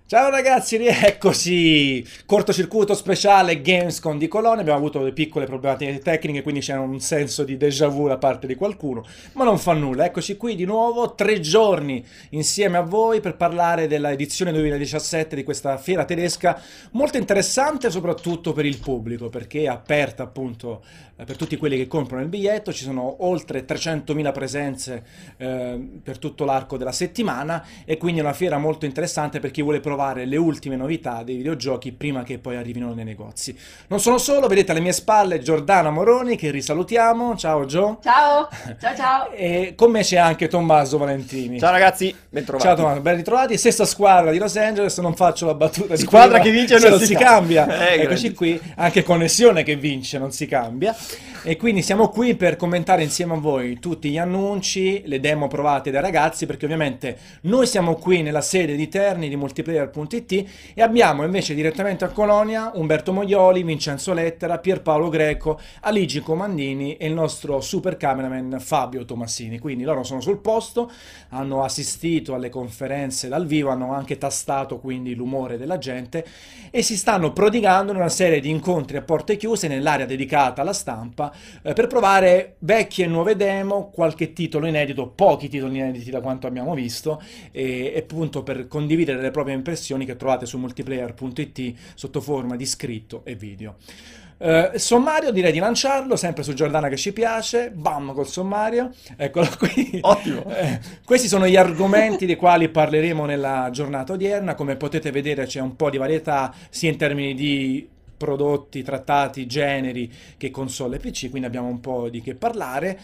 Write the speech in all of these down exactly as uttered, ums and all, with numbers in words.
Ciao ragazzi, rieccoci! Cortocircuito speciale Gamescom di Colonia. Abbiamo avuto delle piccole problematiche tecniche, quindi c'è un senso di déjà vu da parte di qualcuno, ma non fa nulla. Eccoci qui di nuovo, tre giorni insieme a voi per parlare della edizione duemiladiciassette di questa fiera tedesca, molto interessante soprattutto per il pubblico, perché è aperta appunto eh, per tutti quelli che comprano il biglietto. Ci sono oltre trecentomila presenze eh, per tutto l'arco della settimana, e quindi è una fiera molto interessante per chi vuole provare le ultime novità dei videogiochi prima che poi arrivino nei negozi. Non sono solo, vedete alle mie spalle Giordana Moroni, che risalutiamo. Ciao Gio. Ciao, ciao ciao. E con me c'è anche Tommaso Valentini. Ciao ragazzi, bentrovati. Ciao Tommaso, ben ritrovati. Stessa squadra di Los Angeles, non faccio la battuta di Squadra prima, che vince se non non si si cambia. Eh, Eccoci qui, anche connessione che vince, non si cambia. E quindi siamo qui per commentare insieme a voi tutti gli annunci, le demo provate dai ragazzi, perché ovviamente noi siamo qui nella sede di Terni di multiplayer punto it e abbiamo invece direttamente a Colonia Umberto Moglioli, Vincenzo Lettera, Pierpaolo Greco, Aligi Comandini e il nostro super cameraman Fabio Tomassini. Quindi loro sono sul posto, hanno assistito alle conferenze dal vivo, hanno anche tastato quindi l'umore della gente e si stanno prodigando in una serie di incontri a porte chiuse nell'area dedicata alla stampa eh, per provare vecchie e nuove demo, qualche titolo inedito, pochi titoli inediti da quanto abbiamo visto, e, e appunto per condividere le proprie impressioni che trovate su multiplayer punto it sotto forma di scritto e video. Uh, sommario direi di lanciarlo, sempre su Giordana che ci piace. Bam, col sommario, eccolo qui. Ottimo. Eh, questi sono gli argomenti dei quali parleremo nella giornata odierna. Come potete vedere c'è un po' di varietà sia in termini di prodotti, trattati, generi che console e P C, quindi abbiamo un po' di che parlare.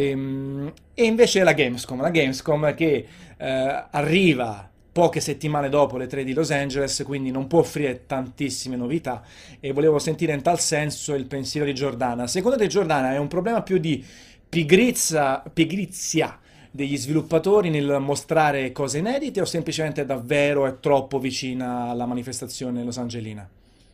Ehm, e invece la Gamescom, la Gamescom che eh, arriva poche settimane dopo le tre di Los Angeles, quindi non può offrire tantissime novità, e volevo sentire in tal senso il pensiero di Giordana. Secondo te, Giordana, è un problema più di pigrizia, pigrizia degli sviluppatori nel mostrare cose inedite, o semplicemente davvero è troppo vicina alla manifestazione losangelina?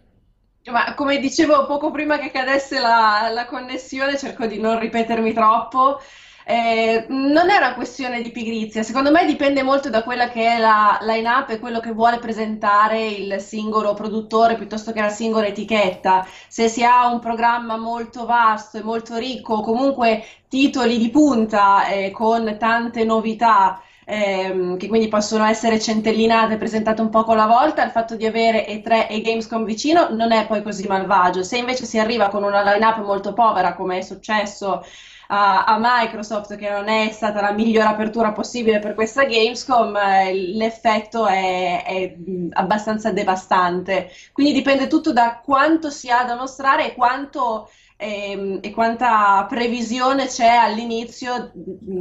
Ma come dicevo poco prima che cadesse la, la connessione, cerco di non ripetermi troppo. Eh, non è una questione di pigrizia, secondo me dipende molto da quella che è la line-up e quello che vuole presentare il singolo produttore piuttosto che la singola etichetta. Se si ha un programma molto vasto e molto ricco, comunque titoli di punta eh, con tante novità, ehm, che quindi possono essere centellinate, presentate un poco alla volta, il fatto di avere E tre e Gamescom vicino non è poi così malvagio. Se invece si arriva con una line-up molto povera, come è successo a, a Microsoft, che non è stata la migliore apertura possibile per questa Gamescom, eh, l'effetto è, è mh, abbastanza devastante. Quindi dipende tutto da quanto si ha da mostrare e quanto ehm, e quanta previsione c'è all'inizio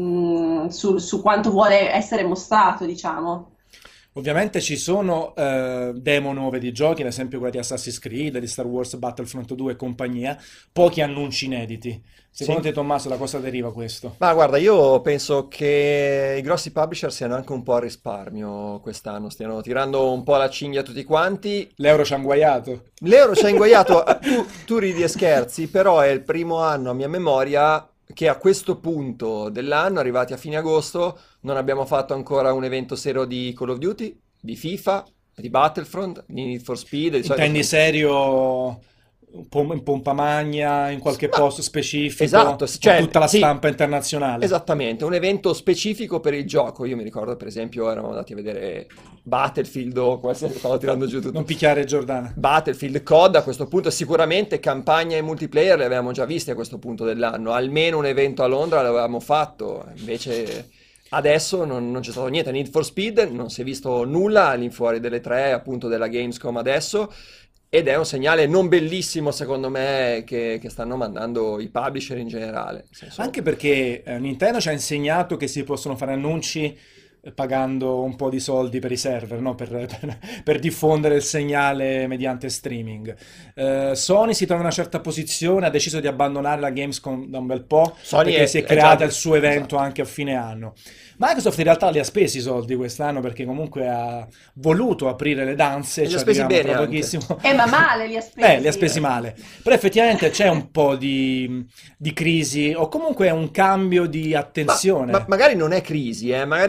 mh, su, su quanto vuole essere mostrato, diciamo. Ovviamente ci sono eh, demo nuove di giochi, ad esempio quella di Assassin's Creed, di Star Wars Battlefront due e compagnia, pochi annunci inediti. Secondo Sì. te, Tommaso, da cosa deriva questo? Ma guarda, io penso che i grossi publisher siano anche un po' a risparmio quest'anno, stiano tirando un po' la cinghia a tutti quanti. L'euro ci ha inguaiato. L'euro ci ha inguaiato, tu, tu ridi e scherzi, però è il primo anno a mia memoria che a questo punto dell'anno, arrivati a fine agosto, non abbiamo fatto ancora un evento serio di Call of Duty, di FIFA, di Battlefront, di Need for Speed. Di solito- Intendi serio un po' in pompa magna, in qualche Ma- posto specifico, Esatto, con cioè, tutta la sì. stampa internazionale? Esattamente, un evento specifico per il gioco. Io mi ricordo, per esempio, eravamo andati a vedere Battlefield o qualsiasi, stavo tirando giù tutto. Non picchiare Giordana. Battlefield, C O D a questo punto, sicuramente campagna e multiplayer li avevamo già visti a questo punto dell'anno. Almeno un evento a Londra l'avevamo fatto, invece adesso non, non c'è stato niente. Need for Speed non si è visto nulla all'infuori delle tre, appunto, della Gamescom adesso. Ed è un segnale non bellissimo, secondo me, che, che stanno mandando i publisher in generale. Nel senso- Anche perché eh, Nintendo ci ha insegnato che si possono fare annunci eh, pagando un po' di soldi per i server, no? Per, per- per diffondere il segnale mediante streaming. Eh, Sony si trova in una certa posizione, ha deciso di abbandonare la Gamescom da un bel po', Sony perché è- si è è creata già- il suo evento esatto. anche a fine anno. Microsoft in realtà li ha spesi i soldi quest'anno, perché comunque ha voluto aprire le danze, E li ci ha spesi arriviamo bene tra anche. pochissimo. Eh, ma male li ha spesi. Eh, li ha spesi male. Però effettivamente c'è un po' di, di crisi, o comunque un cambio di Ma, attenzione. ma magari non è crisi, eh, magari è una-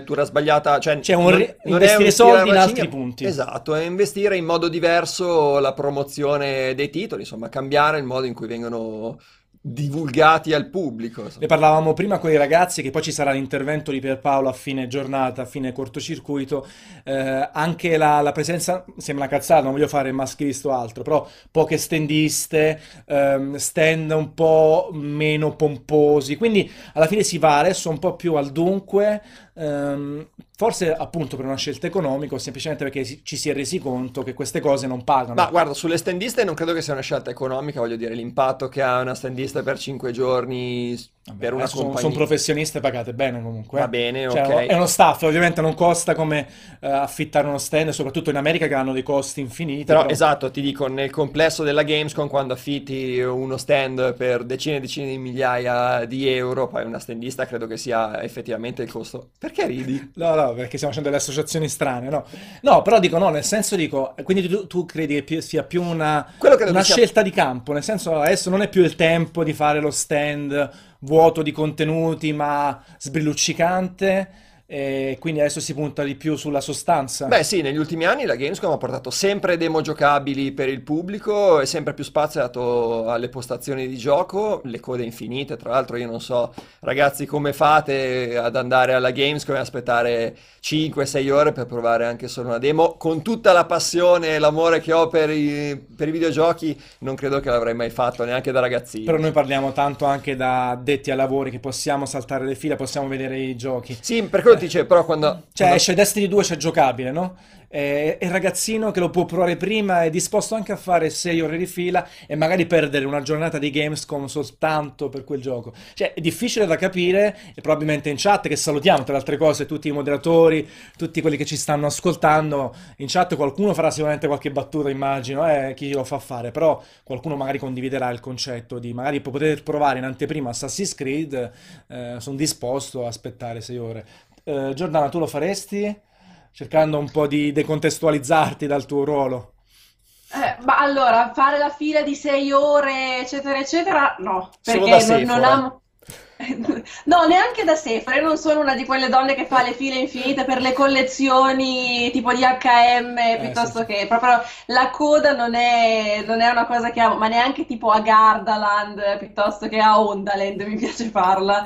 lettura sbagliata, cioè Cioè un non, ri- non è un investire tirare soldi in la altri cinghia, punti. esatto, è investire in modo diverso la promozione dei titoli, insomma, cambiare il modo in cui vengono divulgati al pubblico. Ne insomma. parlavamo prima con i ragazzi che poi ci sarà l'intervento di Pierpaolo a fine giornata, a fine cortocircuito. Eh, anche la, la presenza, sembra una cazzata, non voglio fare maschilista o altro, però poche standiste, ehm, stand un po' meno pomposi, quindi alla fine si va adesso un po' più al dunque, ehm, forse appunto per una scelta economica o semplicemente perché si- ci si è resi conto che queste cose non Ma pagano. guarda, sulle standiste non credo che sia una scelta economica, voglio dire, l'impatto che ha una standista per cinque giorni s- Vabbè, per una adesso sono, sono compagnia. professioniste pagate bene comunque, Va eh. bene, Cioè, è uno è ok. uno staff, ovviamente non costa come eh, affittare uno stand, soprattutto in America che hanno dei costi infiniti, Però però esatto, ti dico, nel complesso della Gamescom, quando affitti uno stand per decine e decine di migliaia di euro, poi una standista credo che sia effettivamente il costo. Perché ridi? no, no, perché stiamo facendo delle associazioni strane, no? No, però dico no, nel senso dico, quindi tu, tu credi che più- sia più una, Quello credo una che sia... scelta di campo, nel senso adesso non è più il tempo di fare lo stand vuoto di contenuti ma sbrilluccicante, e quindi adesso si punta di più sulla sostanza. Beh sì, negli ultimi anni la Gamescom ha portato sempre demo giocabili per il pubblico e sempre più spazio è dato alle postazioni di gioco, le code infinite, tra l'altro io non so, ragazzi, come fate ad andare alla Gamescom e aspettare cinque sei ore per provare anche solo una demo, con tutta la passione e l'amore che ho per i, per i videogiochi, non credo che l'avrei mai fatto neanche da Però ragazzino. noi parliamo tanto anche da addetti ai lavori che possiamo saltare le fila, possiamo vedere i giochi. Sì, per quello ti dicevo, però quando, Cioè quando esce Destiny due, c'è giocabile, no? E e il ragazzino che lo può provare prima è disposto anche a fare sei ore di fila e magari perdere una giornata di Gamescom soltanto per quel gioco. Cioè è difficile da capire e probabilmente in chat, che salutiamo tra le altre cose tutti i moderatori, tutti quelli che ci stanno ascoltando, in chat qualcuno farà sicuramente qualche battuta, immagino, eh, chi lo fa fare, però qualcuno magari condividerà il concetto di magari poter provare in anteprima Assassin's Creed, eh, sono disposto a aspettare sei ore. Eh, Giordana, tu lo faresti? Cercando un po' di decontestualizzarti dal tuo ruolo. Eh, ma allora, fare la fila di sei ore, eccetera, eccetera, no, solo da perché non, non Sephora. amo... No, neanche da Sephora, io non sono una di quelle donne che fa le file infinite per le collezioni tipo di acca emme, Eh sì, piuttosto sì. che proprio la coda non è, non è una cosa che amo, ma neanche tipo a Gardaland, piuttosto che a Hondaland mi piace farla.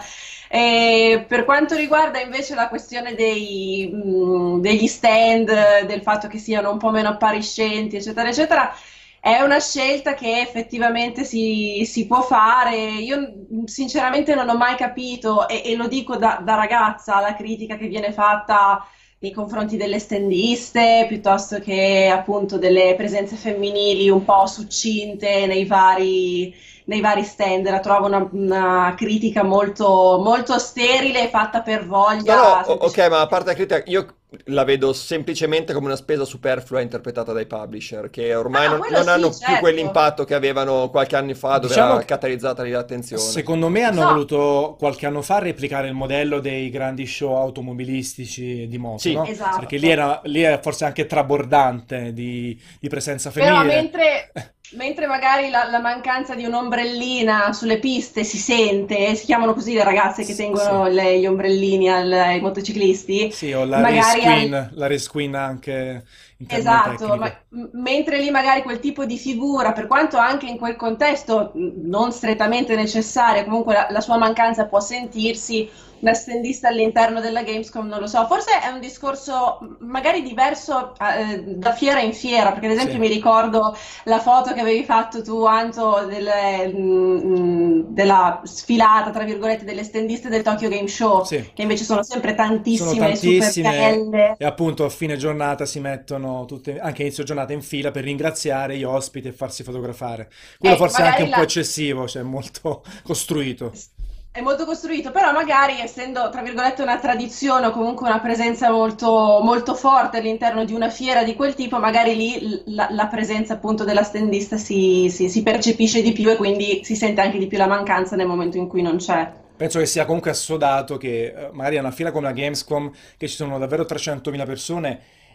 E per quanto riguarda invece la questione dei, mh, degli stand, del fatto che siano un po' meno appariscenti, eccetera, eccetera, è una scelta che effettivamente si, si può fare. Io mh, sinceramente non ho mai capito, e, e lo dico da, da ragazza, la critica che viene fatta nei confronti delle stendiste, piuttosto che appunto delle presenze femminili un po' succinte nei vari, nei vari stand. La trovo una, una critica molto, molto sterile, fatta per No, no, voglia, o- ok, semplicemente. ma a parte la critica, io la vedo semplicemente come una spesa superflua interpretata dai publisher, che ormai Ah no, non, quello non sì, hanno più certo. quell'impatto che avevano qualche anno fa, dove Diciamo era che catalizzata lì l'attenzione. secondo me hanno No, voluto qualche anno fa replicare il modello dei grandi show automobilistici di moto, Sì, no? Perché lì esatto. era, lì era forse anche trabordante di, di presenza Però femminile. mentre, mentre magari la, la mancanza di un'ombrellina sulle piste si sente, si chiamano così le ragazze che S- sì, tengono le- gli ombrellini al- ai motociclisti, sì, o la race magari al- queen, la race queen anche in termini esatto, ma- tecnici. m- mentre lì magari quel tipo di figura, per quanto anche in quel contesto mh, non strettamente necessaria, comunque la, la sua mancanza può sentirsi, una stendista all'interno della Gamescom, non lo so, forse è un discorso mh, magari diverso eh, da fiera in fiera, perché ad esempio Sì, mi ricordo la foto che avevi fatto tu, Anto, del- mh, della sfilata, tra virgolette, delle stendiste del Tokyo Game Show, sì. che invece sono sempre Sono tantissime, super tantissime belle. e appunto a fine giornata si mettono tutte, anche a inizio giornata in fila per ringraziare gli ospiti e farsi fotografare. Quello Ecco, forse è anche magari un po' la... eccessivo, cioè molto costruito. È molto costruito, però magari essendo, tra virgolette, una tradizione o comunque una presenza molto, molto forte all'interno di una fiera di quel tipo, magari lì l- la, la presenza appunto della standista si, si- si percepisce di più e quindi si sente anche di più la mancanza nel momento in cui non c'è. Penso che sia comunque assodato che eh, magari a una fiera come la Gamescom, che ci sono davvero trecentomila persone,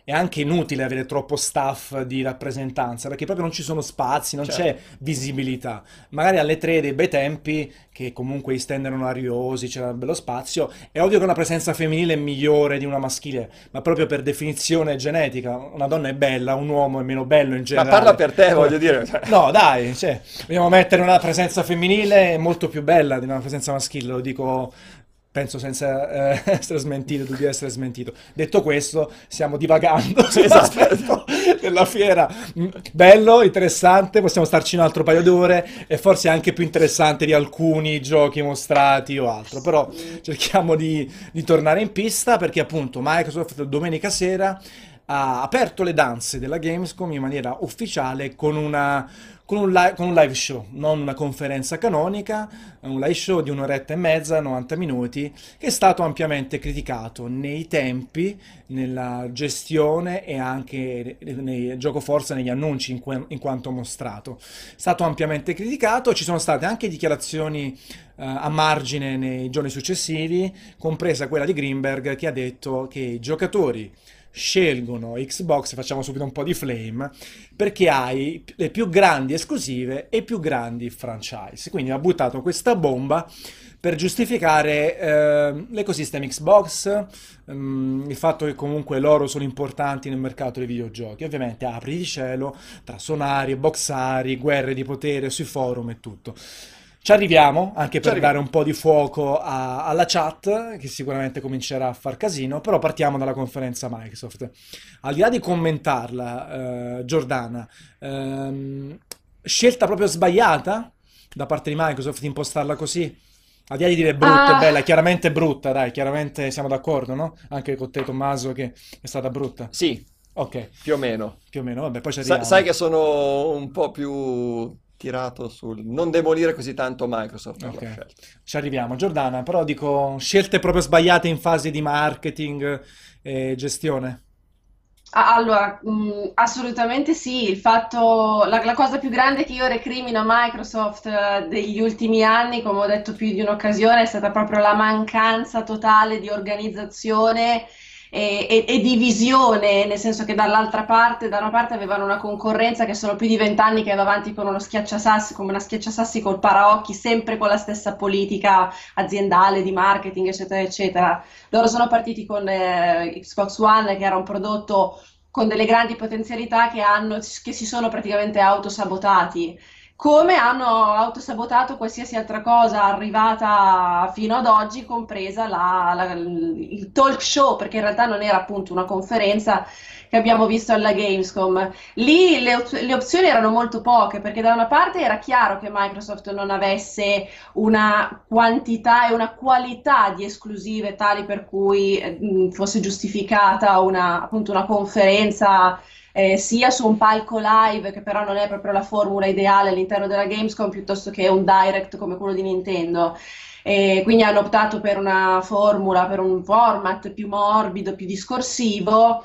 è anche inutile avere troppo staff di rappresentanza, perché proprio non ci sono spazi, non Certo. c'è visibilità. Magari alle tre dei bei tempi, che comunque gli stand erano ariosi, c'era bello spazio, è ovvio che una presenza femminile è migliore di una maschile, ma proprio per definizione genetica. Una donna è bella, un uomo è meno bello in Ma parla generale. per te, voglio dire. No, dai, cioè, dobbiamo mettere una presenza femminile molto più bella di una presenza maschile, lo dico, penso senza eh, essere smentito, di essere smentito. Detto questo, stiamo divagando sull'aspetto della fiera. Mm, Bello, interessante, possiamo starci un altro paio d'ore e forse anche più interessante di alcuni giochi mostrati o altro, però cerchiamo di, di tornare in pista perché appunto Microsoft domenica sera ha aperto le danze della Gamescom in maniera ufficiale con una, con un, li- con un live show, non una conferenza canonica, un live show di un'oretta e mezza, novanta minuti, che è stato ampiamente criticato nei tempi, nella gestione e anche nei gioco forza, negli annunci in, que- in quanto mostrato. È stato ampiamente criticato, ci sono state anche dichiarazioni eh, a margine nei giorni successivi, compresa quella di Greenberg che ha detto che i giocatori scelgono Xbox, facciamo subito un po' di flame, perché hai le più grandi esclusive e i più grandi franchise. Quindi ha buttato questa bomba per giustificare eh, l'ecosistema Xbox, ehm, il fatto che comunque loro sono importanti nel mercato dei videogiochi. Ovviamente apri di cielo tra sonari, boxari, guerre di potere sui forum e tutto. Ci arriviamo, anche Ci per arriviamo. dare un po' di fuoco a- alla chat, che sicuramente comincerà a far casino, però partiamo dalla conferenza Microsoft. Al di là di commentarla, eh, Giordana, ehm, scelta proprio sbagliata da parte di Microsoft impostarla così? Al di là di dire brutta e Ah, bella, è chiaramente brutta, dai, chiaramente siamo d'accordo, no? Anche con te, Tommaso, che è stata brutta. Sì, Ok, più o meno. più o meno, vabbè, poi ci Sa- sai arriviamo. che sono un po' più tirato sul non demolire così tanto Microsoft per la Ok, scelta. ci arriviamo. Giordana, però dico scelte proprio sbagliate in fase di marketing e gestione. Ah, Allora, mh, assolutamente sì, il fatto, la, la cosa più grande che io recrimino a Microsoft eh, degli ultimi anni, come ho detto più di un'occasione, è stata proprio la mancanza totale di organizzazione e, e- e di visione, nel senso che dall'altra parte, da una parte avevano una concorrenza che sono più di vent'anni che va avanti con uno schiacciasassi, come una schiacciasassi col paraocchi, sempre con la stessa politica aziendale di marketing, eccetera, eccetera. Loro sono partiti con eh, Xbox One, che era un prodotto con delle grandi potenzialità che, hanno, che si sono praticamente autosabotati. Come hanno autosabotato qualsiasi altra cosa arrivata fino ad oggi, compresa la- la- il talk show, perché in realtà non era appunto una conferenza che abbiamo visto alla Gamescom. Lì le, op- le opzioni erano molto poche, perché da una parte era chiaro che Microsoft non avesse una quantità e una qualità di esclusive tali per cui eh, mh, fosse giustificata una, appunto una conferenza eh, sia su un palco live, che però non è proprio la formula ideale all'interno della Gamescom, piuttosto che un direct come quello di Nintendo. E quindi hanno optato per una formula, per un format più morbido, più discorsivo,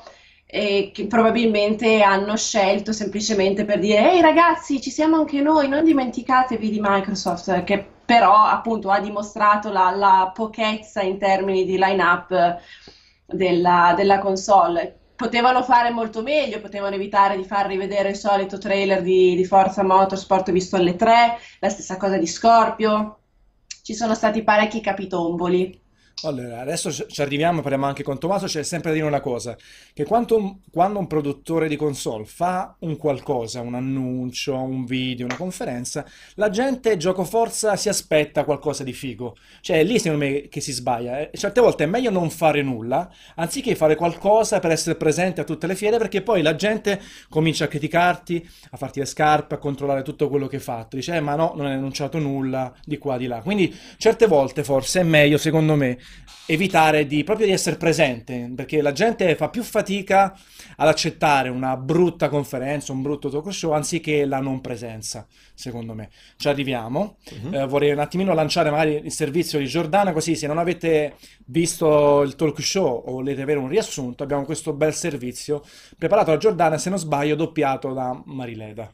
e che probabilmente hanno scelto semplicemente per dire: ehi ragazzi, ci siamo anche noi, non dimenticatevi di Microsoft, che però appunto ha dimostrato la, la pochezza in termini di line-up della, della console. Potevano fare molto meglio, potevano evitare di far rivedere il solito trailer di, di Forza Motorsport visto alle tre, la stessa cosa di Scorpio. Ci sono stati parecchi capitomboli. Allora, adesso ci ci arriviamo, parliamo anche con Tommaso, c'è sempre da dire una cosa, che quando un, quando un produttore di console fa un qualcosa, un annuncio, un video, una conferenza, la gente, gioco forza, si aspetta qualcosa di figo. Cioè, è lì secondo me che si sbaglia. eh. Certe volte è meglio non fare nulla, anziché fare qualcosa per essere presente a tutte le fiere, perché poi la gente comincia a criticarti, a farti le scarpe, a controllare tutto quello che hai fatto. Dice, eh, ma no, non hai annunciato nulla, di qua, di là. Quindi certe volte forse è meglio, secondo me, evitare di proprio di essere presente, perché la gente fa più fatica ad accettare una brutta conferenza, un brutto talk show, anziché la non presenza, secondo me. Ci arriviamo. Mhm. Eh, vorrei un attimino lanciare magari il servizio di Giordana, così se non avete visto il talk show o volete avere un riassunto, abbiamo questo bel servizio preparato da Giordana, se non sbaglio, doppiato da Marileda.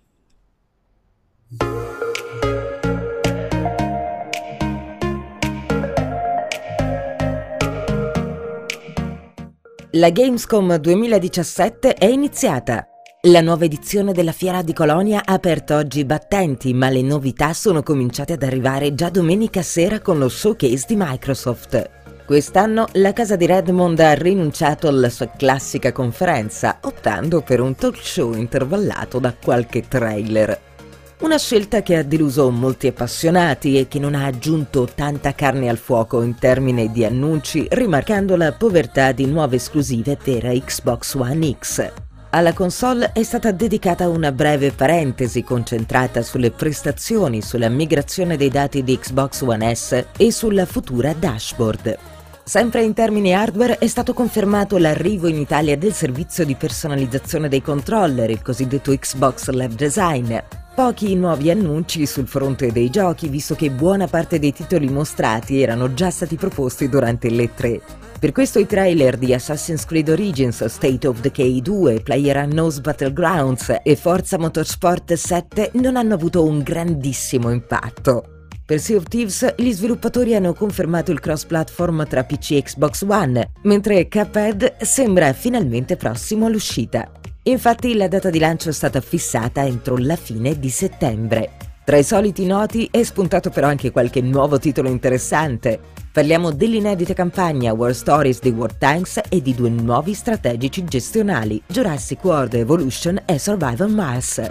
La Gamescom duemiladiciassette è iniziata. La nuova edizione della Fiera di Colonia ha aperto oggi i battenti, ma le novità sono cominciate ad arrivare già domenica sera con lo showcase di Microsoft. Quest'anno la casa di Redmond ha rinunciato alla sua classica conferenza, optando per un talk show intervallato da qualche trailer. Una scelta che ha deluso molti appassionati e che non ha aggiunto tanta carne al fuoco in termini di annunci, rimarcando la povertà di nuove esclusive per Xbox One X. Alla console è stata dedicata una breve parentesi concentrata sulle prestazioni, sulla migrazione dei dati di Xbox One S e sulla futura dashboard. Sempre in termini hardware è stato confermato l'arrivo in Italia del servizio di personalizzazione dei controller, il cosiddetto Xbox Live Design. Pochi nuovi annunci sul fronte dei giochi, visto che buona parte dei titoli mostrati erano già stati proposti durante l'E tre. Per questo i trailer di Assassin's Creed Origins, State of Decay due, PlayerUnknown's Battlegrounds e Forza Motorsport sette non hanno avuto un grandissimo impatto. Per Sea of Thieves gli sviluppatori hanno confermato il cross-platform tra P C e Xbox One, mentre Cuphead sembra finalmente prossimo all'uscita. Infatti la data di lancio è stata fissata entro la fine di settembre. Tra i soliti noti è spuntato però anche qualche nuovo titolo interessante. Parliamo dell'inedita campagna War Stories di War Tanks e di due nuovi strategici gestionali, Jurassic World Evolution e Survival Mars.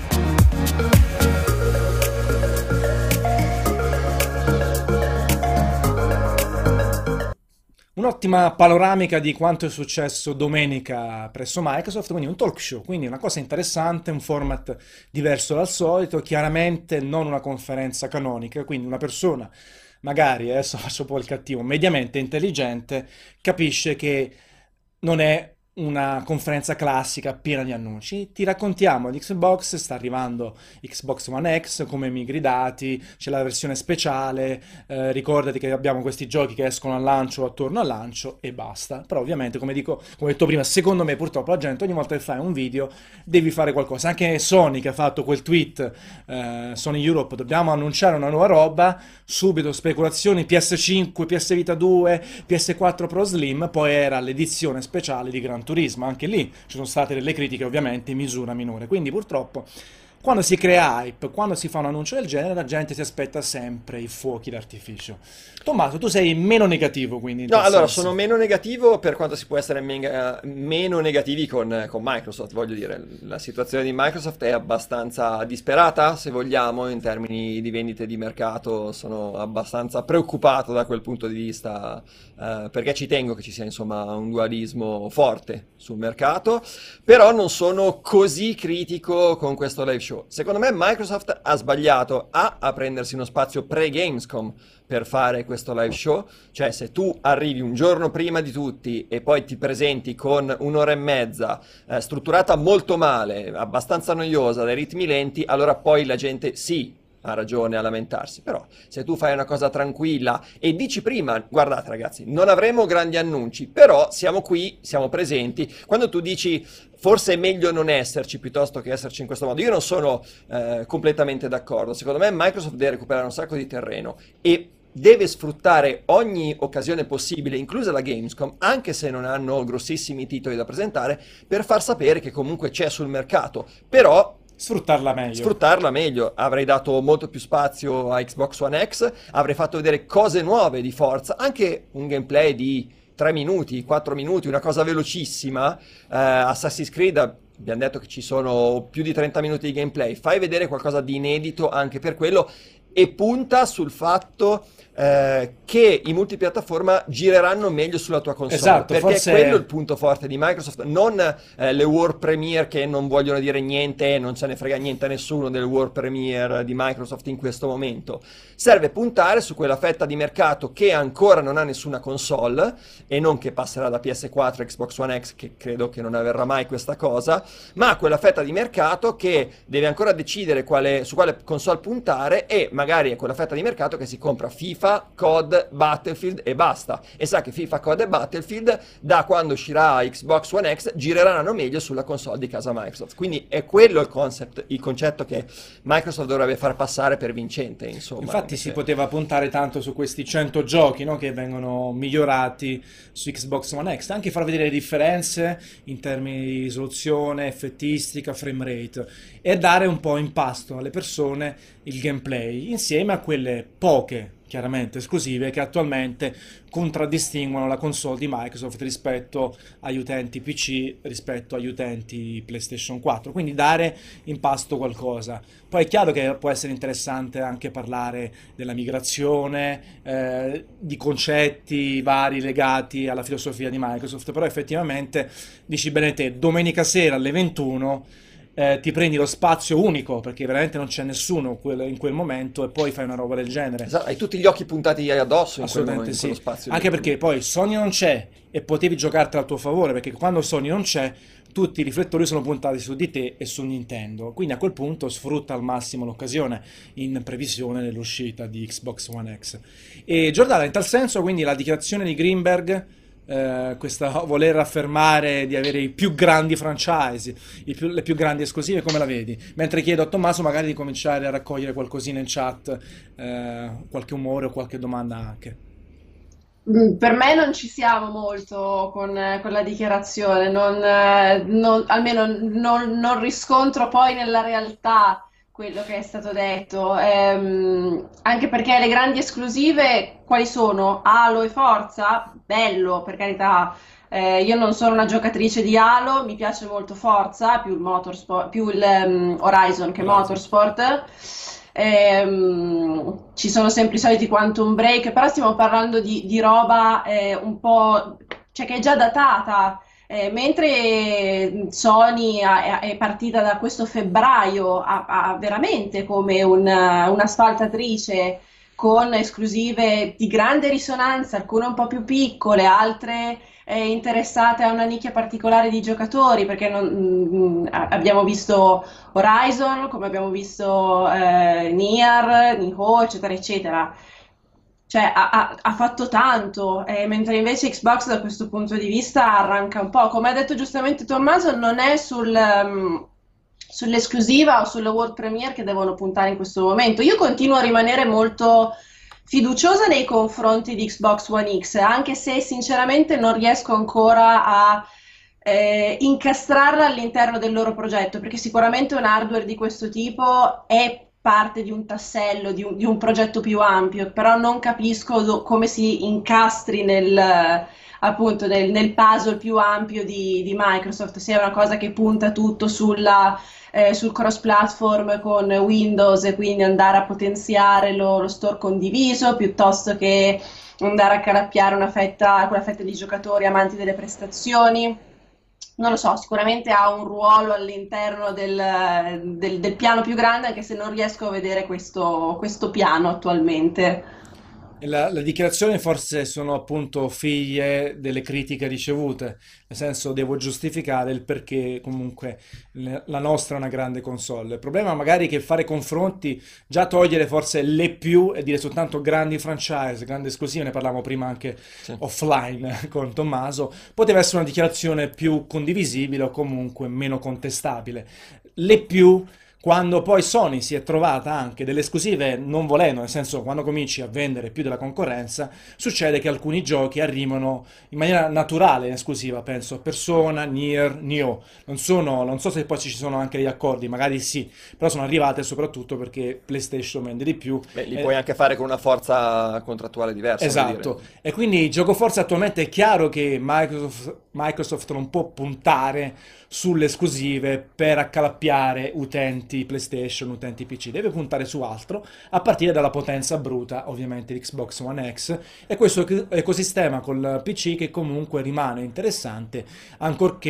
Un'ottima panoramica di quanto è successo domenica presso Microsoft, quindi un talk show, quindi una cosa interessante, un format diverso dal solito, chiaramente non una conferenza canonica, quindi una persona, magari, adesso faccio un po' il cattivo, mediamente intelligente, capisce che non è una conferenza classica piena di annunci. Ti raccontiamo di Xbox, sta arrivando Xbox One X, come migri i dati, c'è la versione speciale, eh, ricordati che abbiamo questi giochi che escono al lancio o attorno al lancio e basta. Però ovviamente, come dico, come ho detto prima, secondo me purtroppo la gente ogni volta che fai un video devi fare qualcosa. Anche Sony che ha fatto quel tweet, eh, Sony Europe, dobbiamo annunciare una nuova roba, subito speculazioni, P S cinque, P S Vita due, P S quattro Pro Slim, poi era l'edizione speciale di Gran Turismo, anche lì ci sono state delle critiche ovviamente in misura minore, quindi purtroppo quando si crea hype, quando si fa un annuncio del genere, la gente si aspetta sempre i fuochi d'artificio. Tommaso, tu sei meno negativo, quindi in No, tal allora senso. sono meno negativo per quanto si può essere mega- meno negativi con, con Microsoft, voglio dire, la situazione di Microsoft è abbastanza disperata, se vogliamo, in termini di vendite di mercato, sono abbastanza preoccupato da quel punto di vista, eh, perché ci tengo che ci sia insomma un dualismo forte sul mercato, però non sono così critico con questo live show. Secondo me Microsoft ha sbagliato a, a prendersi uno spazio pre-Gamescom per fare questo live show, cioè se tu arrivi un giorno prima di tutti e poi ti presenti con un'ora e mezza eh, strutturata molto male, abbastanza noiosa, dai ritmi lenti, allora poi la gente sì ha ragione a lamentarsi, però se tu fai una cosa tranquilla e dici prima, guardate ragazzi, non avremo grandi annunci, però siamo qui, siamo presenti, quando tu dici forse è meglio non esserci piuttosto che esserci in questo modo, io non sono eh, completamente d'accordo, secondo me Microsoft deve recuperare un sacco di terreno e deve sfruttare ogni occasione possibile, inclusa la Gamescom, anche se non hanno grossissimi titoli da presentare, per far sapere che comunque c'è sul mercato, però Sfruttarla meglio. Sfruttarla meglio, avrei dato molto più spazio a Xbox One X, avrei fatto vedere cose nuove di Forza, anche un gameplay di tre minuti, quattro minuti, una cosa velocissima, eh, Assassin's Creed, abbiamo detto che ci sono più di trenta minuti di gameplay, fai vedere qualcosa di inedito anche per quello e punta sul fatto eh, che i multipiattaforma gireranno meglio sulla tua console, esatto, perché forse... è quello il punto forte di Microsoft, non eh, le World Premiere che non vogliono dire niente, non se ne frega niente a nessuno del World Premiere di Microsoft in questo momento. Serve puntare su quella fetta di mercato che ancora non ha nessuna console e non che passerà da P S quattro a Xbox One X, che credo che non avverrà mai questa cosa, ma quella fetta di mercato che deve ancora decidere quale, su quale console puntare e magari magari è quella fetta di mercato che si compra FIFA, C O D, Battlefield e basta, e sa che FIFA, C O D e Battlefield da quando uscirà Xbox One X gireranno meglio sulla console di casa Microsoft. Quindi è quello il concept, il concetto che Microsoft dovrebbe far passare per vincente, insomma. Infatti si se... poteva puntare tanto su questi cento giochi, no, che vengono migliorati su Xbox One X, anche far vedere le differenze in termini di risoluzione, effettistica, frame rate, e dare un po' in pasto alle persone il gameplay, insieme a quelle poche, chiaramente esclusive, che attualmente contraddistinguono la console di Microsoft rispetto agli utenti P C, rispetto agli utenti PlayStation quattro, quindi dare in pasto qualcosa. Poi è chiaro che può essere interessante anche parlare della migrazione, eh, di concetti vari legati alla filosofia di Microsoft, però effettivamente, dici bene te, domenica sera alle ventuno Eh, ti prendi lo spazio unico, perché veramente non c'è nessuno quel- in quel momento, e poi fai una roba del genere. Esatto, hai tutti gli occhi puntati addosso in, quel, Assolutamente in sì, quello spazio. anche lì. perché poi Sony non c'è e potevi giocartela a tuo favore, perché quando Sony non c'è tutti i riflettori sono puntati su di te e su Nintendo, quindi a quel punto sfrutta al massimo l'occasione in previsione dell'uscita di Xbox One X. E Giordana, in tal senso, quindi la dichiarazione di Greenberg, eh, questa voler affermare di avere i più grandi franchise, i più- le più grandi esclusive, come la vedi? Mentre chiedo a Tommaso magari di cominciare a raccogliere qualcosina in chat, eh, qualche umore o qualche domanda anche. Mm, Per me non ci siamo molto con, eh, con la dichiarazione, non, eh, non- almeno non, non riscontro poi nella realtà quello che è stato detto. Ehm, anche perché le grandi esclusive quali sono? Halo e Forza? Bello, per carità. Eh, io non sono una giocatrice di Halo, mi piace molto Forza, più il Motorsport, più il ehm, Horizon che Horizon. Motorsport. Ehm, ci sono sempre i soliti Quantum Break, però stiamo parlando di, di roba eh, un po', cioè che è già datata. Eh, mentre Sony ha- è partita da questo febbraio a, a- veramente come una, una spaltatrice con esclusive di grande risonanza, alcune un po' più piccole, altre eh, interessate a una nicchia particolare di giocatori, perché non- mm, a- abbiamo visto Horizon, come abbiamo visto eh, Nier, Nioh, eccetera, eccetera. Cioè, ha, ha- ha fatto tanto, eh, mentre invece Xbox da questo punto di vista arranca un po'. Come ha detto giustamente Tommaso, non è sul, ehm, sull'esclusiva o sulla World Premiere che devono puntare in questo momento. Io continuo a rimanere molto fiduciosa nei confronti di Xbox One X, anche se sinceramente non riesco ancora a eh, incastrarla all'interno del loro progetto, perché sicuramente un hardware di questo tipo è parte di un tassello, di un, di un progetto più ampio, però non capisco do- come si incastri nel, eh, appunto, nel, nel puzzle più ampio di, di Microsoft, sia una cosa che punta tutto sulla, eh, sul cross-platform con Windows e quindi andare a potenziare lo, lo store condiviso, piuttosto che andare a calappiare una fetta, quella fetta di giocatori amanti delle prestazioni. Non lo so, sicuramente ha un ruolo all'interno del, del- del piano più grande, anche se non riesco a vedere questo, questo piano attualmente. E La, le dichiarazioni forse sono appunto figlie delle critiche ricevute, nel senso devo giustificare il perché comunque le- la nostra è una grande console. Il problema magari è che fare confronti, già togliere forse le più e dire soltanto grandi franchise, grandi esclusive, ne parlavamo prima anche Sì. offline con Tommaso, poteva essere una dichiarazione più condivisibile o comunque meno contestabile. Le più, quando poi Sony si è trovata anche delle esclusive non volendo, nel senso quando cominci a vendere più della concorrenza, succede che alcuni giochi arrivano in maniera naturale in esclusiva, penso a Persona, Nier, Nioh, non sono, non so se poi ci sono anche degli accordi, magari sì, però sono arrivate soprattutto perché PlayStation vende di più. Beh, li Eh, puoi anche fare con una forza contrattuale diversa, voglio dire. Esatto, e quindi gioco forza attualmente è chiaro che Microsoft, Microsoft non può puntare sulle esclusive per accalappiare utenti PlayStation, utenti P C, deve puntare su altro, a partire dalla potenza bruta, ovviamente, di Xbox One X e questo ec- ecosistema col P C che comunque rimane interessante, ancorché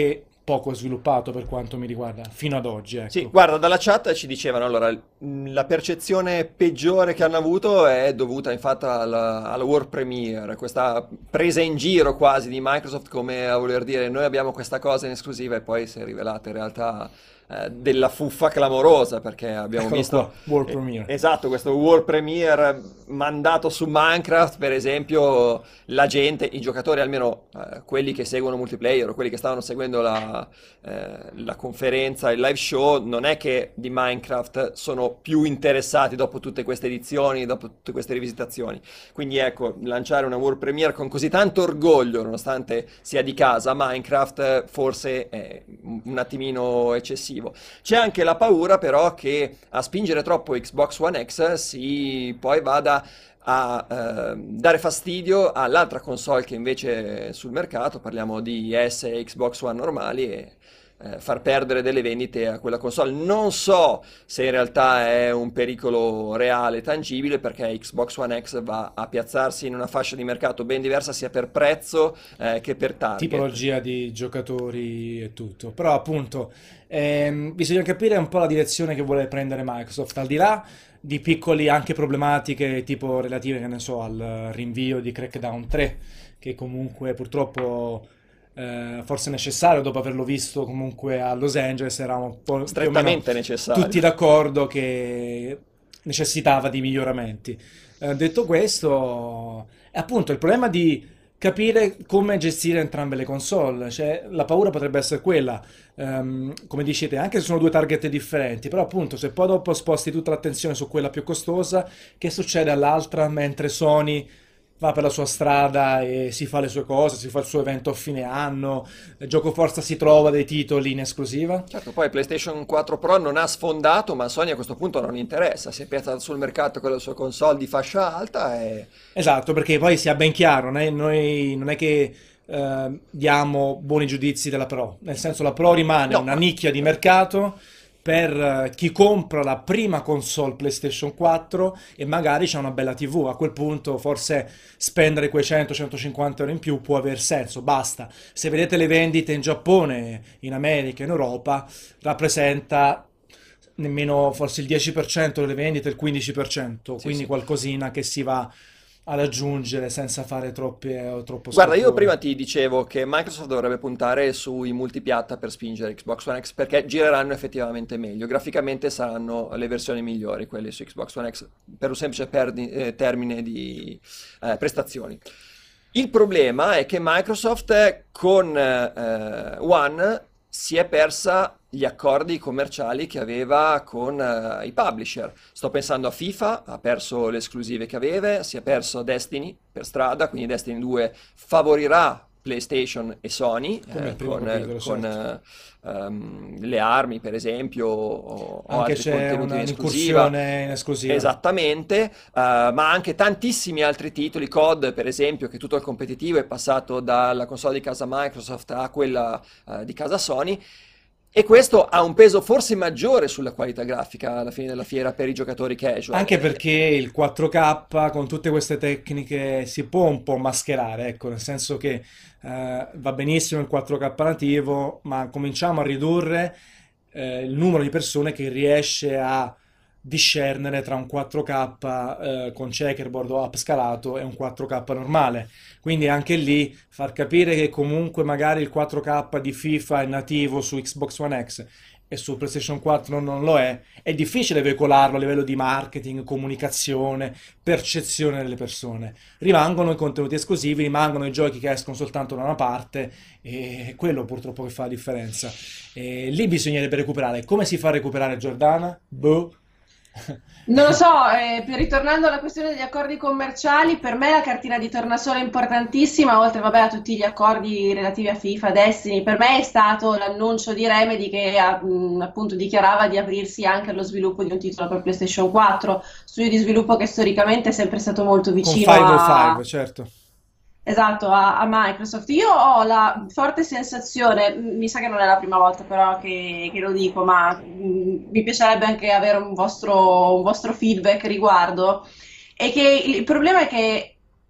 poco sviluppato per quanto mi riguarda, fino ad oggi, ecco. Sì, guarda, dalla chat ci dicevano, allora, mh, la percezione peggiore che hanno avuto è dovuta infatti alla, alla World Premiere, questa presa in giro quasi di Microsoft come a voler dire noi abbiamo questa cosa in esclusiva e poi si è rivelata in realtà eh, della fuffa clamorosa perché abbiamo Eccolo visto... qua, World eh, Premiere. Esatto, questo World Premiere mandato su Minecraft, per esempio, la gente, i giocatori, almeno eh, quelli che seguono multiplayer o quelli che stavano seguendo la, eh, la conferenza, il live show, non è che di Minecraft sono più interessati dopo tutte queste edizioni, dopo tutte queste rivisitazioni. Quindi ecco, lanciare una World Premiere con così tanto orgoglio, nonostante sia di casa, Minecraft eh, forse è un attimino eccessivo. C'è anche la paura però che a spingere troppo Xbox One X si poi vada a eh, dare fastidio all'altra console che invece è sul mercato, parliamo di S e Xbox One normali, e eh, far perdere delle vendite a quella console. Non so se in realtà è un pericolo reale, tangibile, perché Xbox One X va a piazzarsi in una fascia di mercato ben diversa sia per prezzo eh, che per target. Tipologia di giocatori e tutto, però appunto ehm, bisogna capire un po' la direzione che vuole prendere Microsoft, al di là di piccoli anche problematiche tipo relative, che ne so, al rinvio di Crackdown tre, che comunque purtroppo eh, forse è necessario, dopo averlo visto comunque a Los Angeles, eravamo un po' più o meno Strettamente necessario. tutti d'accordo che necessitava di miglioramenti. Eh, detto questo, è appunto il problema di capire come gestire entrambe le console, cioè la paura potrebbe essere quella, ehm, come dicete, anche se sono due target differenti, però appunto se poi dopo sposti tutta l'attenzione su quella più costosa, che succede all'altra mentre Sony va per la sua strada e si fa le sue cose, si fa il suo evento a fine anno, eh, gioco forza si trova dei titoli in esclusiva? Certo, poi PlayStation quattro Pro non ha sfondato, ma a Sony a questo punto non interessa, si è piazzata sul mercato con la sua console di fascia alta e... Esatto, perché poi sia ben chiaro, non è, noi non è che eh, diamo buoni giudizi della Pro, nel senso la Pro rimane No, una ma- nicchia di mercato per eh, chi compra la prima console PlayStation quattro e magari c'è una bella T V. A quel punto forse spendere quei cento centocinquanta euro in più può aver senso, basta. Se vedete le vendite in Giappone, in America, in Europa, rappresenta nemmeno forse il dieci per cento delle vendite, il quindici per cento, Sì, quindi sì. qualcosina che si va ad aggiungere senza fare troppe, troppo Guarda, io sconto. prima ti dicevo che Microsoft dovrebbe puntare sui multipiatta per spingere Xbox One X perché gireranno effettivamente meglio. Graficamente saranno le versioni migliori, quelle su Xbox One X, per un semplice perdi- eh, termine di eh, prestazioni. Il problema è che Microsoft eh, con eh, One si è persa gli accordi commerciali che aveva con eh, i publisher. Sto pensando a FIFA, ha perso le esclusive che aveva, si è perso Destiny per strada, quindi Destiny due favorirà PlayStation e Sony Come eh, il primo con, capitolo, con, certo. eh, ehm, le armi, per esempio, o, o Anche altri c'è contenuti una- in esclusiva. un'incursione in esclusiva. Esattamente, eh, ma anche tantissimi altri titoli, C O D per esempio, che tutto il competitivo è passato dalla console di casa Microsoft a quella eh, di casa Sony, e questo ha un peso forse maggiore sulla qualità grafica alla fine della fiera per i giocatori casual. Anche perché il quattro K con tutte queste tecniche si può un po' mascherare, ecco, nel senso che eh, va benissimo il quattro K nativo, ma cominciamo a ridurre eh, il numero di persone che riesce a discernere tra un quattro K eh, con checkerboard o upscalato e un quattro K normale. Quindi anche lì far capire che comunque magari il quattro K di FIFA è nativo su Xbox One X e su PlayStation quattro non lo è, è difficile veicolarlo a livello di marketing, comunicazione, percezione delle persone. Rimangono i contenuti esclusivi, rimangono i giochi che escono soltanto da una parte e è quello purtroppo che fa la differenza. E lì bisognerebbe recuperare. Come si fa a recuperare, Giordana? Boh. Non lo so, eh, per- ritornando alla questione degli accordi commerciali, per me la cartina di tornasole importantissima, oltre vabbè, a tutti gli accordi relativi a FIFA, Destiny, per me è stato l'annuncio di Remedy che ha, mh, appunto dichiarava di aprirsi anche allo sviluppo di un titolo per PlayStation quattro, studio di sviluppo che storicamente è sempre stato molto Con vicino a... cinquecentocinque, certo. Esatto, a, a Microsoft. Io ho la forte sensazione, m- mi sa che non è la prima volta però che, che lo dico, ma mh, mi piacerebbe anche avere un vostro, un vostro feedback riguardo, è che il problema è che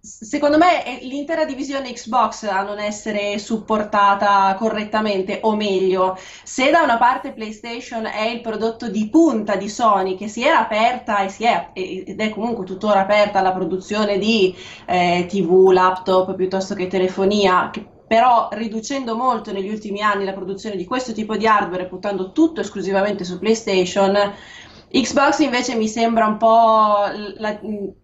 secondo me è l'intera divisione Xbox a non essere supportata correttamente, o meglio, se da una parte PlayStation è il prodotto di punta di Sony che si era aperta e si è, ed è comunque tuttora aperta alla produzione di eh, T V, laptop piuttosto che telefonia, che però riducendo molto negli ultimi anni la produzione di questo tipo di hardware e puntando tutto esclusivamente su PlayStation, Xbox invece mi sembra un po' la,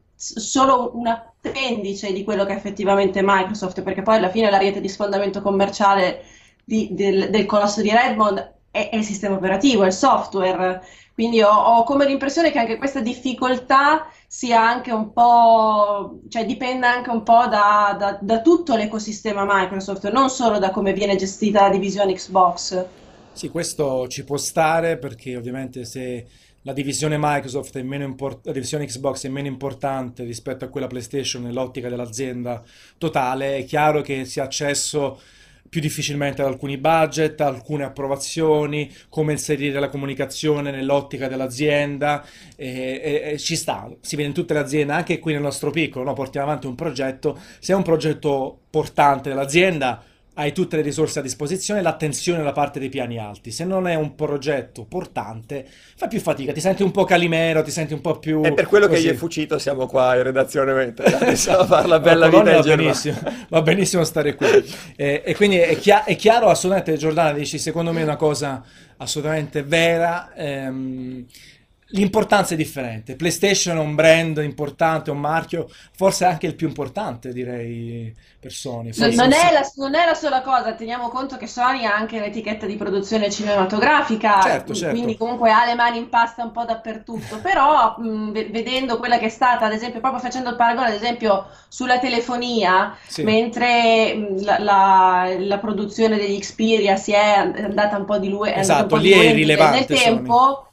solo un appendice di quello che è effettivamente Microsoft, perché poi alla fine l'ariete di sfondamento commerciale di, del, del colosso di Redmond è, è il sistema operativo, è il software. Quindi ho, ho come l'impressione che anche questa difficoltà sia anche un po', cioè dipenda anche un po' da, da, da tutto l'ecosistema Microsoft, non solo da come viene gestita la divisione Xbox. Sì, questo ci può stare perché ovviamente se la divisione Microsoft è meno import- la divisione Xbox è meno importante rispetto a quella PlayStation nell'ottica dell'azienda totale, è chiaro che si ha accesso più difficilmente ad alcuni budget, alcune approvazioni, come inserire la comunicazione nell'ottica dell'azienda, e, e- e ci sta, si vede in tutte le aziende, anche qui nel nostro piccolo, no? Portiamo avanti un progetto, se è un progetto portante dell'azienda, hai tutte le risorse a disposizione, l'attenzione da parte dei piani alti. Se non è un progetto portante, fai più fatica, ti senti un po' calimero, ti senti un po' più È per quello così. che io e Fucito siamo qua in redazione, mentre a fare la bella La Polonia vita in va Germania. benissimo, va benissimo stare qui. E, e quindi è, chia- è chiaro assolutamente, Giordana, dici, secondo me è una cosa assolutamente vera. ehm, L'importanza è differente. PlayStation è un brand importante, un marchio, forse anche il più importante, direi, per Sony. Non Forse non un è si- la, non è la sola cosa, teniamo conto che Sony ha anche l'etichetta di produzione cinematografica, Certo, certo. quindi comunque ha le mani in pasta un po' dappertutto, però mh, ve- vedendo quella che è stata, ad esempio, proprio facendo il paragone, ad esempio, sulla telefonia, Sì. mentre mh, la, la- la produzione degli Xperia si è andata un po' dilu- è andata un Esatto, po' lì è diluendo nel irrilevante Sony. tempo,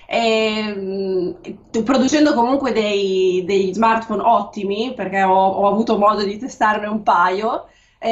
ehm, producendo comunque dei- degli smartphone ottimi, perché ho, ho avuto modo di testarne un paio.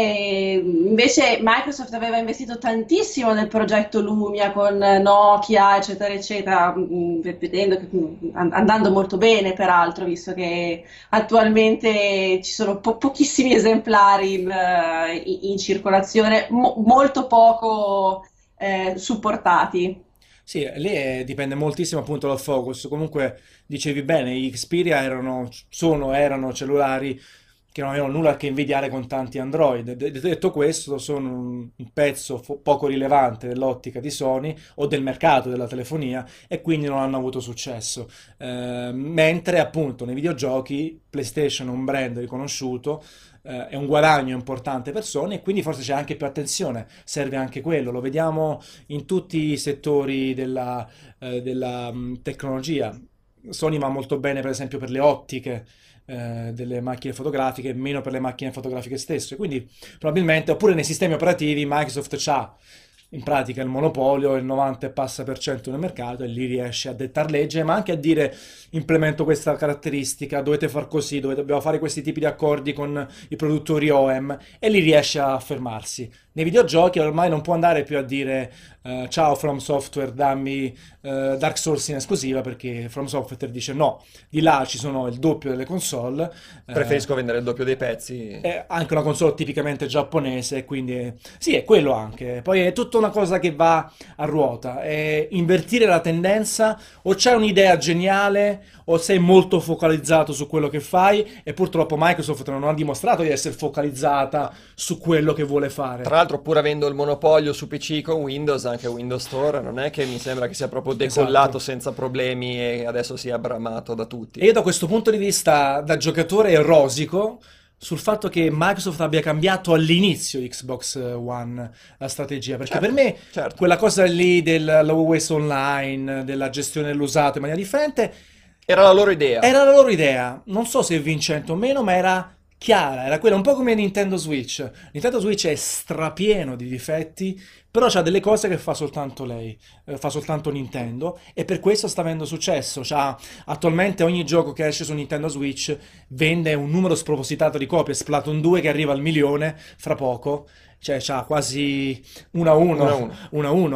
E invece Microsoft aveva investito tantissimo nel progetto Lumia con Nokia, eccetera, eccetera, mh, vedendo che, mh, an- andando molto bene, peraltro, visto che attualmente ci sono po- pochissimi esemplari in, eh, in- in circolazione, mo- molto poco eh, supportati. Sì, lì è- dipende moltissimo appunto dal focus. Comunque dicevi bene, gli Xperia erano, sono, erano cellulari che non avevano nulla a che invidiare con tanti Android. De- detto questo, sono un, un pezzo fo- poco rilevante dell'ottica di Sony o del mercato della telefonia e quindi non hanno avuto successo. Eh, mentre appunto nei videogiochi PlayStation è un brand riconosciuto, eh, è un guadagno importante per Sony e quindi forse c'è anche più attenzione, serve anche quello, lo vediamo in tutti i settori della, eh, della mh, tecnologia. Sony va molto bene per esempio per le ottiche eh, delle macchine fotografiche, meno per le macchine fotografiche stesse, quindi probabilmente, oppure nei sistemi operativi Microsoft c'ha in pratica il monopolio, il novanta e passa per cento del mercato e lì riesce a dettar legge, ma anche a dire implemento questa caratteristica, dovete far così, dovete, dobbiamo fare questi tipi di accordi con i produttori O E M e lì riesce a fermarsi. Nei videogiochi ormai non può andare più a dire eh, ciao From Software, dammi eh, Dark Souls in esclusiva perché From Software dice no, di là ci sono il doppio delle console, eh, Preferisco vendere il doppio dei pezzi. è anche una console tipicamente giapponese, quindi è- sì, è quello anche. Poi è tutta una cosa che va a ruota, è invertire la tendenza, o c'è un'idea geniale o sei molto focalizzato su quello che fai e purtroppo Microsoft non ha dimostrato di essere focalizzata su quello che vuole fare. Tra l'altro, pur avendo il monopolio su P C con Windows, anche Windows Store non è che mi sembra che sia proprio decollato Esatto. senza problemi e adesso sia bramato da tutti. E io da questo punto di vista, da giocatore, rosico sul fatto che Microsoft abbia cambiato all'inizio di Xbox One la strategia, perché Certo, per me certo. quella cosa lì dell'always online, della gestione dell'usato in maniera differente, Era la loro idea. era la loro idea. Non so se è vincente o meno, ma era chiara, era quella un po' come Nintendo Switch. Nintendo Switch è strapieno di difetti, però c'ha delle cose che fa soltanto lei, eh, fa soltanto Nintendo, e per questo sta avendo successo. C'ha, attualmente ogni gioco che esce su Nintendo Switch vende un numero spropositato di copie. Splatoon due che arriva al milione fra poco, cioè c'ha quasi uno a uno a uno, uno. uno a uno.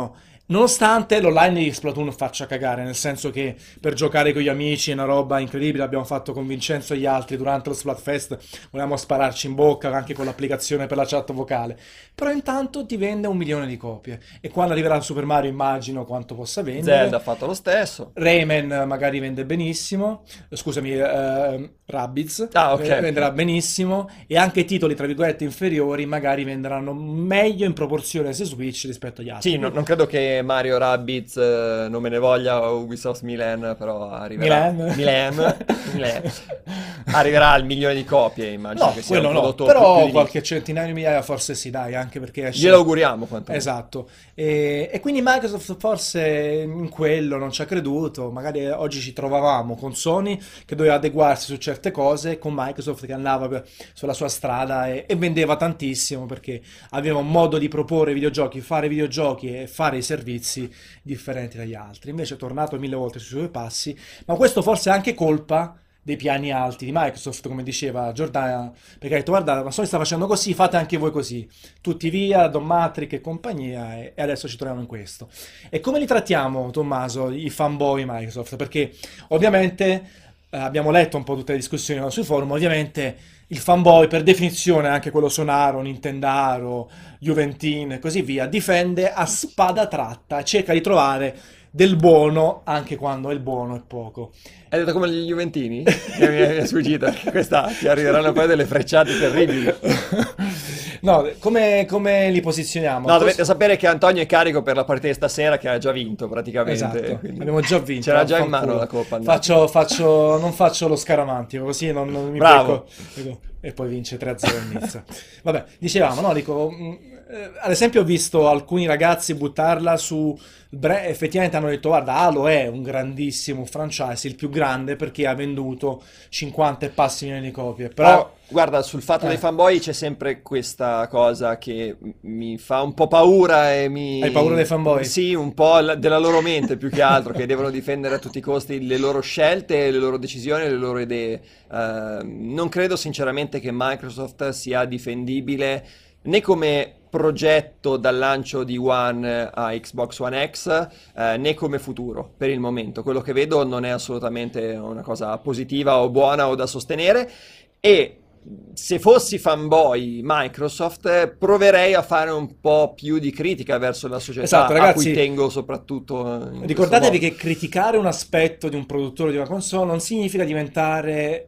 Nonostante l'online di Splatoon faccia cagare, nel senso che per giocare con gli amici è una roba incredibile, abbiamo fatto con Vincenzo e gli altri durante lo Splatfest, volevamo spararci in bocca anche con l'applicazione per la chat vocale, però intanto ti vende un milione di copie, e quando arriverà il Super Mario immagino quanto possa vendere. Zelda ha fatto lo stesso. Rayman magari vende benissimo, scusami, eh, Rabbids Ah, ok. eh, venderà benissimo, e anche titoli tra virgolette inferiori magari venderanno meglio in proporzione su Switch rispetto agli altri. Sì, no- non credo che Mario Rabbids eh, non me ne voglia o Ubisoft Milan, però arriverà. Milan? Milan. Milan. Arriverà al milione di copie, immagino No, che sia un quello no, prodotto più, però più di qualche centinaio di migliaia forse sì, dai, anche perché esce... Glielo auguriamo quanto. Esatto, e, e quindi Microsoft forse in quello non ci ha creduto, magari oggi ci trovavamo con Sony che doveva adeguarsi su certe cose, con Microsoft che andava per- sulla sua strada e, e vendeva tantissimo perché aveva un modo di proporre videogiochi, fare videogiochi e fare i servizi differenti dagli altri. Invece è tornato mille volte sui suoi passi, ma questo forse è anche colpa dei piani alti di Microsoft, come diceva Giordana, perché ha detto guarda, ma Sony sta facendo così, fate anche voi così, tutti via, Don Matrix e compagnia, e, e adesso ci troviamo in questo. E come li trattiamo, Tommaso, i fanboy Microsoft? Perché ovviamente eh, abbiamo letto un po' tutte le discussioni sui forum, ovviamente il fanboy per definizione, anche quello sonaro, nintendaro, juventino e così via, difende a spada tratta e cerca di trovare del buono anche quando il buono è poco. Hai detto come gli Juventini? Che mi è sfuggita, che questa ti arriveranno poi delle frecciate terribili. No, come, come li posizioniamo? No, dovete sapere che Antonio è carico per la partita di stasera, che ha già vinto praticamente. Esatto, quindi abbiamo già vinto. C'era già in vaffanculo. mano la coppa. andata. Faccio, faccio, non faccio lo scaramantico, così non, non mi Bravo. becco- becco- e poi vince tre a zero in Nizza. Vabbè, dicevamo, no, dico, mh, eh, ad esempio ho visto alcuni ragazzi buttarla su, bre- effettivamente hanno detto, guarda, Halo è un grandissimo franchise, il più grande perché ha venduto cinquanta e passi milioni di copie, però... Però, guarda, sul fatto Eh. dei fanboy c'è sempre questa cosa che m- mi fa un po' paura e mi... Hai paura dei fanboy? Sì, un po' la- della loro mente più che altro, che devono difendere a tutti i costi le loro scelte, le loro decisioni, le loro idee. Eh, non credo sinceramente che Microsoft sia difendibile né come progetto dal lancio di One a Xbox One X, eh, né come futuro per il momento. Quello che vedo non è assolutamente una cosa positiva o buona o da sostenere, e se fossi fanboy Microsoft eh, proverei a fare un po' più di critica verso la società, Esatto, a ragazzi, cui tengo soprattutto in questo ricordatevi modo. che criticare un aspetto di un produttore di una console non significa diventare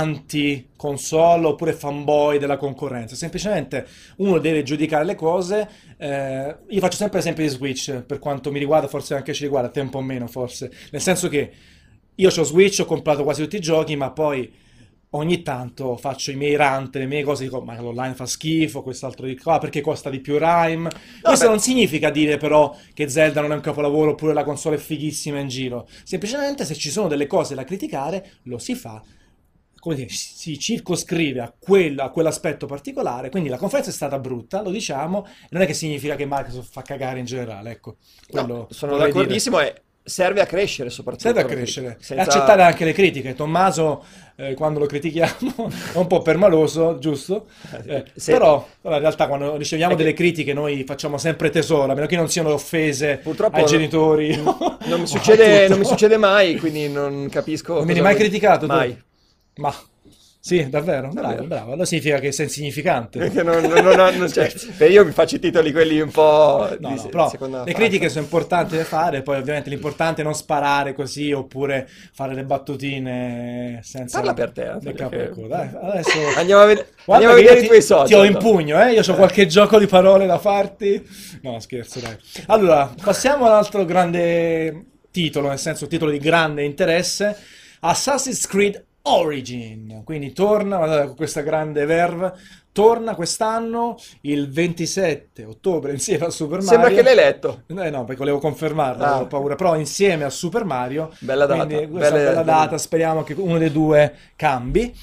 anti-console oppure fanboy della concorrenza, semplicemente uno deve giudicare le cose. Eh, io faccio sempre l'esempio di Switch, per quanto mi riguarda, forse anche ci riguarda, tempo o meno forse, nel senso che io ho Switch, ho comprato quasi tutti i giochi, ma poi ogni tanto faccio i miei rant, le mie cose, dico ma l'online fa schifo, quest'altro di qua, perché costa di più Rime. Questo beh. non significa dire però che Zelda non è un capolavoro oppure la console è fighissima in giro, semplicemente se ci sono delle cose da criticare lo si fa, come dire, si circoscrive a, quella, a quell'aspetto particolare. Quindi la conferenza è stata brutta, lo diciamo, e non è che significa che Microsoft fa cagare in generale, ecco, quello No, sono vorrei dire. d'accordissimo, e serve a crescere soprattutto. Serve a perché crescere e senza- accettare anche le critiche. Tommaso, eh, quando lo critichiamo, è un po' permaloso, giusto? Eh, Se- Però, allora, in realtà, quando riceviamo È che- delle critiche, noi facciamo sempre tesoro, a meno che non siano offese Purtroppo ai non- genitori. Non mi o a succede, tutto. non mi succede mai, quindi non capisco. Non vieni cosa mai vuoi- criticato? tu? Mai. Ma sì, davvero? Bravo, Davvero. bravo. Allora significa che sei insignificante. Perché non, non- non- non- non- cioè, per io mi faccio i titoli quelli un po' No, di no, se- però seconda le fascia. critiche sono importanti da fare, poi ovviamente l'importante è non sparare così oppure fare le battutine senza... Parla per te, Antonio, del capo che- al culo. Dai, adesso... Andiamo a, ved- Guarda andiamo a che vedere io i tuoi ti, social. ti ho in no? pugno, eh? Io ho qualche gioco di parole da farti. No, scherzo, dai. Allora, passiamo all'altro grande titolo, nel senso titolo di grande interesse, Assassin's Creed Origin. Quindi torna, guardate, con questa grande verve, torna quest'anno il ventisette ottobre insieme a Super Mario. Sembra che l'hai letto. Eh no, perché volevo confermarlo, Ah. avevo paura, però insieme a Super Mario, Bella data, quindi questa belle- bella data, speriamo che uno dei due cambi.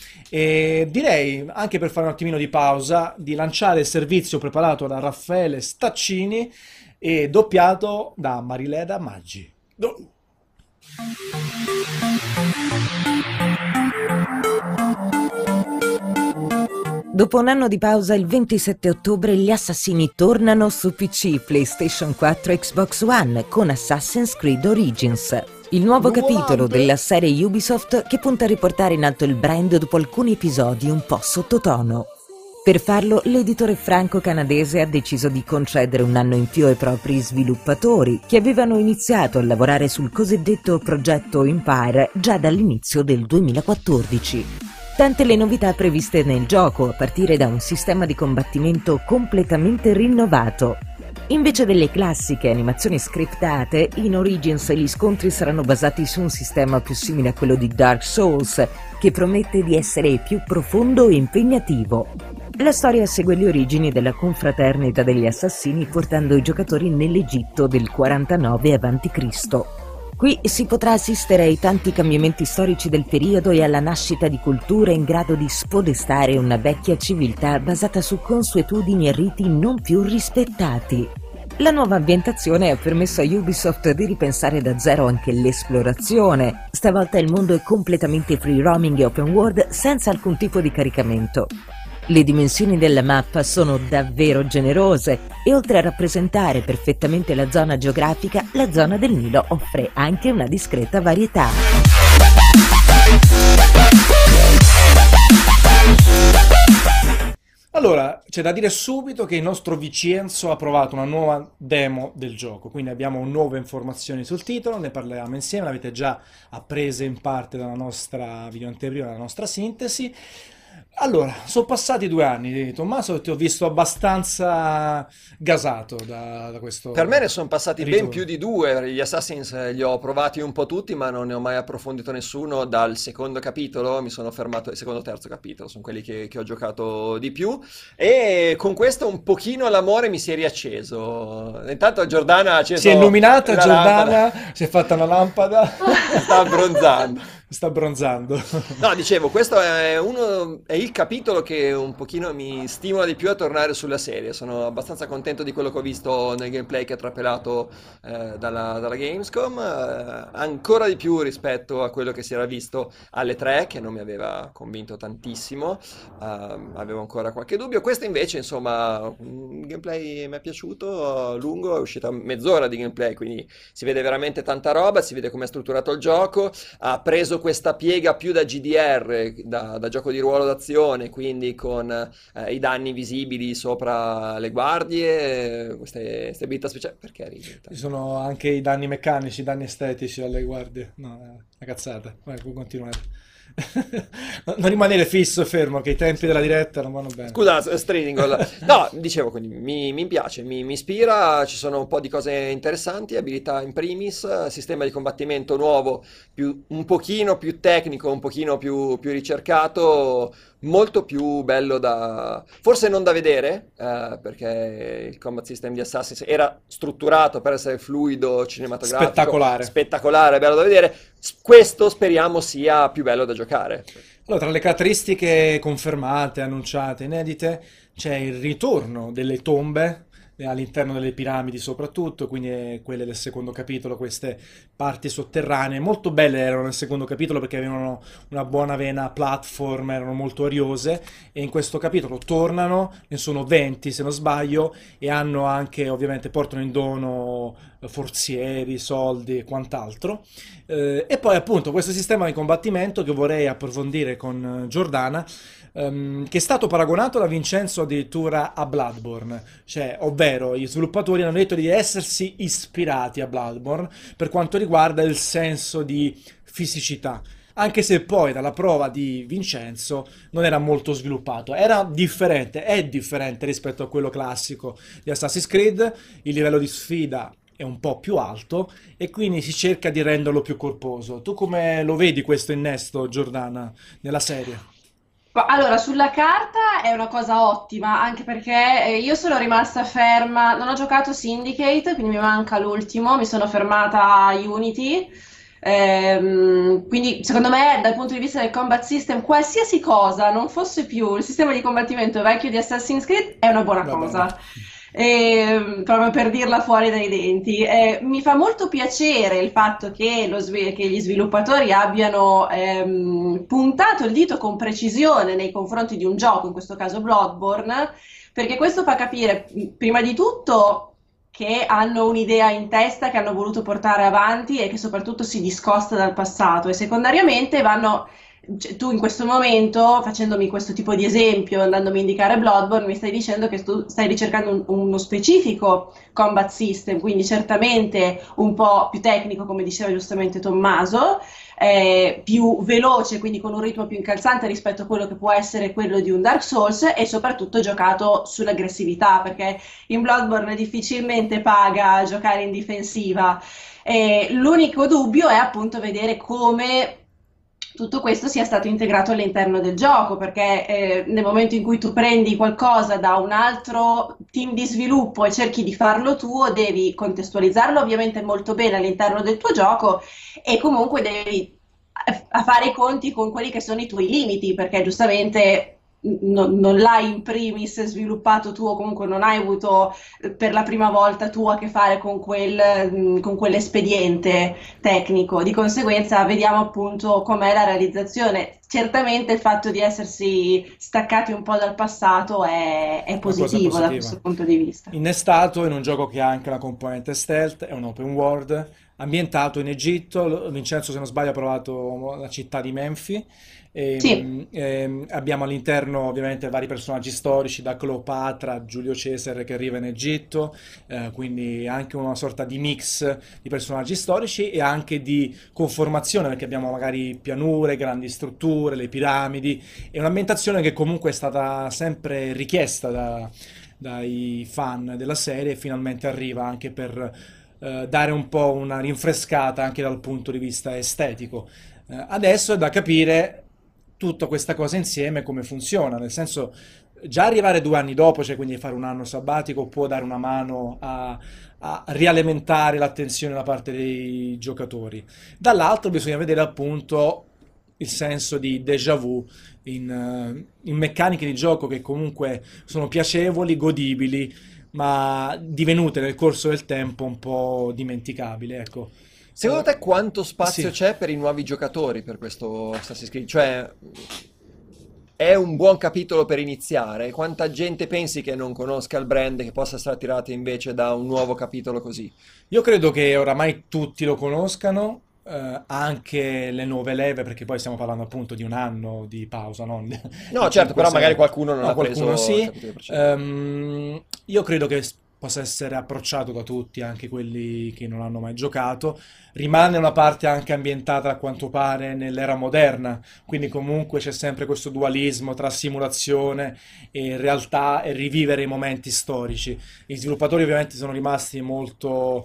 E direi, anche per fare un attimino di pausa, di lanciare il servizio preparato da Raffaele Staccini e doppiato da Marileda Maggi. Go! Dopo un anno di pausa, il ventisette ottobre gli assassini tornano su P C, PlayStation quattro e Xbox One con Assassin's Creed Origins, il nuovo capitolo della serie Ubisoft che punta a riportare in alto il brand dopo alcuni episodi un po' sottotono. Per farlo, l'editore franco-canadese ha deciso di concedere un anno in più ai propri sviluppatori, che avevano iniziato a lavorare sul cosiddetto progetto Empire già dall'inizio del duemilaquattordici. Tante le novità previste nel gioco, a partire da un sistema di combattimento completamente rinnovato. Invece delle classiche animazioni scriptate, in Origins gli scontri saranno basati su un sistema più simile a quello di Dark Souls, che promette di essere più profondo e impegnativo. La storia segue le origini della confraternita degli assassini, portando i giocatori nell'Egitto del quarantanove avanti Cristo Qui si potrà assistere ai tanti cambiamenti storici del periodo e alla nascita di culture in grado di spodestare una vecchia civiltà basata su consuetudini e riti non più rispettati. La nuova ambientazione ha permesso a Ubisoft di ripensare da zero anche l'esplorazione. Stavolta il mondo è completamente free roaming e open world senza alcun tipo di caricamento. Le dimensioni della mappa sono davvero generose e oltre a rappresentare perfettamente la zona geografica, la zona del Nilo offre anche una discreta varietà. Allora, c'è da dire subito che il nostro Vicenzo ha provato una nuova demo del gioco, quindi abbiamo nuove informazioni sul titolo, ne parliamo insieme, l'avete già apprese in parte dalla nostra video anteprima, dalla nostra sintesi. Allora, sono passati due anni, Tommaso, ti ho visto abbastanza gasato da, da questo. Per me ne sono passati ritorno. ben più di due. Gli Assassins li ho provati un po' tutti, ma non ne ho mai approfondito nessuno. Dal secondo capitolo mi sono fermato, il secondo e terzo capitolo sono quelli che, che ho giocato di più. E con questo un pochino l'amore mi si è riacceso. Intanto Giordana ha acceso Si è illuminata, la Giordana, lampada. si è fatta una lampada. Sta abbronzando. Sta abbronzando. No, dicevo, questo è uno è il capitolo che un pochino mi stimola di più a tornare sulla serie. Sono abbastanza contento di quello che ho visto nel gameplay che ha trapelato eh, dalla, dalla Gamescom, eh, ancora di più rispetto a quello che si era visto alle tre, che non mi aveva convinto tantissimo, uh, avevo ancora qualche dubbio. Questo invece, insomma, un gameplay mi è piaciuto, lungo, è uscita mezz'ora di gameplay, quindi si vede veramente tanta roba, si vede come è strutturato il gioco, ha preso questa piega più da G D R, da, da gioco di ruolo d'azione, quindi con eh, i danni visibili sopra le guardie, queste, queste abilità speciali. Perché ridi? Ci sono anche i danni meccanici, i danni estetici alle guardie. No, è una cazzata. Vai, puoi continuare. Non rimanere fisso e fermo, che i tempi della diretta non vanno bene. Scusa, Stringol. No, dicevo, quindi mi, mi piace, mi, mi ispira, ci sono un po' di cose interessanti, abilità in primis, sistema di combattimento nuovo, più, un pochino più tecnico, un pochino più, più ricercato, molto più bello da... forse non da vedere, eh, perché il combat system di Assassin's era strutturato per essere fluido, cinematografico, Spettacolare. spettacolare, bello da vedere. Questo speriamo sia più bello da giocare. Allora, tra le caratteristiche confermate, annunciate, inedite, c'è il ritorno delle tombe all'interno delle piramidi soprattutto, quindi quelle del secondo capitolo, queste parti sotterranee molto belle erano nel secondo capitolo perché avevano una buona vena platform, erano molto ariose, e in questo capitolo tornano, ne sono venti se non sbaglio, e hanno anche, ovviamente portano in dono forzieri, soldi e quant'altro, eh, e poi appunto questo sistema di combattimento che vorrei approfondire con Giordana, Um, che è stato paragonato da Vincenzo addirittura a Bloodborne, cioè, ovvero gli sviluppatori hanno detto di essersi ispirati a Bloodborne per quanto riguarda il senso di fisicità, anche se poi dalla prova di Vincenzo non era molto sviluppato, era differente, è differente rispetto a quello classico di Assassin's Creed, il livello di sfida è un po' più alto e quindi si cerca di renderlo più corposo. Tu come lo vedi questo innesto, Giordana, nella serie? Allora, sulla carta è una cosa ottima, anche perché eh, io sono rimasta ferma, non ho giocato Syndicate, quindi mi manca l'ultimo, mi sono fermata a Unity, ehm, quindi secondo me dal punto di vista del combat system, qualsiasi cosa non fosse più il sistema di combattimento vecchio di Assassin's Creed è una buona Va cosa. bene. E, proprio per dirla fuori dai denti. Eh, mi fa molto piacere il fatto che, lo sve- che gli sviluppatori abbiano ehm, puntato il dito con precisione nei confronti di un gioco, in questo caso Bloodborne, perché questo fa capire, mh, prima di tutto, che hanno un'idea in testa che hanno voluto portare avanti e che soprattutto si discosta dal passato, e secondariamente vanno, cioè, tu in questo momento, facendomi questo tipo di esempio, andandomi a indicare Bloodborne, mi stai dicendo che tu stai ricercando un- uno specifico combat system, quindi certamente un po' più tecnico, come diceva giustamente Tommaso, eh, più veloce, quindi con un ritmo più incalzante rispetto a quello che può essere quello di un Dark Souls, e soprattutto giocato sull'aggressività, perché in Bloodborne difficilmente paga giocare in difensiva. E l'unico dubbio è appunto vedere come tutto questo sia stato integrato all'interno del gioco, perché eh, nel momento in cui tu prendi qualcosa da un altro team di sviluppo e cerchi di farlo tuo, devi contestualizzarlo ovviamente molto bene all'interno del tuo gioco, e comunque devi eh, a fare i conti con quelli che sono i tuoi limiti, perché giustamente non, non l'hai in primis sviluppato tu, o comunque non hai avuto eh, per la prima volta tu a che fare con quel, mh, con quell'espediente tecnico. Di conseguenza vediamo appunto com'è la realizzazione. Certamente il fatto di essersi staccati un po' dal passato è, è Una cosa positivo da positiva. questo punto di vista. Innestato in un gioco che ha anche una componente stealth, è un open world, ambientato in Egitto. Vincenzo, se non sbaglio, ha provato la città di Menfi. Sì, E, ehm, abbiamo all'interno ovviamente vari personaggi storici, da Cleopatra a Giulio Cesare che arriva in Egitto, eh, quindi anche una sorta di mix di personaggi storici e anche di conformazione, perché abbiamo magari pianure, grandi strutture, le piramidi, e un'ambientazione che comunque è stata sempre richiesta da- dai fan della serie, e finalmente arriva anche per eh, dare un po' una rinfrescata anche dal punto di vista estetico. Eh, adesso è da capire tutta questa cosa insieme come funziona, nel senso, già arrivare due anni dopo, cioè quindi fare un anno sabbatico, può dare una mano a, a rialimentare l'attenzione da parte dei giocatori. Dall'altro bisogna vedere appunto il senso di déjà vu in, eh, in meccaniche di gioco che comunque sono piacevoli, godibili, ma divenute nel corso del tempo un po' dimenticabili, ecco. Secondo te quanto spazio Sì. c'è per i nuovi giocatori per questo Assassin's Creed? Cioè, è un buon capitolo per iniziare? Quanta gente pensi che non conosca il brand, che possa essere attirata invece da un nuovo capitolo così? Io credo che oramai tutti lo conoscano, eh, anche le nuove leve, perché poi stiamo parlando appunto di un anno di pausa, non di No, certo, cinque però magari sei. qualcuno non No, ha preso qualcuno il sì. capitolo precedente. Ehm, io credo che s- possa essere approcciato da tutti, anche quelli che non hanno mai giocato. Rimane una parte anche ambientata, a quanto pare, nell'era moderna, quindi comunque c'è sempre questo dualismo tra simulazione e realtà, e rivivere i momenti storici. Gli sviluppatori ovviamente sono rimasti molto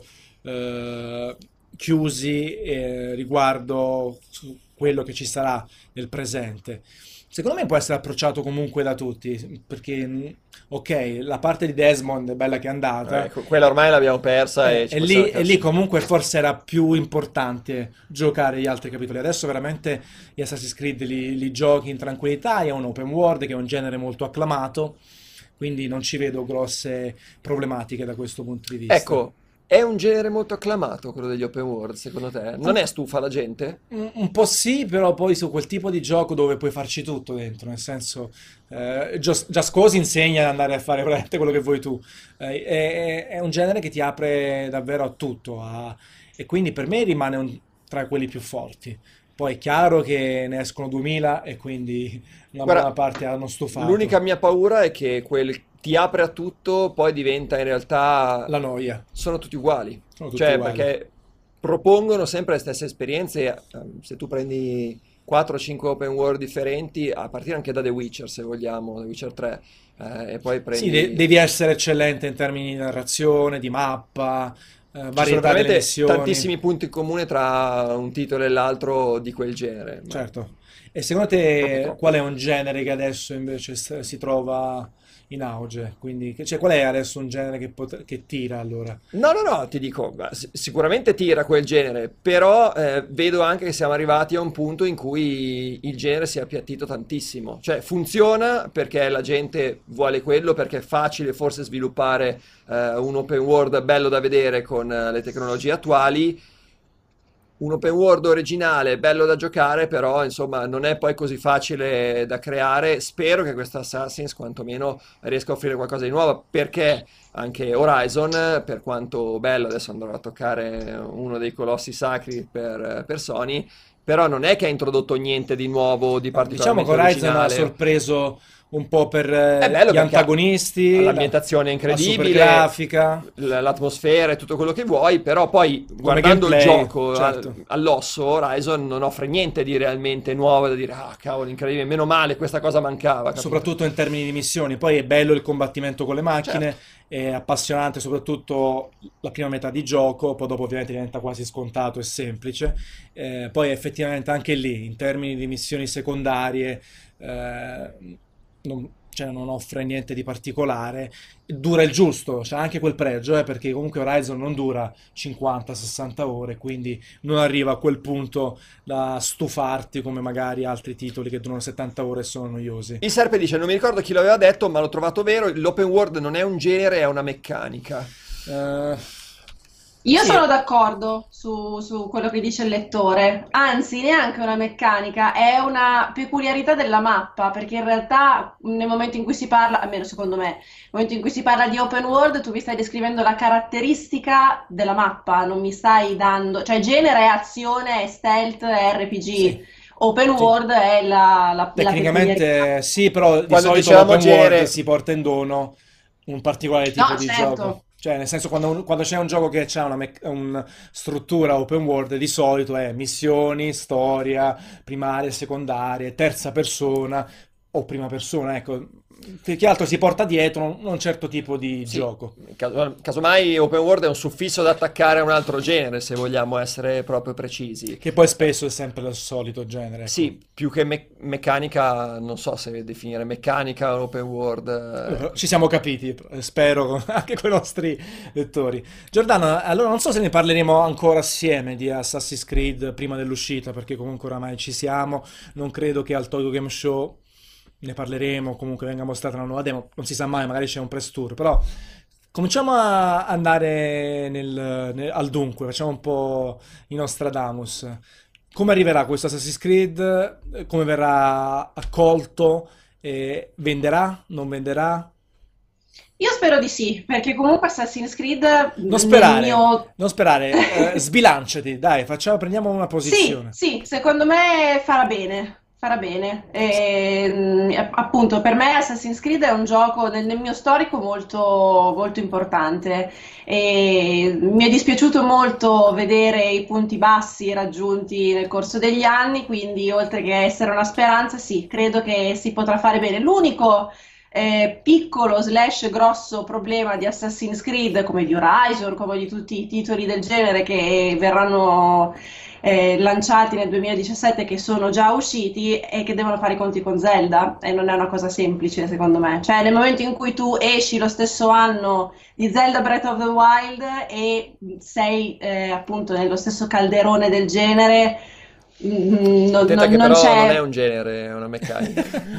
eh, chiusi eh, riguardo su quello che ci sarà nel presente. Secondo me può essere approcciato comunque da tutti, perché mh, ok, la parte di Desmond è bella che è andata, Ecco, quella ormai l'abbiamo persa eh, e ci e possiamo lì, e lì cansare. comunque forse era più importante giocare gli altri capitoli. Adesso veramente gli Assassin's Creed li, li giochi in tranquillità, è un open world che è un genere molto acclamato, quindi non ci vedo grosse problematiche da questo punto di vista. Ecco, è un genere molto acclamato quello degli open world, secondo te? Non è stufa la gente? Un un po' sì, però poi su quel tipo di gioco dove puoi farci tutto dentro, nel senso, eh, Just, Just Cause insegna ad andare a fare veramente quello che vuoi tu. Eh, è, è un genere che ti apre davvero a tutto, a- e quindi per me rimane un- tra quelli più forti. Poi è chiaro che ne escono duemila e quindi una buona Guarda, parte hanno stufato. l'unica mia paura è che quel ti apre a tutto poi diventa in realtà La noia, sono tutti uguali. sono tutti Cioè, uguali. perché propongono sempre le stesse esperienze. ehm, Se tu prendi quattro o cinque open world differenti, a partire anche da The Witcher, se vogliamo, The Witcher tre, eh, e poi Sì, de- prendi... devi essere eccellente in termini di narrazione, di mappa, eh, Ci sono varietà delle veramente missioni. tantissimi punti in comune tra un titolo e l'altro di quel genere, ma Certo. E secondo proprio te troppo. qual è un genere che adesso invece s- si trova in auge, quindi che- cioè, qual è adesso un genere che, pot- che tira allora? No, no, no, ti dico, ma si- sicuramente tira quel genere, però eh, vedo anche che siamo arrivati a un punto in cui il genere si è appiattito tantissimo. Cioè funziona perché la gente vuole quello, perché è facile forse sviluppare eh, un open world bello da vedere con eh, le tecnologie attuali. Un open world originale, bello da giocare, però insomma non è poi così facile da creare. Spero che questo Assassin's quantomeno riesca a offrire qualcosa di nuovo, perché anche Horizon, per quanto bello, adesso andrò a toccare uno dei colossi sacri per, per Sony, però non è che ha introdotto niente di nuovo, di Diciamo che particolarmente Horizon ha originale. sorpreso un po' per È eh, bello gli perché ha antagonisti, ha la, l'ambientazione la super incredibile, grafica, l- l'atmosfera e tutto quello che vuoi, però poi come guardando il gameplay, gioco al- certo. all'osso, Horizon non offre niente di realmente nuovo da dire, ah cavolo, incredibile, meno male, questa cosa mancava, capito? Soprattutto in termini di missioni. Poi è bello il combattimento con le macchine, Certo. è appassionante soprattutto la prima metà di gioco, poi dopo ovviamente diventa quasi scontato e semplice. Eh, poi effettivamente anche lì, in termini di missioni secondarie, eh, non, cioè non offre niente di particolare. Dura il giusto, c'è anche quel pregio, eh, perché comunque Horizon non dura cinquanta sessanta ore, quindi non arriva a quel punto da stufarti come magari altri titoli che durano settanta ore e sono noiosi. Il Serpe dice, non mi ricordo chi l'aveva detto, ma l'ho trovato vero, l'open world non è un genere, è una meccanica. Eh, Io sì, sono d'accordo su, su quello che dice il lettore, anzi neanche una meccanica, è una peculiarità della mappa, perché in realtà nel momento in cui si parla, almeno secondo me, nel momento in cui si parla di open world, tu mi stai descrivendo la caratteristica della mappa, non mi stai dando, cioè genere è azione, è stealth, è R P G, sì, open sì. world è la, la, la peculiarità. Tecnicamente sì, però di Quando solito dicevamo l'open world genere, si porta in dono un particolare tipo No, di certo. gioco. Cioè, nel senso, quando, un- quando c'è un gioco che ha una, mec- una struttura open world, di solito è missioni, storia, primarie, secondarie, terza persona o prima persona, ecco. Che che altro si porta dietro un, un certo tipo di sì, gioco. caso- casomai open world è un suffisso da attaccare a un altro genere, se vogliamo essere proprio precisi. Che poi spesso è sempre il solito genere, ecco. Sì, più che me- meccanica, non so se definire meccanica o open world. eh. Ci siamo capiti, spero, con- anche con i nostri lettori. Giordano, allora non so se ne parleremo ancora assieme di Assassin's Creed prima dell'uscita, perché comunque oramai ci siamo. Non credo che al Tokyo Game Show ne parleremo, comunque venga mostrata una nuova demo. Non si sa mai, magari c'è un press tour, però cominciamo a andare nel- nel- al dunque, facciamo un po' i Nostradamus. Come arriverà questo Assassin's Creed? Come verrà accolto? Eh, venderà? Non venderà? Io spero di sì, perché comunque Assassin's Creed Non nel sperare, mio... non sperare, eh, sbilanciati, dai, facciamo, prendiamo una Sì, posizione. sì, secondo me farà bene, farà bene. E, mh, appunto, per me Assassin's Creed è un gioco nel, nel mio storico molto, molto importante e mi è dispiaciuto molto vedere i punti bassi raggiunti nel corso degli anni, quindi oltre che essere una speranza, sì, credo che si potrà fare bene. L'unico eh, piccolo slash grosso problema di Assassin's Creed, come di Horizon, come di tutti i titoli del genere che verranno eh, lanciati nel duemiladiciassette, che sono già usciti, e che devono fare i conti con Zelda, e non è una cosa semplice secondo me. Cioè nel momento in cui tu esci lo stesso anno di Zelda Breath of the Wild e sei eh, appunto nello stesso calderone del genere, mm, non, Attenta non- che non però non è c'è... un genere, è una meccanica.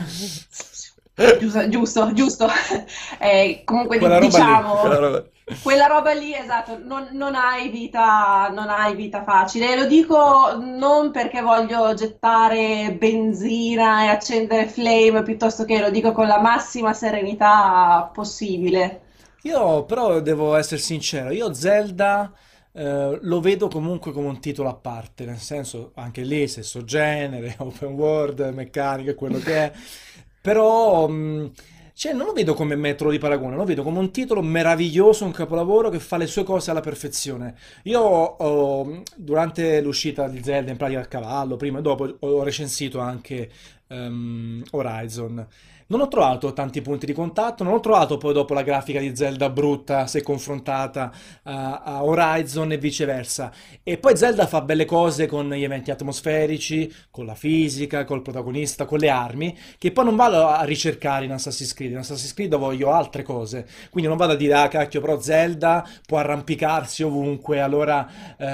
Giusto, giusto, giusto. Eh, comunque Quella di- roba lì. diciamo, Quella roba- quella roba lì, esatto, non, non hai vita, non hai vita facile. E lo dico non perché voglio gettare benzina e accendere flame, piuttosto che lo dico con la massima serenità possibile. Io però devo essere sincero, io Zelda eh, lo vedo comunque come un titolo a parte, nel senso anche lì stesso genere, open world, meccanica, quello che è, però mh, cioè, non lo vedo come metro di paragone, lo vedo come un titolo meraviglioso, un capolavoro che fa le sue cose alla perfezione. Io ho, durante l'uscita di Zelda in pratica a cavallo, prima e dopo, ho recensito anche ehm, Horizon. Non ho trovato tanti punti di contatto, non ho trovato poi dopo la grafica di Zelda brutta se confrontata a, a Horizon e viceversa. E poi Zelda fa belle cose con gli eventi atmosferici, con la fisica, col protagonista, con le armi, che poi non vado a ricercare in Assassin's Creed. In Assassin's Creed voglio altre cose, quindi non vado a dire, ah cacchio, però Zelda può arrampicarsi ovunque, allora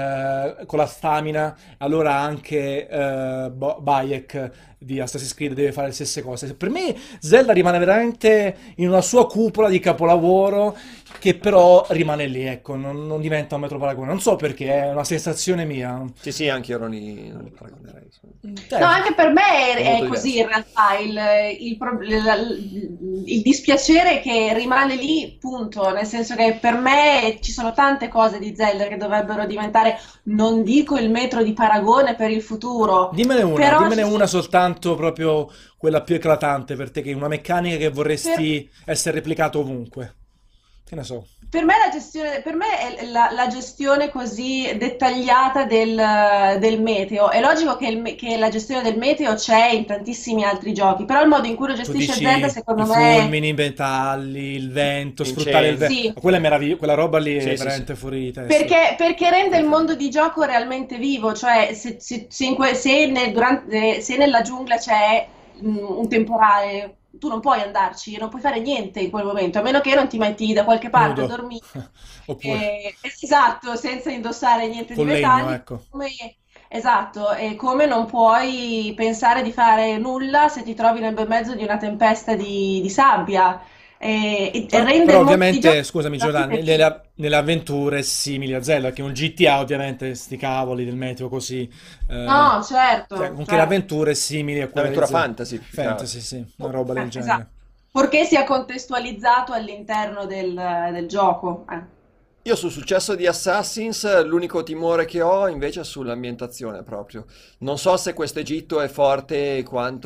eh, con la stamina, allora anche eh, Bo- Bayek di Assassin's Creed deve fare le stesse cose. Per me Zelda rimane veramente in una sua cupola di capolavoro che però rimane lì, ecco, non, non diventa un metro paragone. Non so perché, è una sensazione mia. Sì, sì, anche io non li, non li paragonerei. Cioè, No, anche per me Sono è, è molto così diversi. in realtà, il, il pro- la- il dispiacere che rimane lì, punto, nel senso che per me ci sono tante cose di Zelda che dovrebbero diventare, non dico il metro di paragone per il futuro, dimmene una, però dimmene ci una sono- soltanto, proprio quella più eclatante per te, che è una meccanica che per, vorresti essere replicato ovunque. Che ne so. Per me la gestione, per me è la, la gestione così dettagliata del, del meteo. È logico che, il me- che la gestione del meteo c'è in tantissimi altri giochi, però il modo in cui lo Tu gestisce dici Zelda, i secondo me, fulmini, i metalli, il vento, sfruttare il vento. Incensi. sì. Quella è meravigliosa, quella roba lì è Sì, sì, sì. veramente fuori di testa. Perché, perché rende il Confermo. mondo di gioco realmente vivo, cioè se, se- se in que- se nel- durante- se nella giungla c'è mm, un temporale, tu non puoi andarci, non puoi fare niente in quel momento, a meno che non ti metti da qualche parte a Nudo. dormire. Oppure Eh, esatto, senza indossare niente di con legno, metallico, ecco. come, esatto, e come non puoi pensare di fare nulla se ti trovi nel bel mezzo di una tempesta di, di sabbia. E, e- e Però, rende però il mondo di ovviamente, gioco scusami veramente Giordano, vivo. nelle, nelle avventure simili a Zelda, che un G T A ovviamente, sti cavoli del meteo così, eh, No, certo, cioè, comunque le certo. avventure simili a quelle di Un'avventura Zelda. fantasy, più che Fantasy, altro. sì, una roba del Eh, genere. esatto. Purché sia contestualizzato all'interno del, del gioco. eh. Io sul successo di Assassins, l'unico timore che ho invece è sull'ambientazione proprio. Non so se questo Egitto è forte quanto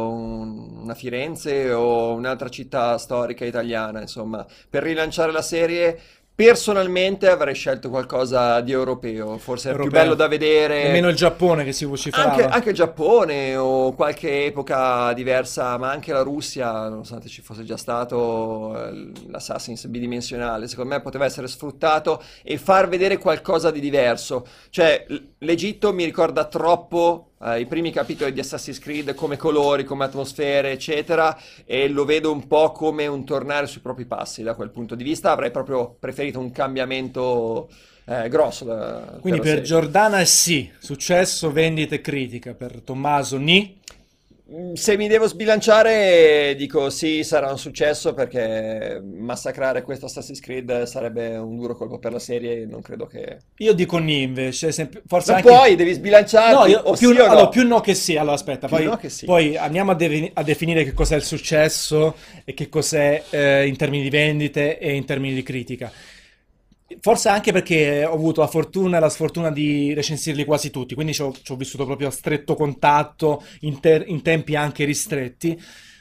un- una Firenze o un'altra città storica italiana, insomma. Per rilanciare la serie, personalmente avrei scelto qualcosa di europeo, forse è più bello Europeo. da vedere. Nemmeno il Giappone che si Anche, vociferava. anche il Giappone o qualche epoca diversa, ma anche la Russia, nonostante ci fosse già stato eh, l'Assassin's bidimensionale, secondo me poteva essere sfruttato e far vedere qualcosa di diverso. Cioè, l- l'Egitto mi ricorda troppo eh, i primi capitoli di Assassin's Creed come colori, come atmosfere, eccetera, e lo vedo un po' come un tornare sui propri passi da quel punto di vista. Avrei proprio preferito un cambiamento eh, grosso da- per Quindi la per serie. Giordana è sì, successo, vendite e critica. Per Tommaso ni. Mm, Se mi devo sbilanciare, dico sì, sarà un successo perché massacrare questo Assassin's Creed sarebbe un duro colpo per la serie e non credo che... Io dico ni invece, sem- forse Non anche... puoi, devi No, sbilanciarti, io, o più, sì o allora, no. più no che sì. Allora, aspetta, Più poi, no che sì. poi andiamo a, devi- a definire che cos'è il successo e che cos'è eh, in termini di vendite e in termini di critica. Forse anche perché ho avuto la fortuna e la sfortuna di recensirli quasi tutti, quindi ci ho, ci ho vissuto proprio a stretto contatto, in, ter- in tempi anche ristretti.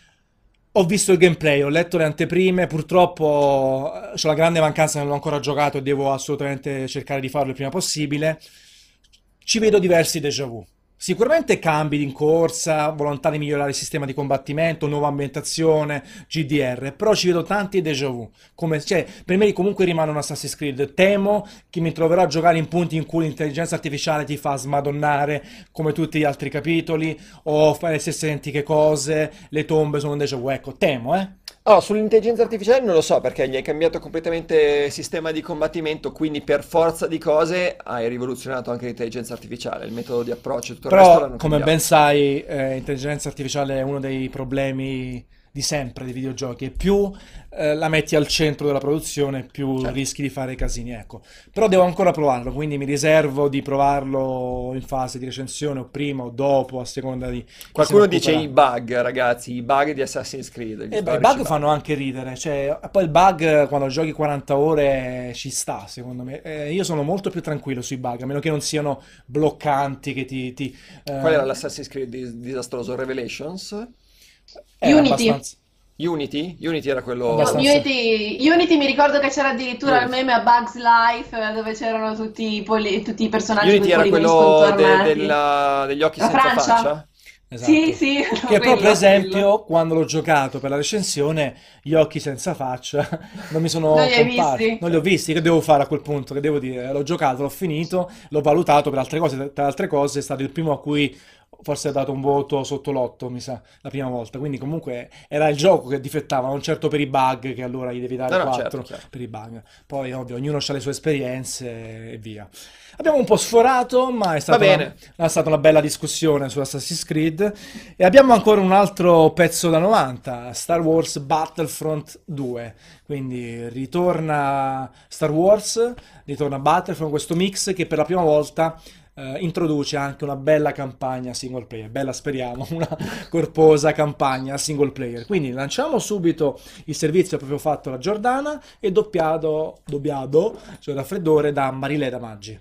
Ho visto il gameplay, ho letto le anteprime, purtroppo eh, c'ho la grande mancanza che non l'ho ancora giocato e devo assolutamente cercare di farlo il prima possibile. Ci vedo diversi déjà vu. Sicuramente cambi in corsa, volontà di migliorare il sistema di combattimento, nuova ambientazione, G D R, però ci vedo tanti déjà vu. Come, cioè, per me comunque rimane un Assassin's Creed. Temo che mi troverò a giocare in punti in cui l'intelligenza artificiale ti fa smadonnare come tutti gli altri capitoli, o fare le stesse identiche cose, le tombe sono un déjà vu. Ecco, temo, eh. Oh, sull'intelligenza artificiale non lo so perché gli hai cambiato completamente il sistema di combattimento, quindi per forza di cose hai rivoluzionato anche l'intelligenza artificiale, il metodo di approccio e tutto il resto Però, l'hanno come ben cambiato. sai, eh, intelligenza artificiale è uno dei problemi di sempre dei videogiochi, e più eh, la metti al centro della produzione, più Certo. rischi di fare casini, ecco. Però devo ancora provarlo, quindi mi riservo di provarlo in fase di recensione o prima o dopo, a seconda di chi se ne Qualcuno dice i occuperà. bug, ragazzi, i bug di Assassin's Creed, gli E beh, i storici bug bug. fanno anche ridere, cioè, poi il bug quando giochi quaranta ore ci sta, secondo me. Eh, io sono molto più tranquillo sui bug, a meno che non siano bloccanti, che ti... ti, Qual era eh, l'Assassin's Creed dis- disastroso? Revelations? era Unity. abbastanza... Unity? Unity era quello... Abbastanza. Unity, Unity mi ricordo che c'era addirittura il Unity. meme a Bugs Life eh, dove c'erano tutti i, poli- tutti i personaggi con Unity i era poligoni quello de- scontornati. della- degli occhi La senza Francia? faccia? Sì, Esatto. sì, Che però, per quello, esempio, quello. quando l'ho giocato per la recensione, gli occhi senza faccia non mi Non sono li hai comparsi, visti? non li ho visti. Che devo fare a quel punto? Che devo dire? L'ho giocato, l'ho finito, l'ho valutato per altre cose. Per altre cose è stato il primo a cui forse ho dato un voto sotto l'otto, mi sa, la prima volta. Quindi comunque era il gioco che difettava, non certo per i bug, che allora gli devi dare No, no, certo, quattro chiaro. per i bug. Poi, ovvio, ognuno ha le sue esperienze e via. Abbiamo un po' sforato, ma è Va stata una, bene. è stata una bella discussione su Assassin's Creed. E abbiamo ancora un altro pezzo da novanta, Star Wars Battlefront due. Quindi ritorna Star Wars, ritorna Battlefront, questo mix che per la prima volta eh, introduce anche una bella campagna single player. Bella, speriamo, una corposa campagna single player. Quindi lanciamo subito il servizio proprio fatto da Giordana e doppiato, doppiato, cioè raffreddore, da Marilena Maggi.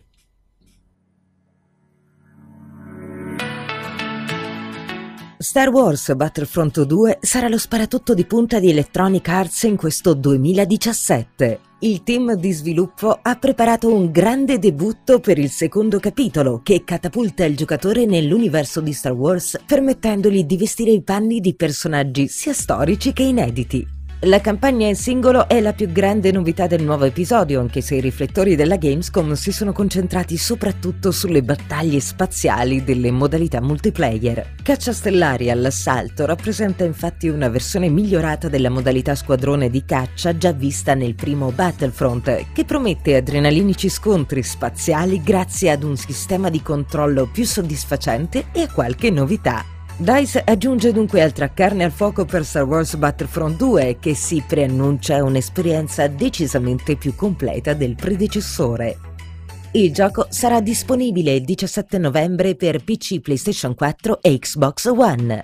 Star Wars Battlefront due sarà lo sparatutto di punta di Electronic Arts in questo duemiladiciassette. Il team di sviluppo ha preparato un grande debutto per il secondo capitolo che catapulta il giocatore nell'universo di Star Wars, permettendogli di vestire i panni di personaggi sia storici che inediti. La campagna in singolo è la più grande novità del nuovo episodio, anche se i riflettori della Gamescom si sono concentrati soprattutto sulle battaglie spaziali delle modalità multiplayer. Caccia stellari all'assalto rappresenta infatti una versione migliorata della modalità squadrone di caccia già vista nel primo Battlefront, che promette adrenalinici scontri spaziali grazie ad un sistema di controllo più soddisfacente e a qualche novità. DICE aggiunge dunque altra carne al fuoco per Star Wars Battlefront due, che si preannuncia un'esperienza decisamente più completa del predecessore. Il gioco sarà disponibile il diciassette novembre per P C, PlayStation quattro e Xbox One.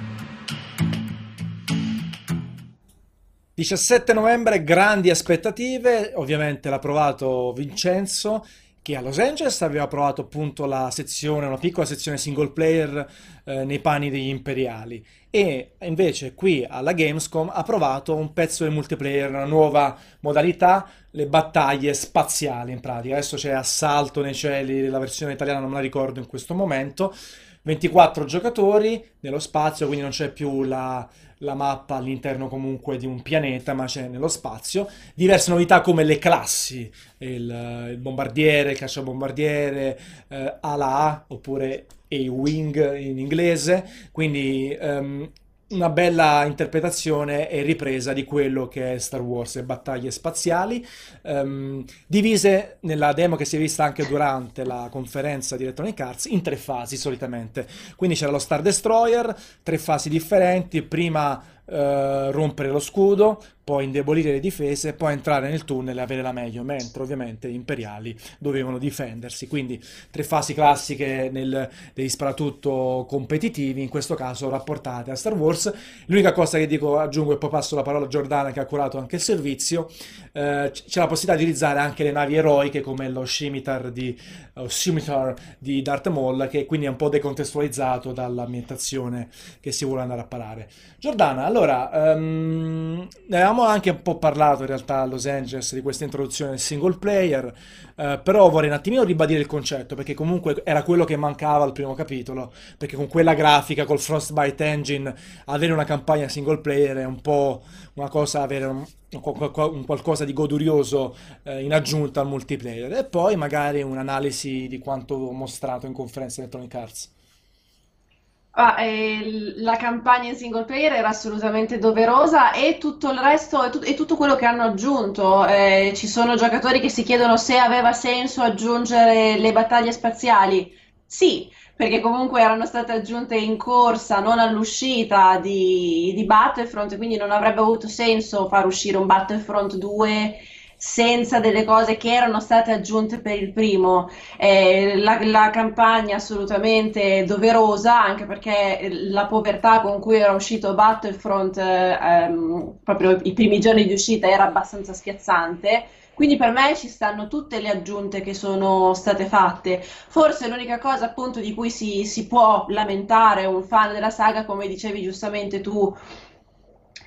diciassette novembre, grandi aspettative, ovviamente l'ha provato Vincenzo, che a Los Angeles aveva provato appunto la sezione, una piccola sezione single player eh, nei panni degli imperiali, e invece qui alla Gamescom ha provato un pezzo del multiplayer, una nuova modalità, le battaglie spaziali in pratica. Adesso c'è Assalto nei cieli, la versione italiana non me la ricordo in questo momento, ventiquattro giocatori nello spazio, quindi non c'è più la, la mappa all'interno comunque di un pianeta, ma c'è nello spazio. Diverse novità come le classi, il, il bombardiere, il cacciabombardiere, eh, ala A oppure A-Wing in inglese, quindi ehm, una bella interpretazione e ripresa di quello che è Star Wars e battaglie spaziali, ehm, divise nella demo che si è vista anche durante la conferenza di Electronic Arts in tre fasi solitamente. Quindi c'era lo Star Destroyer, tre fasi differenti: prima eh, rompere lo scudo, poi indebolire le difese, poi entrare nel tunnel e avere la meglio, mentre ovviamente gli imperiali dovevano difendersi. Quindi tre fasi classiche nel, degli sparatutto competitivi, in questo caso rapportate a Star Wars. L'unica cosa che dico, aggiungo, e poi passo la parola a Giordana che ha curato anche il servizio, eh, c'è la possibilità di utilizzare anche le navi eroiche come lo Scimitar di, uh, Scimitar di Darth Maul, che quindi è un po' decontestualizzato dall'ambientazione che si vuole andare a parare. Giordana, allora, um, ne avevamo anche un po' parlato in realtà a Los Angeles di questa introduzione del single player, eh, però vorrei un attimino ribadire il concetto, perché comunque era quello che mancava al primo capitolo, perché con quella grafica, col Frostbite Engine, avere una campagna single player è un po' una cosa, avere un, un qualcosa di godurioso eh, in aggiunta al multiplayer, e poi magari un'analisi di quanto mostrato in conferenza Electronic Arts. Ah, eh, la campagna in single player era assolutamente doverosa, e tutto il resto e, tut- e tutto quello che hanno aggiunto. Eh, ci sono giocatori che si chiedono se aveva senso aggiungere le battaglie spaziali. Sì, perché comunque erano state aggiunte in corsa, non all'uscita di, di Battlefront, quindi non avrebbe avuto senso far uscire un Battlefront due senza delle cose che erano state aggiunte per il primo. Eh, la, la campagna assolutamente doverosa, anche perché la povertà con cui era uscito Battlefront, eh, ehm, proprio i primi giorni di uscita, era abbastanza spiazzante. Quindi per me ci stanno tutte le aggiunte che sono state fatte. Forse l'unica cosa appunto di cui si, si può lamentare un fan della saga, come dicevi giustamente tu,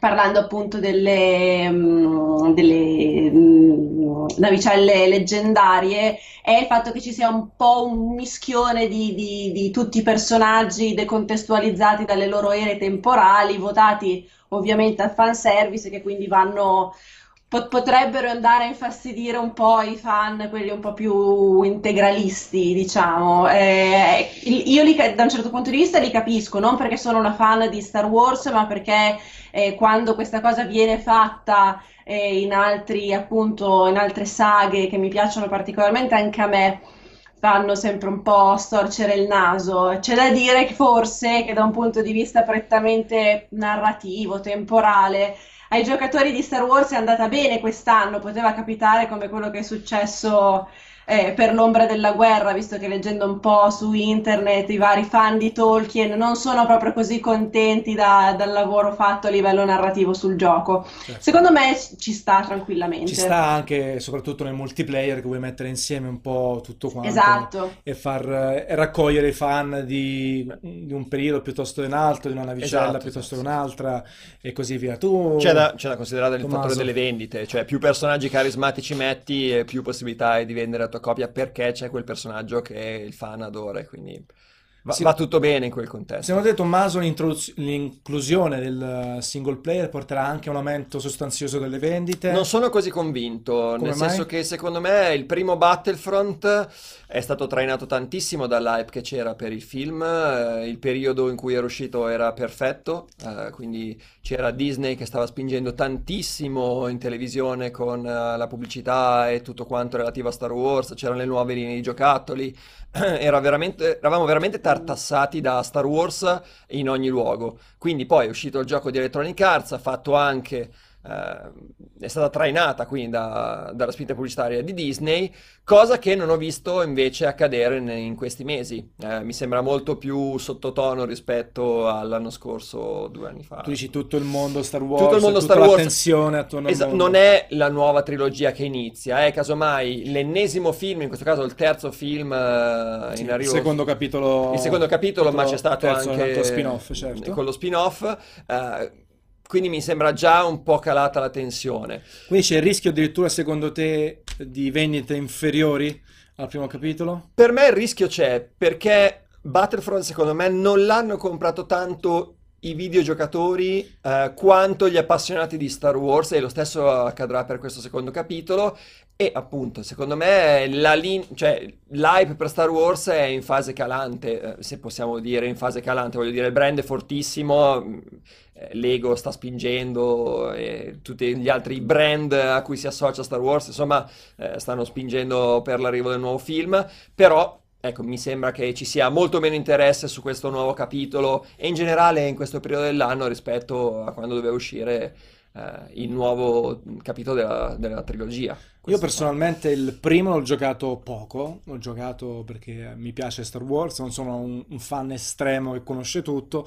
parlando appunto delle, mm, delle mm, navicelle leggendarie, è il fatto che ci sia un po' un mischione di, di- di tutti i personaggi decontestualizzati dalle loro ere temporali, votati ovviamente al fanservice, che quindi vanno, po- potrebbero andare a infastidire un po' i fan, quelli un po' più integralisti, diciamo. Eh, io li ca- da un certo punto di vista li capisco, non perché sono una fan di Star Wars, ma perché eh, quando questa cosa viene fatta eh, in altri, appunto, in altre saghe che mi piacciono particolarmente anche a me, fanno sempre un po' storcere il naso. C'è da dire che forse che da un punto di vista prettamente narrativo, temporale, ai giocatori di Star Wars è andata bene quest'anno, poteva capitare come quello che è successo eh, per l'ombra della guerra, visto che leggendo un po' su internet i vari fan di Tolkien non sono proprio così contenti da- dal lavoro fatto a livello narrativo sul gioco. Certo. Secondo me ci sta tranquillamente. Ci sta anche, soprattutto nel multiplayer, che vuoi mettere insieme un po' tutto quanto Esatto. e far eh, e raccogliere i fan di, di un periodo piuttosto che un altro, di una navicella Esatto, piuttosto esatto, che un'altra, e così via. Tu, C'è da, c'è da considerare il Tommaso? fattore delle vendite, cioè più personaggi carismatici metti e più possibilità hai di vendere la tua copia perché c'è quel personaggio che il fan adora, e quindi va, Sì. va tutto bene in quel contesto. Secondo te, Tommaso, l'introduz- l'inclusione del single player porterà anche a un aumento sostanzioso delle vendite? Non sono così convinto, Come nel mai? senso che secondo me il primo Battlefront è stato trainato tantissimo dall'hype che c'era per il film, eh, il periodo in cui era uscito era perfetto, eh, quindi c'era Disney che stava spingendo tantissimo in televisione con eh, la pubblicità e tutto quanto relativo a Star Wars, c'erano le nuove linee di giocattoli, era veramente, eravamo veramente tartassati da Star Wars in ogni luogo. Quindi poi è uscito il gioco di Electronic Arts, ha fatto anche, eh, è stata trainata quindi da- dalla spinta pubblicitaria di Disney, cosa che non ho visto invece accadere in, in questi mesi. Eh, mi sembra molto più sottotono rispetto all'anno scorso, due anni fa. Tu dici tutto il mondo Star Wars, Tutto il mondo tutta Star Wars. l'attenzione attorno al Esa- mondo. non è la nuova trilogia che inizia, è casomai l'ennesimo film, in questo caso il terzo film eh, Sì, in il arrivo. secondo capitolo, Il secondo capitolo, ma c'è stato terzo, un anche altro spin-off, certo. con lo spin-off, eh, quindi mi sembra già un po' calata la tensione. Quindi c'è il rischio addirittura, secondo te, di vendite inferiori al primo capitolo? Per me il rischio c'è, perché Battlefront secondo me non l'hanno comprato tanto i videogiocatori eh, quanto gli appassionati di Star Wars, e lo stesso accadrà per questo secondo capitolo. E appunto, secondo me la lin- cioè, l'hype per Star Wars è in fase calante, eh, se possiamo dire in fase calante, voglio dire, il brand è fortissimo, mh, eh, Lego sta spingendo, e tutti gli altri brand a cui si associa Star Wars, insomma, eh, stanno spingendo per l'arrivo del nuovo film, però ecco, mi sembra che ci sia molto meno interesse su questo nuovo capitolo e in generale in questo periodo dell'anno rispetto a quando doveva uscire eh, il nuovo capitolo della, della trilogia. Io Questo personalmente il primo l'ho giocato poco, l'ho giocato perché mi piace Star Wars, non sono un, un fan estremo che conosce tutto,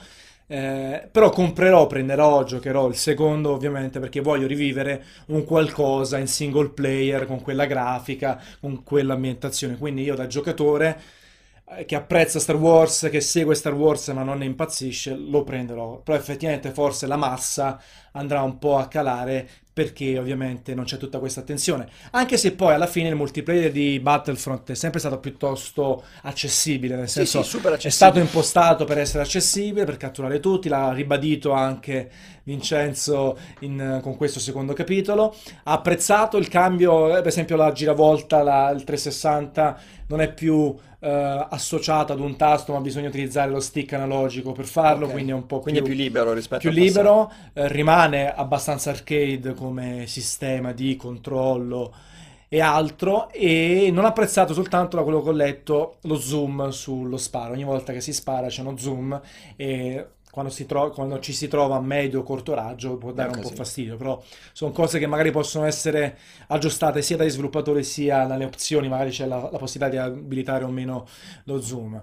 eh, però comprerò, prenderò, giocherò il secondo ovviamente perché voglio rivivere un qualcosa in single player con quella grafica, con quell'ambientazione, quindi io da giocatore eh, che apprezza Star Wars, che segue Star Wars ma non ne impazzisce, lo prenderò, però effettivamente forse la massa andrà un po' a calare perché ovviamente non c'è tutta questa attenzione, anche se poi alla fine il multiplayer di Battlefront è sempre stato piuttosto accessibile, nel Sì, senso sì, super è accessibile. stato impostato per essere accessibile, per catturare tutti, l'ha ribadito anche Vincenzo in- con questo secondo capitolo, ha apprezzato il cambio, eh, per esempio la giravolta, la- il trecentosessanta non è più eh, associato ad un tasto, ma bisogna utilizzare lo stick analogico per farlo, Ok. quindi è un po' Quindi più è più libero rispetto più al passato. libero, eh, rimane abbastanza arcade come sistema di controllo e altro, e non ho apprezzato soltanto da quello che ho letto lo zoom sullo sparo, ogni volta che si spara c'è uno zoom e quando, si tro- quando ci si trova a medio o corto raggio può dare un un po' casino. fastidio, però sono cose che magari possono essere aggiustate sia dagli sviluppatori sia dalle opzioni, magari c'è la, la possibilità di abilitare o meno lo zoom.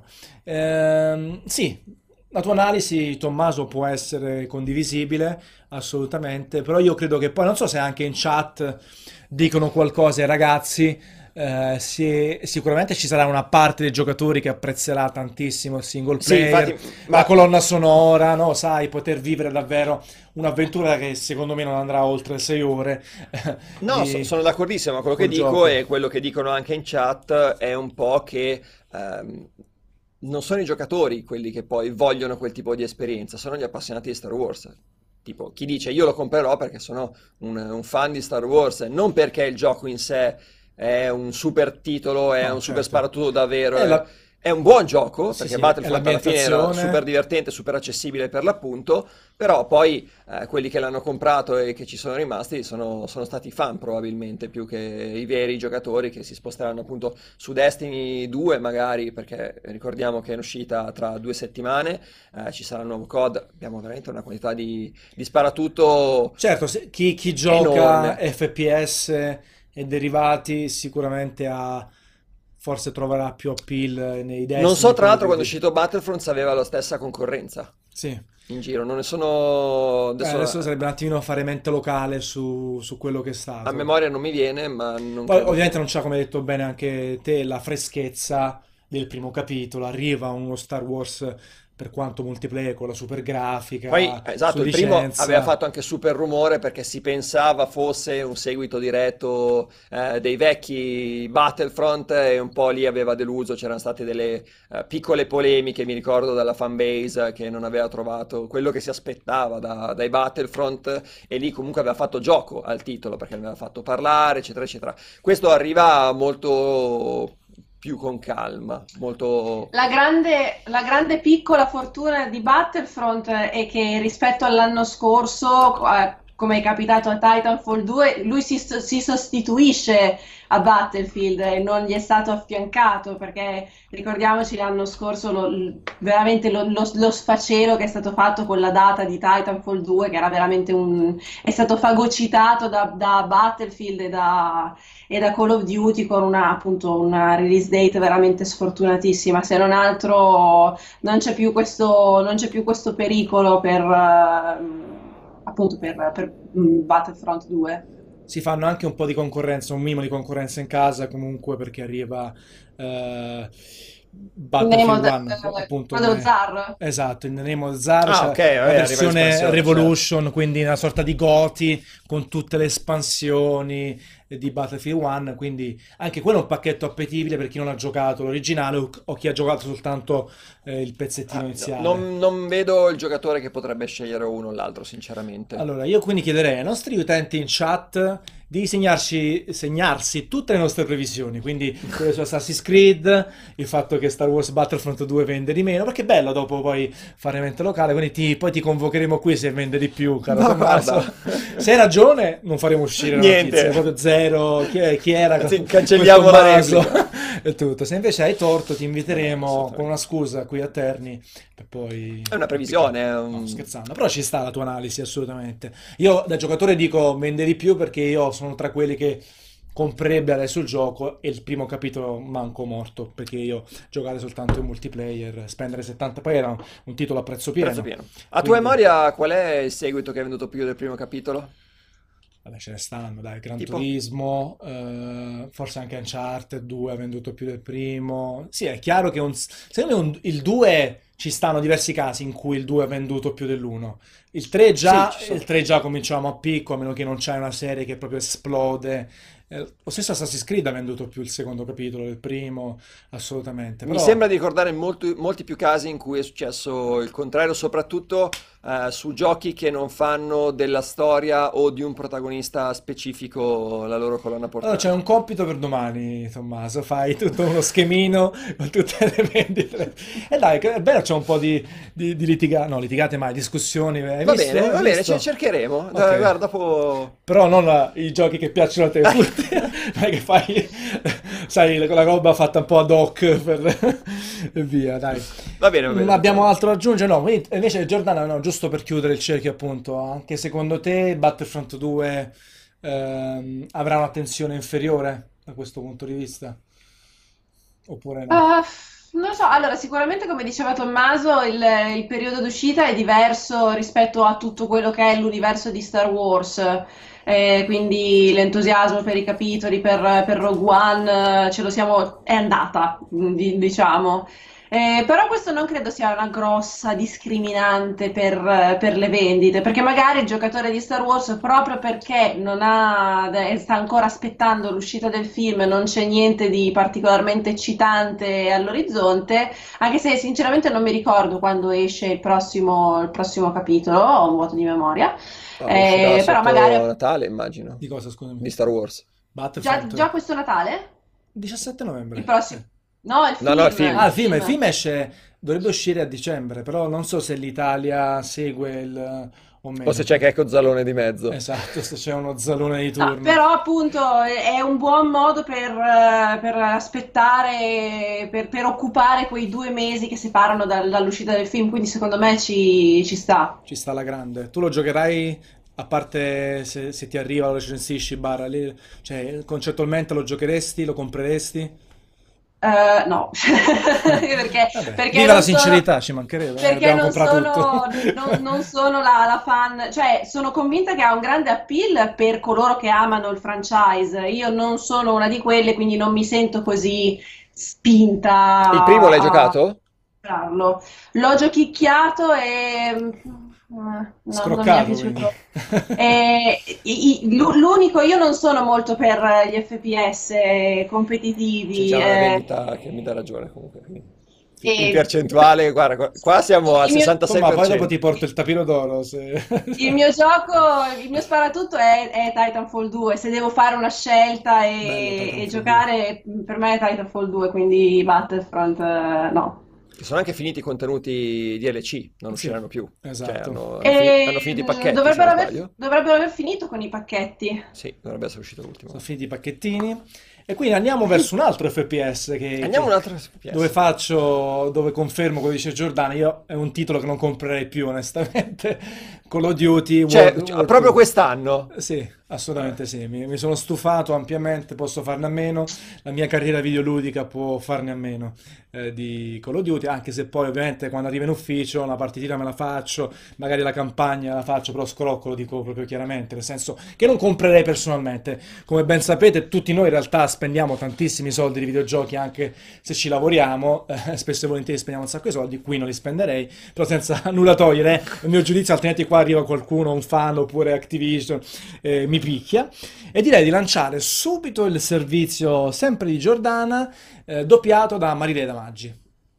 Ehm, sì, la tua analisi, Tommaso, può essere condivisibile, assolutamente, però io credo che poi, non so se anche in chat dicono qualcosa ai ragazzi, Eh, sì, sicuramente ci sarà una parte dei giocatori che apprezzerà tantissimo il single Sì, player, infatti, la ma colonna sonora, no? Sai, poter vivere davvero un'avventura che secondo me non andrà oltre sei ore no, so- di sono d'accordissimo, ma quello che col dico gioco. e quello che dicono anche in chat è un po' che ehm, non sono i giocatori quelli che poi vogliono quel tipo di esperienza, sono gli appassionati di Star Wars. Tipo, chi dice io lo comprerò perché sono un, un fan di Star Wars, non perché il gioco in sé è un super titolo, è No, un super certo. sparatutto davvero. È È, la... è un buon gioco, Sì, perché sì, è Battlefront alla fine era super l'ambientazione. divertente, super accessibile per l'appunto, però poi eh, quelli che l'hanno comprato e che ci sono rimasti sono, sono stati fan probabilmente, più che i veri giocatori che si sposteranno appunto su Destiny due magari, perché ricordiamo che è in uscita tra due settimane, eh, ci sarà il nuovo C O D, abbiamo veramente una quantità di, di sparatutto Certo, se- chi, chi gioca enorme. F P S e derivati sicuramente ha, forse troverà più appeal nei Non so Destiny, tra quelli l'altro di... quando è di- uscito Battlefront se aveva la stessa concorrenza Sì. in giro, non ne sono Eh, adesso adesso sarebbe un attimino fare mente locale su, su quello che è a stato. memoria non mi viene, ma non Poi credo ovviamente che... non c'ha, come hai detto bene anche te, la freschezza del primo capitolo. Arriva uno Star Wars, per quanto multiplayer, con la super Poi, grafica, su esatto, il primo aveva licenza. fatto anche super rumore perché si pensava fosse un seguito diretto eh, dei vecchi Battlefront e un po' lì aveva deluso, c'erano state delle eh, piccole polemiche, mi ricordo, dalla fanbase che non aveva trovato quello che si aspettava da- dai Battlefront e lì comunque aveva fatto gioco al titolo perché ne aveva fatto parlare, eccetera, eccetera. Questo arriva molto più con calma, molto... La grande, la grande piccola fortuna di Battlefront è che rispetto all'anno scorso, eh, come è capitato a Titanfall due, lui si, si sostituisce a Battlefield e non gli è stato affiancato perché ricordiamoci l'anno scorso lo- l- veramente lo, lo- lo sfacelo che è stato fatto con la data di Titanfall due, che era veramente un, è stato fagocitato da, da Battlefield e da, e da Call of Duty con una, appunto, una release date veramente sfortunatissima. Se non altro non c'è più questo, non c'è più questo pericolo per, eh, appunto per, per mm, Battlefront due. Si fanno anche un po' di concorrenza, un minimo di concorrenza in casa comunque perché arriva eh, Name Battlefield of the, uno, eh, appunto quello ne- Zar. esatto, in The Name of Zar Ah, c'è ok, la vabbè, arriva versione l'espansione, certo. Revolution, quindi una sorta di GOTY con tutte le espansioni di Battlefield uno, quindi anche quello è un pacchetto appetibile per chi non ha giocato l'originale o, o chi ha giocato soltanto eh, il pezzettino Ah, no, iniziale. non, non vedo il giocatore che potrebbe scegliere uno o l'altro, sinceramente. Allora, io quindi chiederei ai nostri utenti in chat di segnarci, segnarsi tutte le nostre previsioni, quindi quelle su Assassin's Creed, il fatto che Star Wars Battlefront due vende di meno, perché è bello dopo poi fare mente locale, quindi ti- poi ti convocheremo qui se vende di più, caro Ma Tommaso. guarda, Se hai ragione, non faremo uscire la notizia, è niente, proprio zero, chi, è- chi era Sì, quel cancelliamo la Tommaso replica. e tutto. Se invece hai torto, ti inviteremo con una Assolutamente. scusa qui a Terni per poi È una appiccare. previsione, è No, un... scherzando, però ci sta la tua analisi, assolutamente. Io da giocatore dico vende di più perché io sono tra quelli che comprerebbe adesso il gioco e il primo capitolo manco morto, perché io giocare soltanto in multiplayer, spendere settanta, poi era un titolo a prezzo prezzo pieno, pieno. A tua quindi memoria, qual è il seguito che hai venduto più del primo capitolo? vabbè ce ne stanno, dai, Gran Tipo? Turismo, eh, forse anche Uncharted due ha venduto più del primo. Sì, è chiaro che un- secondo me un- il due ci stanno diversi casi in cui il due ha venduto più dell'uno. Il tre Sì, già, ci il sono. tre già cominciamo a picco, a meno che non c'è una serie che proprio esplode. Eh, lo stesso Assassin's Creed ha venduto più il secondo capitolo del primo, assolutamente. Mi Però sembra di ricordare molti, molti più casi in cui è successo il contrario, soprattutto eh, su giochi che non fanno della storia o di un protagonista specifico la loro colonna allora c'è un portante. compito per domani, Tommaso. Fai tutto uno schemino con tutte le vendite. E dai, che è bello, c'è un po' di, di, di litigate, no, litigate mai, discussioni. Hai Va visto? bene, Hai va bene, ce- visto? cercheremo. Dai, Ok. guarda, dopo... Però non la- i giochi che piacciono a te tutti, non è che fai, sai, quella roba fatta un po' ad hoc per... e via, dai. Va bene, va Non bene, abbiamo d'accordo. altro da aggiungere? No, quindi invece Giordana, no, giusto per chiudere il cerchio appunto, anche secondo te Battlefront due ehm, avrà un'attenzione inferiore da questo punto di vista? Oppure no? Ah, Non lo so, allora sicuramente come diceva Tommaso il, il periodo d'uscita è diverso rispetto a tutto quello che è l'universo di Star Wars, eh, quindi l'entusiasmo per i capitoli, per, per Rogue One, eh, ce lo siamo, è andata, di- diciamo. Eh, però questo non credo sia una grossa discriminante per, per le vendite, perché magari il giocatore di Star Wars, proprio perché non ha, eh, sta ancora aspettando l'uscita del film, non c'è niente di particolarmente eccitante all'orizzonte, anche se sinceramente non mi ricordo quando esce il prossimo, il prossimo capitolo, ho un vuoto di memoria. Ah, uscirà Eh, però sotto magari Natale, immagino, Di cosa, scusami? di Star Wars. già, Battlefront? già questo Natale? diciassette novembre. Il prossimo? Eh. No, il No, no, il film. film. Ah, il film, il film esce, dovrebbe uscire a dicembre, però non so se l'Italia segue il o O se meno. c'è Checco Zalone di mezzo. Esatto, se c'è uno zalone di No, turno. però appunto è un buon modo per, eh, per aspettare, per, per occupare quei due mesi che separano dal- dall'uscita del film, quindi secondo me ci, ci sta. Ci sta la grande. Tu lo giocherai, a parte se, se ti arriva, lo recensisci, barra, lì, cioè concettualmente lo giocheresti, lo compreresti? Eh, no, perché, Vabbè, perché viva non la sono, sincerità, ci mancherebbe, eh, perché abbiamo non comprato sono, tutto. non, non sono la, la fan, cioè sono convinta che ha un grande appeal per coloro che amano il franchise. Io non sono una di quelle, quindi non mi sento così spinta Il primo l'hai a giocato? comprarlo. L'ho giochicchiato e mm, eh, no, non mi è Scroccato, quindi. piaciuto. E i- i- l'u- l'unico, io non sono molto per gli F P S C'è competitivi. già una eh, vendita che mi dà ragione comunque. quindi. In e percentuale, guarda, qua qua siamo al il mio, Insomma, poi dopo ti sessantasei per cento. porto il tapiro d'oro. Se... il mio gioco, il mio sparatutto è, è Titanfall due. Se devo fare una scelta Bello e, e Titanfall due. giocare, per me è Titanfall due, quindi Battlefront eh, no. Che sono anche finiti i contenuti D L C, non Sì, usciranno più. Cioè, esatto. hanno, hanno fi- hanno E finito i mm, pacchetti, se dovrebbero non aver, sbaglio. dovrebbero aver finito con i pacchetti. Sì, dovrebbe essere uscito Sono l'ultimo. finiti i pacchettini. E quindi andiamo verso un altro F P S che, Andiamo a che- un altro dove F P S. faccio, dove confermo quello che dice Giordano. Io è un titolo che non comprerei più, onestamente. Call of Duty Cioè, World, cioè, World proprio two. quest'anno? Sì, assolutamente sì. Mi, mi sono stufato ampiamente, posso farne a meno. La mia carriera videoludica può farne a meno eh, di Call of Duty, anche se poi ovviamente quando arrivo in ufficio una partitina me la faccio, magari la campagna la faccio, però scrocco, lo dico proprio chiaramente, nel senso che non comprerei personalmente. Come ben sapete, tutti noi in realtà spendiamo tantissimi soldi di videogiochi, anche se ci lavoriamo, eh, spesso e volentieri spendiamo un sacco di soldi, qui non li spenderei, però senza nulla togliere, eh, il mio giudizio, altrimenti qua arriva qualcuno, un fan oppure Activision, eh, mi picchia. E direi di lanciare subito il servizio, sempre di Giordana, eh, doppiato da Marilena Maggi.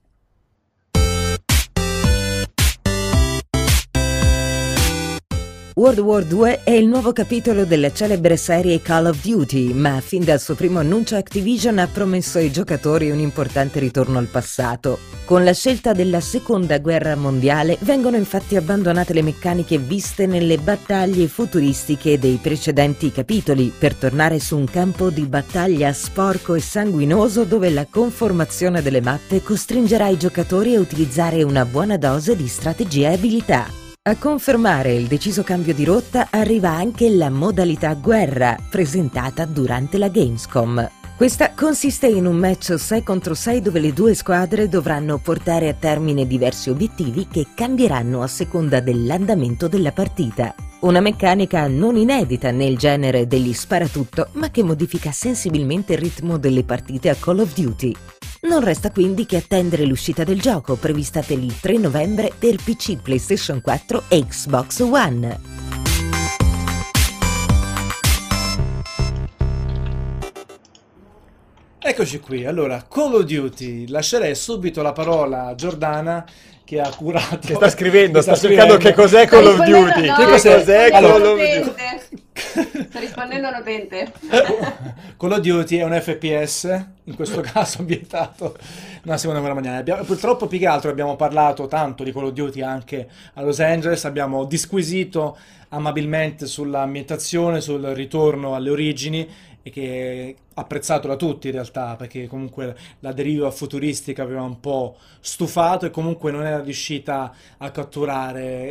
World War due è il nuovo capitolo della celebre serie Call of Duty, ma fin dal suo primo annuncio Activision ha promesso ai giocatori un importante ritorno al passato. Con la scelta della seconda guerra mondiale vengono infatti abbandonate le meccaniche viste nelle battaglie futuristiche dei precedenti capitoli per tornare su un campo di battaglia sporco e sanguinoso dove la conformazione delle mappe costringerà i giocatori a utilizzare una buona dose di strategia e abilità. A confermare il deciso cambio di rotta arriva anche la modalità guerra, presentata durante la Gamescom. Questa consiste in un match sei contro sei dove le due squadre dovranno portare a termine diversi obiettivi che cambieranno a seconda dell'andamento della partita. Una meccanica non inedita nel genere degli sparatutto, ma che modifica sensibilmente il ritmo delle partite a Call of Duty. Non resta quindi che attendere l'uscita del gioco, prevista per il tre novembre per P C, PlayStation quattro e Xbox One. Eccoci qui, allora, Call of Duty, lascerei subito la parola a Giordana che ha curato... Che sta scrivendo, che sta cercando che cos'è Sto Call of rispondendo, Duty. no, Che Che cos'è? cos'è sto Call Allora- of rispondendo a un Duty? utente. Sto rispondendo a un utente. Call of Duty è un F P S, in questo caso ambientato nella seconda guerra mondiale. Abbiamo- purtroppo più che altro abbiamo parlato tanto di Call of Duty anche a Los Angeles, abbiamo disquisito amabilmente sull'ambientazione, sul ritorno alle origini e che è apprezzato da tutti in realtà, perché comunque la deriva futuristica aveva un po' stufato e comunque non era riuscita a catturare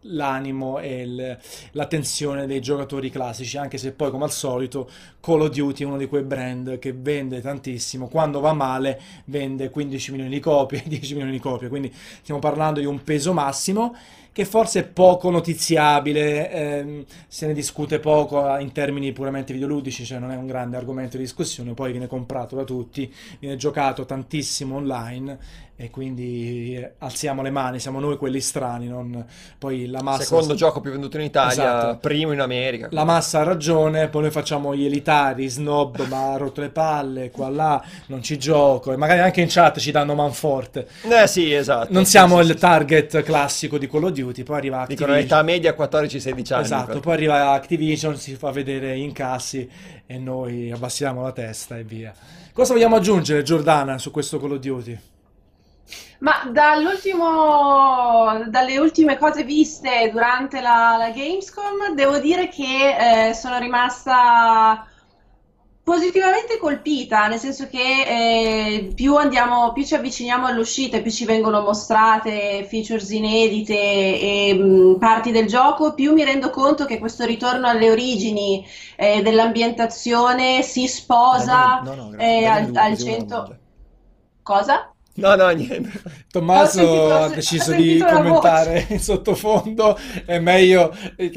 l'animo e il- l'attenzione dei giocatori classici, anche se poi come al solito Call of Duty è uno di quei brand che vende tantissimo, quando va male vende quindici milioni di copie, dieci milioni di copie, quindi stiamo parlando di un peso massimo che forse è poco notiziabile, ehm, se ne discute poco in termini puramente videoludici, cioè non è un grande argomento di discussione, poi viene comprato da tutti, viene giocato tantissimo online e quindi eh, alziamo le mani, siamo noi quelli strani, non poi la massa... Secondo gioco più venduto in Italia, Esatto. primo in America. La massa ha ragione, poi noi facciamo gli elitari, snob, ma ha rotto le palle, qua là, non ci gioco, e magari anche in chat ci danno manforte. Eh sì, esatto. Non Sì, siamo sì, il sì. target classico di Call of Duty, poi arriva Dicono Activision. età media quattordici sedici anni. Esatto, infatti. poi arriva Activision, si fa vedere gli incassi e noi abbassiamo la testa e via. Cosa vogliamo aggiungere, Giordana, su questo Call of Duty? Ma dall'ultimo, dalle ultime cose viste durante la, la Gamescom, devo dire che eh, sono rimasta positivamente colpita, nel senso che eh, più andiamo, più ci avviciniamo all'uscita e più ci vengono mostrate features inedite e mh, parti del gioco, più mi rendo conto che questo ritorno alle origini eh, dell'ambientazione si sposa No, no, grazie. eh, Dammi al, due, al così uno cento... mangia. Cosa? No, no, niente. Tommaso Ho sentito- ha ho deciso sentito di la commentare in sottofondo, è meglio che,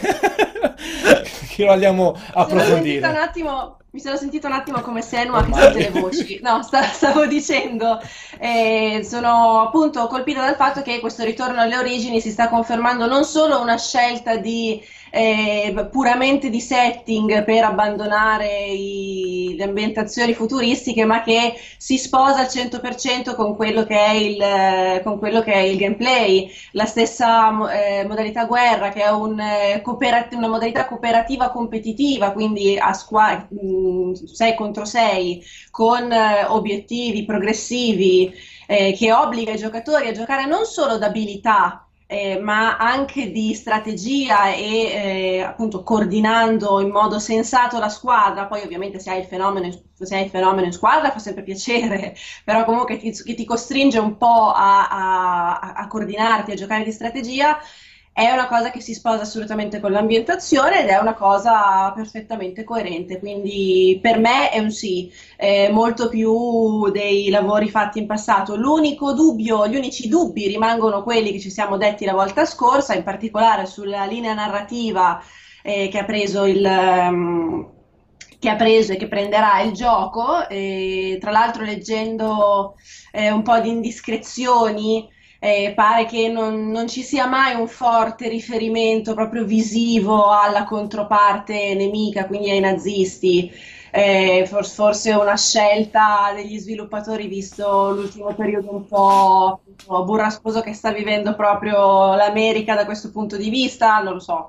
che lo andiamo a Mi sono sentita un approfondire. attimo, mi sono sentita un attimo come Senua che Ormai. sente le voci. No, sta- stavo dicendo, eh, sono appunto colpita dal fatto che questo ritorno alle origini si sta confermando non solo una scelta di eh, puramente di setting per abbandonare i- le ambientazioni futuristiche, ma che si sposa al cento per cento con quello che è il, con quello che è il gameplay. La stessa mo- eh, modalità guerra, che è un, eh, cooperat- una modalità cooperativa competitiva, quindi a squa- sei contro sei, con eh, obiettivi progressivi, eh, che obbliga i giocatori a giocare non solo d'abilità, eh, ma anche di strategia e eh, appunto coordinando in modo sensato la squadra. Poi ovviamente se hai il fenomeno in, se hai il fenomeno in squadra fa sempre piacere, però comunque ti, che ti costringe un po' a, a, a coordinarti, a giocare di strategia. È una cosa che si sposa assolutamente con l'ambientazione ed è una cosa perfettamente coerente, quindi per me è un sì, eh, molto più dei lavori fatti in passato. L'unico dubbio, gli unici dubbi rimangono quelli che ci siamo detti la volta scorsa, in particolare sulla linea narrativa eh, che ha preso il... ehm, che ha preso e che prenderà il gioco. E, tra l'altro, leggendo eh, un po' di indiscrezioni, eh, pare che non, non ci sia mai un forte riferimento proprio visivo alla controparte nemica, quindi ai nazisti. Eh, for- forse una scelta degli sviluppatori, visto l'ultimo periodo un po', un po' burrascoso che sta vivendo proprio l'America da questo punto di vista, non lo so.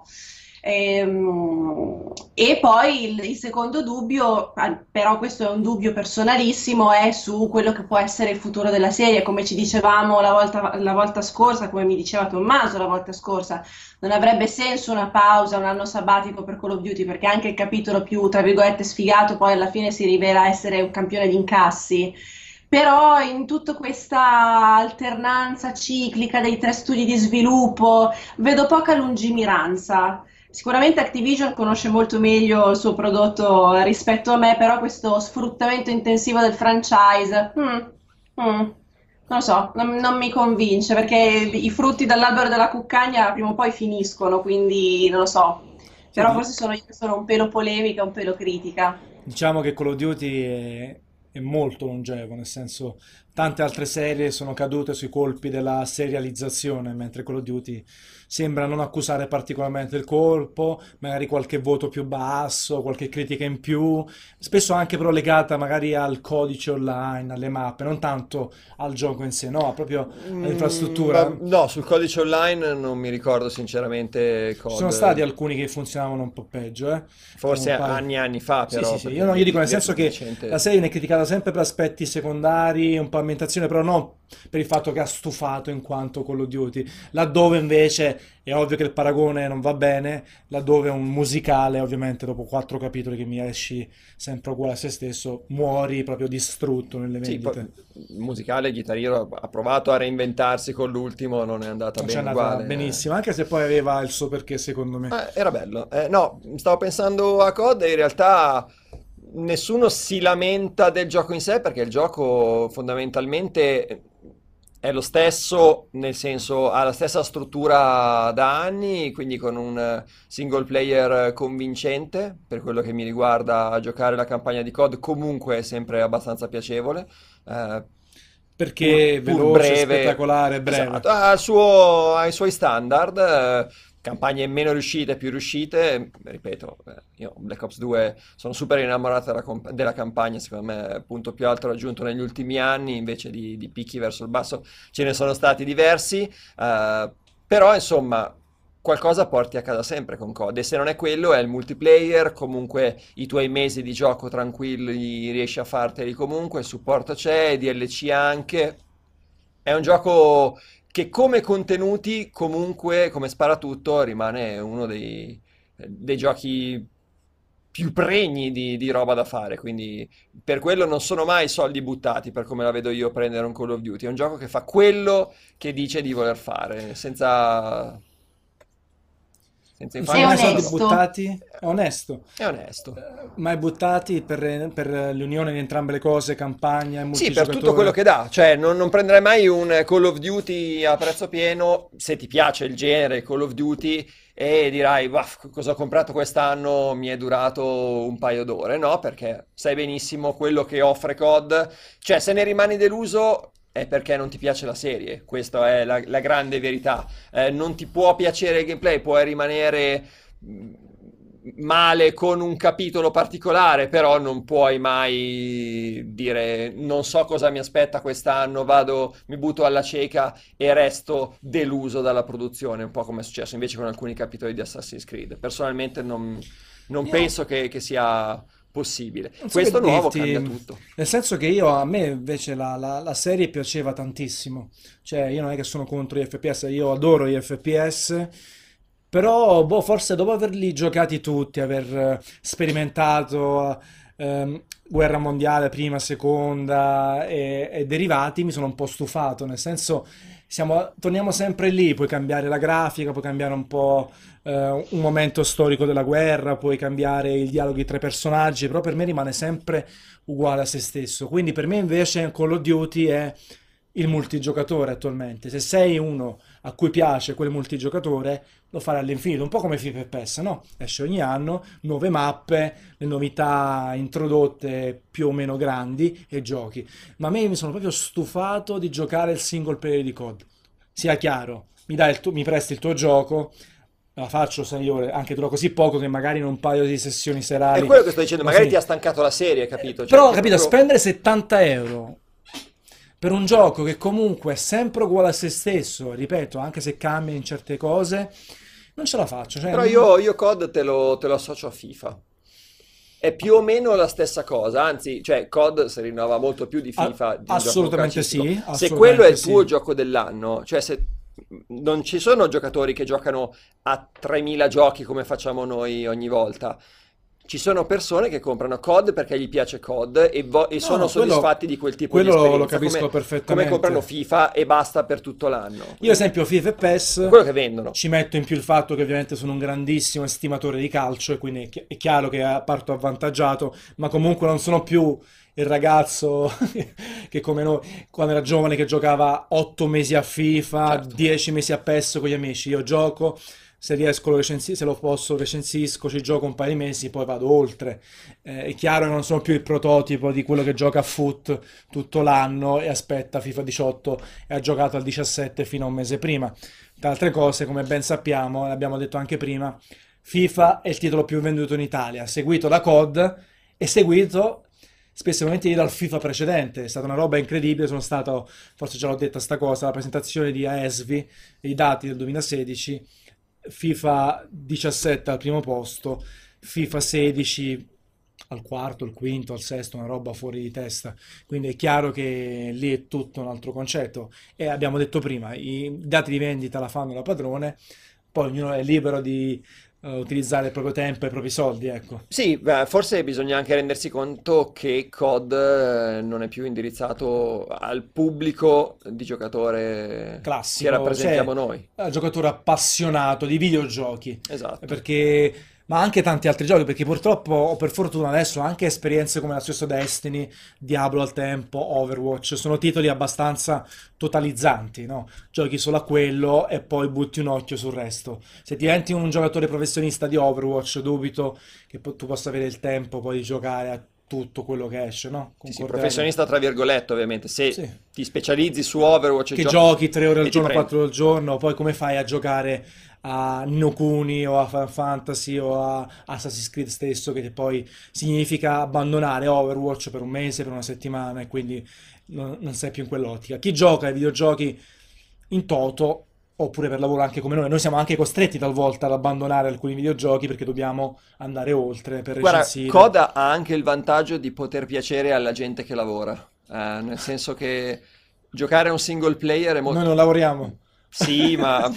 Ehm, E poi il, il secondo dubbio, ah, però questo è un dubbio personalissimo, è su quello che può essere il futuro della serie. Come ci dicevamo la volta, la volta scorsa, come mi diceva Tommaso la volta scorsa, non avrebbe senso una pausa, un anno sabbatico per Call of Duty, perché anche il capitolo più, tra virgolette, sfigato poi alla fine si rivela essere un campione di incassi. Però in tutta questa alternanza ciclica dei tre studi di sviluppo vedo poca lungimiranza. Sicuramente Activision conosce molto meglio il suo prodotto rispetto a me, però questo sfruttamento intensivo del franchise, hmm, hmm, non lo so, non, non mi convince, perché i frutti dall'albero della cuccagna prima o poi finiscono, quindi non lo so. Però Sì, forse sono io che sono un pelo polemica, un pelo critica. diciamo che Call of Duty è, è molto longevo, nel senso tante altre serie sono cadute sui colpi della serializzazione, mentre Call of Duty sembra non accusare particolarmente il colpo, magari qualche voto più basso, qualche critica in più, spesso anche però legata magari al codice online, alle mappe, non tanto al gioco in sé, no, proprio all'infrastruttura. Mm, ma- no, sul codice online non mi ricordo sinceramente Ci C O D. sono stati alcuni che funzionavano un po' peggio, eh. Forse Un paio. anni e anni fa, Sì, però. sì, sì. perché Io, no, io dico nel senso che recente- la serie viene criticata sempre per aspetti secondari, un po' l'ambientazione, però no per il fatto che ha stufato in quanto Call of Duty, laddove invece è ovvio che il paragone non va bene, laddove un musicale, ovviamente dopo quattro capitoli che mi esci sempre uguale a se stesso, muori proprio distrutto nelle Sì, poi, vendite. il musicale Guitar Hero ha provato a reinventarsi con l'ultimo, non è andata Non c'è bene andata uguale. benissimo, anche se poi aveva il suo perché secondo me. Eh, era bello. Eh, no, stavo pensando a C O D e in realtà nessuno si lamenta del gioco in sé perché il gioco fondamentalmente è lo stesso, nel senso ha la stessa struttura da anni, quindi con un eh, single player convincente, per quello che mi riguarda giocare la campagna di C O D comunque è sempre abbastanza piacevole. Eh, pur, Perché pur veloce, breve, spettacolare, breve. esatto, ha il suo- ha i suoi standard, eh, campagne meno riuscite, più riuscite, ripeto, eh, io Black Ops due sono super innamorato della, comp- della campagna, secondo me è il punto più alto raggiunto negli ultimi anni, invece di, di picchi verso il basso ce ne sono stati diversi, eh, però insomma qualcosa porti a casa sempre con C O D e se non è quello è il multiplayer, comunque i tuoi mesi di gioco tranquilli riesci a farteli comunque, il supporto c'è, i D L C anche, è un gioco che come contenuti comunque, come sparatutto, rimane uno dei, dei giochi più pregni di, di roba da fare, quindi per quello non sono mai soldi buttati, per come la vedo io prendere un Call of Duty, è un gioco che fa quello che dice di voler fare, senza, senza Non È sono mai infangare soldi troppo. onesto. buttati, è onesto. È onesto. Eh, Mai buttati per, per l'unione di entrambe le cose, campagna e Sì, per tutto quello multigiocatore. che dà, cioè non, non prenderai mai un Call of Duty a prezzo pieno se ti piace il genere Call of Duty e dirai, "Vaff, cosa ho comprato quest'anno mi è durato un paio d'ore", no? Perché sai benissimo quello che offre C O D, cioè se ne rimani deluso è perché non ti piace la serie, questa è la, la grande verità. Eh, non ti può piacere il gameplay, puoi rimanere mh, male con un capitolo particolare, però non puoi mai dire non so cosa mi aspetta quest'anno, vado, mi butto alla cieca e resto deluso dalla produzione, un po' come è successo invece con alcuni capitoli di Assassin's Creed. Personalmente non, non Io penso che, che sia possibile. non so che Questo nuovo dirti, cambia tutto. nel senso che io, a me invece la, la- la serie piaceva tantissimo, cioè io non è che sono contro gli F P S, io adoro gli F P S, però boh, forse dopo averli giocati tutti, aver eh, sperimentato ehm, guerra mondiale, prima, seconda e, e derivati, mi sono un po' stufato, nel senso siamo, torniamo sempre lì, puoi cambiare la grafica, puoi cambiare un po' eh, un momento storico della guerra, puoi cambiare i dialoghi tra i personaggi, però per me rimane sempre uguale a se stesso. Quindi per me invece Call of Duty è il multigiocatore attualmente. Se sei uno a cui piace quel multigiocatore, lo farai all'infinito, un po' come FIFA e PES, no? Esce ogni anno, nuove mappe, le novità introdotte più o meno grandi e giochi. Ma a me mi sono proprio stufato di giocare il single player di C O D. Sia chiaro, mi dai il tuo- mi presti il tuo gioco, la faccio sei ore, anche dura così poco che magari in un paio di sessioni È serali quello che sto dicendo, lo magari ti finisco. ha stancato la serie, capito? Cioè, Però, che capito, proprio... spendere settanta euro per un gioco che comunque è sempre uguale a se stesso, ripeto, anche se cambia in certe cose, non ce la faccio. Cioè, Però non- io, io C O D te lo, te lo associo a FIFA. È più o meno la stessa cosa, anzi, cioè C O D si rinnova molto più di a- FIFA, di un gioco assolutamente calcistico. sì, Se quello è assolutamente il tuo sì. gioco dell'anno, cioè se non ci sono giocatori che giocano a tremila giochi come facciamo noi ogni volta. Ci sono persone che comprano C O D perché gli piace C O D e, vo- e No, sono no, quello, soddisfatti di quel tipo di quello lo, lo esperienza, capisco come, come comprano perfettamente. FIFA e basta per tutto l'anno. Io, ad Quindi esempio, FIFA e è PES quello che vendono. ci metto in più il fatto che ovviamente sono un grandissimo estimatore di calcio e quindi è chi- è chiaro che eh, parto avvantaggiato, ma comunque non sono più il ragazzo che come noi, quando era giovane, che giocava otto mesi a FIFA, Certo. dieci mesi a PES con gli amici. Io gioco, se riesco lo recensi- se lo posso recensisco, ci gioco un paio di mesi, poi vado oltre. Eh, è chiaro che non sono più il prototipo di quello che gioca a foot tutto l'anno e aspetta FIFA diciotto e ha giocato al diciassette fino a un mese prima. Tra altre cose, come ben sappiamo, l'abbiamo detto anche prima, FIFA è il titolo più venduto in Italia, seguito da C O D e seguito spesso e volentieri dal FIFA precedente. È stata una roba incredibile, sono stato, forse già l'ho detta sta cosa, alla presentazione di A E S V I, i dati del duemilasedici, FIFA diciassette al primo posto, FIFA sedici al quarto, al quinto, al sesto, una roba fuori di testa. Quindi è chiaro che lì è tutto un altro concetto. E abbiamo detto prima, i dati di vendita la fanno la padrone, poi ognuno è libero di eh, utilizzare il proprio tempo e i propri soldi, ecco. Sì, beh, forse bisogna anche rendersi conto che C O D eh, non è più indirizzato al pubblico di giocatore che Classico, rappresentiamo cioè noi. eh, giocatore appassionato di videogiochi, Esatto. perché, ma anche tanti altri giochi, perché purtroppo o per fortuna adesso anche esperienze come la stesso Destiny, Diablo al tempo, Overwatch, sono titoli abbastanza totalizzanti, no? Giochi solo a quello e poi butti un occhio sul resto. Se diventi un giocatore professionista di Overwatch, dubito che po- tu possa avere il tempo poi di giocare a tutto quello che esce, no? Sì, sì, Concorderai? professionista tra virgolette, ovviamente. Se Sì. ti specializzi su Overwatch e Che giochi giochi tre ore e al ti giorno, prendi. quattro ore al giorno, poi come fai a giocare a Ni no Kuni o a Final Fantasy o a Assassin's Creed stesso, che poi significa abbandonare Overwatch per un mese, per una settimana e quindi non, non sei più in quell'ottica. Chi gioca ai videogiochi in toto, oppure per lavoro anche come noi, noi siamo anche costretti talvolta ad abbandonare alcuni videogiochi perché dobbiamo andare oltre per Guarda, recensire. C O D ha anche il vantaggio di poter piacere alla gente che lavora, eh, nel senso che giocare a un single player è Noi molto... non lavoriamo. Sì, ma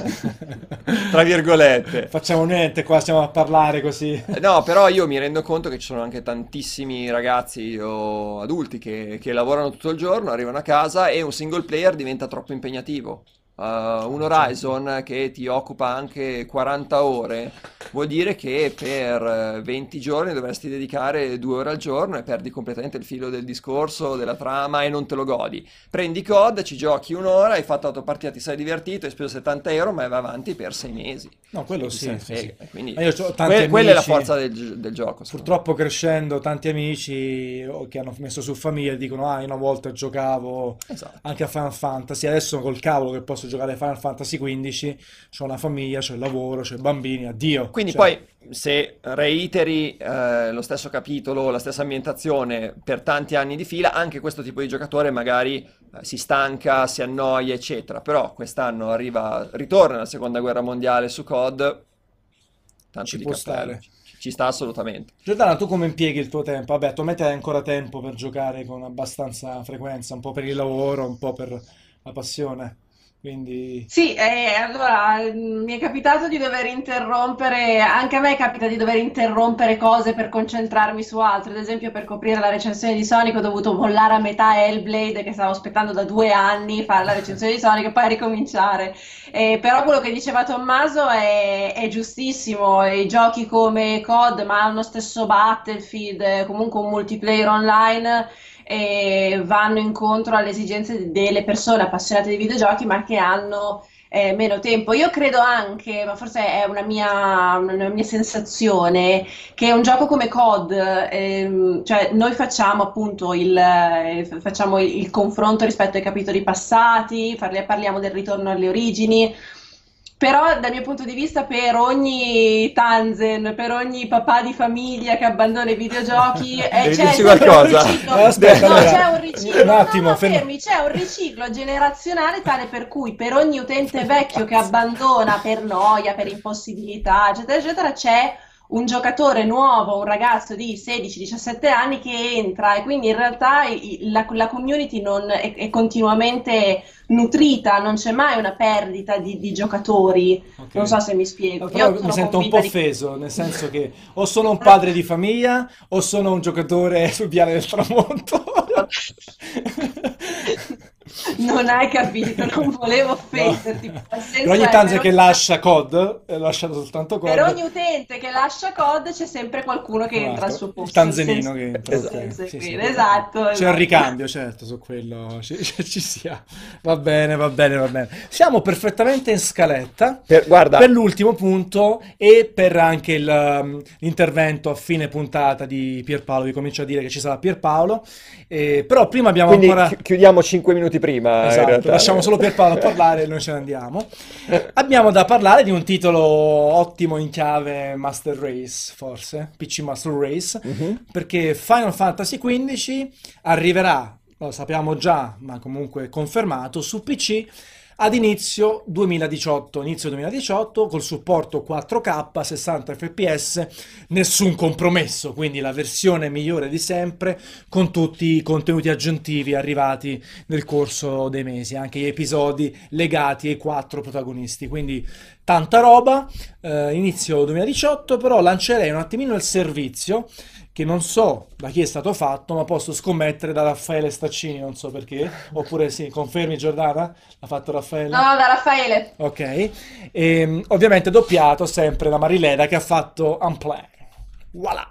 tra virgolette. Facciamo niente qua, stiamo a parlare così. Eh, No, però io mi rendo conto che ci sono anche tantissimi ragazzi o adulti che, che lavorano tutto il giorno, arrivano a casa e un single player diventa troppo impegnativo. Uh, un Horizon che ti occupa anche quaranta ore vuol dire che per eh, venti giorni dovresti dedicare due ore al giorno e perdi completamente il filo del discorso, della trama e non te lo godi. Prendi C O D, ci giochi un'ora, hai fatto otto partite, ti sei divertito, hai speso settanta euro, ma vai avanti per sei mesi. No, quello E chi sì, se ne sì, frega. sì. Quindi Ma io ho tanti que- quella è la amici, forza del, gi- del gioco, secondo me. purtroppo crescendo, tanti amici oh, che hanno messo su famiglia dicono, ah, io una volta giocavo Esatto. anche a Final Fantasy, adesso col cavolo che posso giocare a Final Fantasy quindici, c'ho una famiglia, c'ho il lavoro, c'ho i bambini, addio. Quindi Cioè, poi se reiteri eh, lo stesso capitolo, la stessa ambientazione per tanti anni di fila, anche questo tipo di giocatore magari eh, si stanca, si annoia, eccetera. Però quest'anno arriva, ritorna la seconda guerra mondiale su C O D, tanto ci di può cappello. stare. Ci ci sta assolutamente. Giordana, tu come impieghi il tuo tempo? Vabbè, attualmente hai ancora tempo per giocare con abbastanza frequenza, un po' per il lavoro, un po' per la passione. Quindi, Sì, eh, allora mm, mi è capitato di dover interrompere, anche a me capita di dover interrompere cose per concentrarmi su altro. Ad esempio, per coprire la recensione di Sonic ho dovuto mollare a metà Hellblade, che stavo aspettando da due anni, fare la recensione di Sonic e poi ricominciare. Eh, però quello che diceva Tommaso è, è giustissimo. I giochi come C O D, ma hanno stesso Battlefield, eh, comunque un multiplayer online e vanno incontro alle esigenze delle persone appassionate di videogiochi ma che hanno eh, meno tempo. Io credo anche, ma forse è una mia, una mia sensazione, che un gioco come C O D, ehm, cioè noi facciamo appunto il, eh, facciamo il, il confronto rispetto ai capitoli passati, parli- parliamo del ritorno alle origini. Però dal mio punto di vista per ogni Tanzen, per ogni papà di famiglia che abbandona i videogiochi, eh, Devi c'è dirci sempre un qualcosa. riciclo. Eh, aspetta, No, allora, c'è un riciclo. un No, attimo, no, fermo. fermi, c'è un riciclo generazionale tale per cui per ogni utente vecchio che abbandona per noia, per impossibilità, eccetera, eccetera, c'è un giocatore nuovo, un ragazzo di sedici diciassette anni che entra e quindi in realtà i- la, la community non è, è continuamente nutrita, non c'è mai una perdita di, di giocatori. ok. Non so se mi spiego. Però Io mi sono sento un po' convinta di offeso, nel senso che o sono un padre di famiglia o sono un giocatore sul viale del tramonto. Non hai capito, non volevo offenderti. No. Il senso Per ogni è, Tanzen per che ogni- lascia C O D, è lasciato soltanto per C O D, ogni utente che lascia C O D c'è sempre qualcuno che un entra al altro, suo il posto. Il tanzenino senso, che il entra, ok. senso è Sì, sì, quello. Esatto, c'è un esatto. ricambio, certo, su quello ci, ci sia. Va bene, va bene, va bene. Siamo perfettamente in scaletta Per- guarda, per l'ultimo punto e per anche il, um, l'intervento a fine puntata di Pierpaolo. Vi comincio a dire che ci sarà Pierpaolo, eh, però prima abbiamo quindi ancora... chi- chiudiamo cinque minuti prima, in Esatto, realtà. lasciamo solo Pierpaolo a parlare e noi ce ne andiamo. Abbiamo da parlare di un titolo ottimo in chiave Master Race, forse, P C Master Race, Mhm. perché Final Fantasy quindici arriverà, lo sappiamo già, ma comunque confermato, su P C ad inizio duemiladiciotto, inizio duemiladiciotto col supporto quattro K, sessanta F P S, nessun compromesso, quindi la versione migliore di sempre con tutti i contenuti aggiuntivi arrivati nel corso dei mesi, anche gli episodi legati ai quattro protagonisti, quindi tanta roba. Eh, inizio duemiladiciotto, però lancerei un attimino il servizio che non so da chi è stato fatto, ma posso scommettere da Raffaele Staccini, non so perché, oppure sì, confermi Giordana? L'ha fatto Raffaele? No, da Raffaele. Ok, e ovviamente doppiato sempre da Marilena che ha fatto Unplay. Voilà!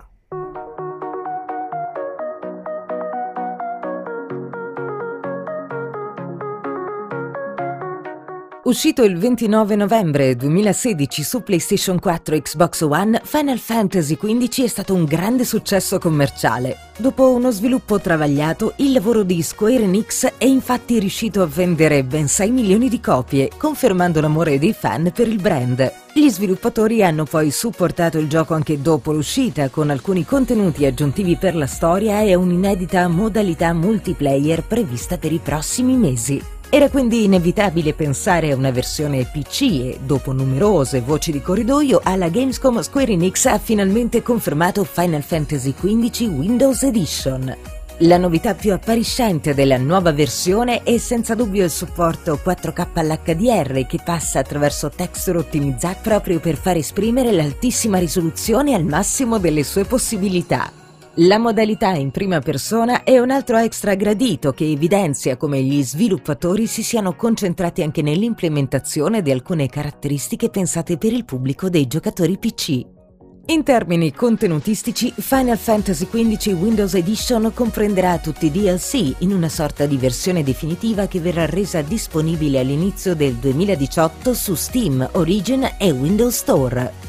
Uscito il ventinove novembre duemilasedici su PlayStation quattro e Xbox One, Final Fantasy quindici è stato un grande successo commerciale. Dopo uno sviluppo travagliato, il lavoro di Square Enix è infatti riuscito a vendere ben sei milioni di copie, confermando l'amore dei fan per il brand. Gli sviluppatori hanno poi supportato il gioco anche dopo l'uscita, con alcuni contenuti aggiuntivi per la storia e un'inedita modalità multiplayer prevista per i prossimi mesi. Era quindi inevitabile pensare a una versione P C e, dopo numerose voci di corridoio, alla Gamescom Square Enix ha finalmente confermato Final Fantasy quindici Windows Edition. La novità più appariscente della nuova versione è senza dubbio il supporto quattro K all'H D R che passa attraverso texture ottimizzate proprio per far esprimere l'altissima risoluzione al massimo delle sue possibilità. La modalità in prima persona è un altro extra gradito che evidenzia come gli sviluppatori si siano concentrati anche nell'implementazione di alcune caratteristiche pensate per il pubblico dei giocatori P C. In termini contenutistici, Final Fantasy quindici Windows Edition comprenderà tutti i D L C in una sorta di versione definitiva che verrà resa disponibile all'inizio del duemiladiciotto su Steam, Origin e Windows Store.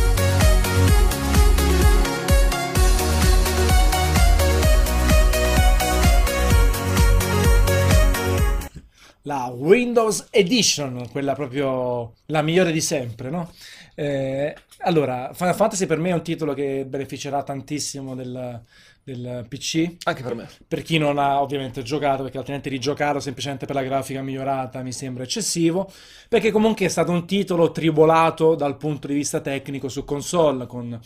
La Windows Edition, quella proprio la migliore di sempre, no? Eh, allora, Final Fantasy per me è un titolo che beneficerà tantissimo del, del P C. Anche per me. Per chi non ha ovviamente giocato, perché altrimenti rigiocarlo semplicemente per la grafica migliorata mi sembra eccessivo, perché comunque è stato un titolo tribolato dal punto di vista tecnico su console, con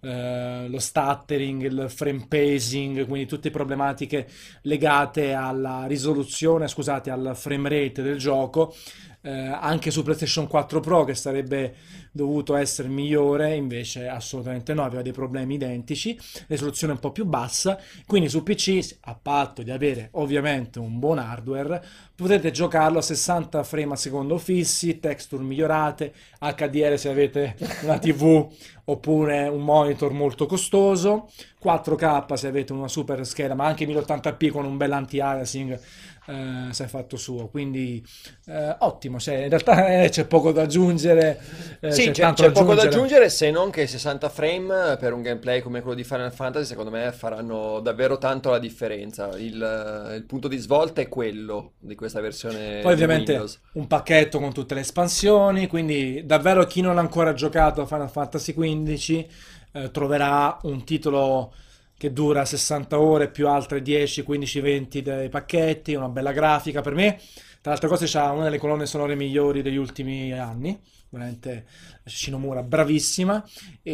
eh, lo stuttering, il frame pacing, quindi tutte problematiche legate alla risoluzione, scusate, al frame rate del gioco. Eh, anche su PlayStation quattro Pro, che sarebbe dovuto essere migliore, invece assolutamente no, aveva dei problemi identici, risoluzione un po' più bassa, quindi su P C, a patto di avere ovviamente un buon hardware, potete giocarlo a sessanta frame al secondo fissi, texture migliorate, H D R se avete una T V oppure un monitor molto costoso, quattro K se avete una super scheda, ma anche mille ottanta p con un bel anti-aliasing eh, se è fatto suo, quindi eh, ottimo, cioè, in realtà eh, c'è poco da aggiungere, eh, Sì, c'è c'è, tanto c'è da poco da aggiungere. aggiungere, se non che sessanta frame per un gameplay come quello di Final Fantasy secondo me faranno davvero tanto la differenza. Il, il punto di svolta è quello di questa versione Poi di ovviamente Windows. un pacchetto con tutte le espansioni, quindi davvero chi non ha ancora giocato a Final Fantasy quindici eh, troverà un titolo che dura sessanta ore più altre dieci, quindici, venti dei pacchetti, una bella grafica. Per me, tra l'altra cose, c'ha una delle colonne sonore migliori degli ultimi anni, veramente Shinomura bravissima,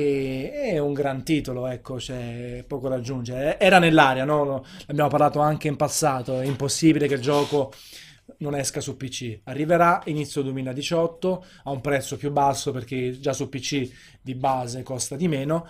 e è un gran titolo, ecco, c'è poco da aggiungere. Era nell'aria, no? No, abbiamo parlato anche in passato, è impossibile che il gioco non esca su P C. Arriverà inizio duemiladiciotto a un prezzo più basso perché già su P C di base costa di meno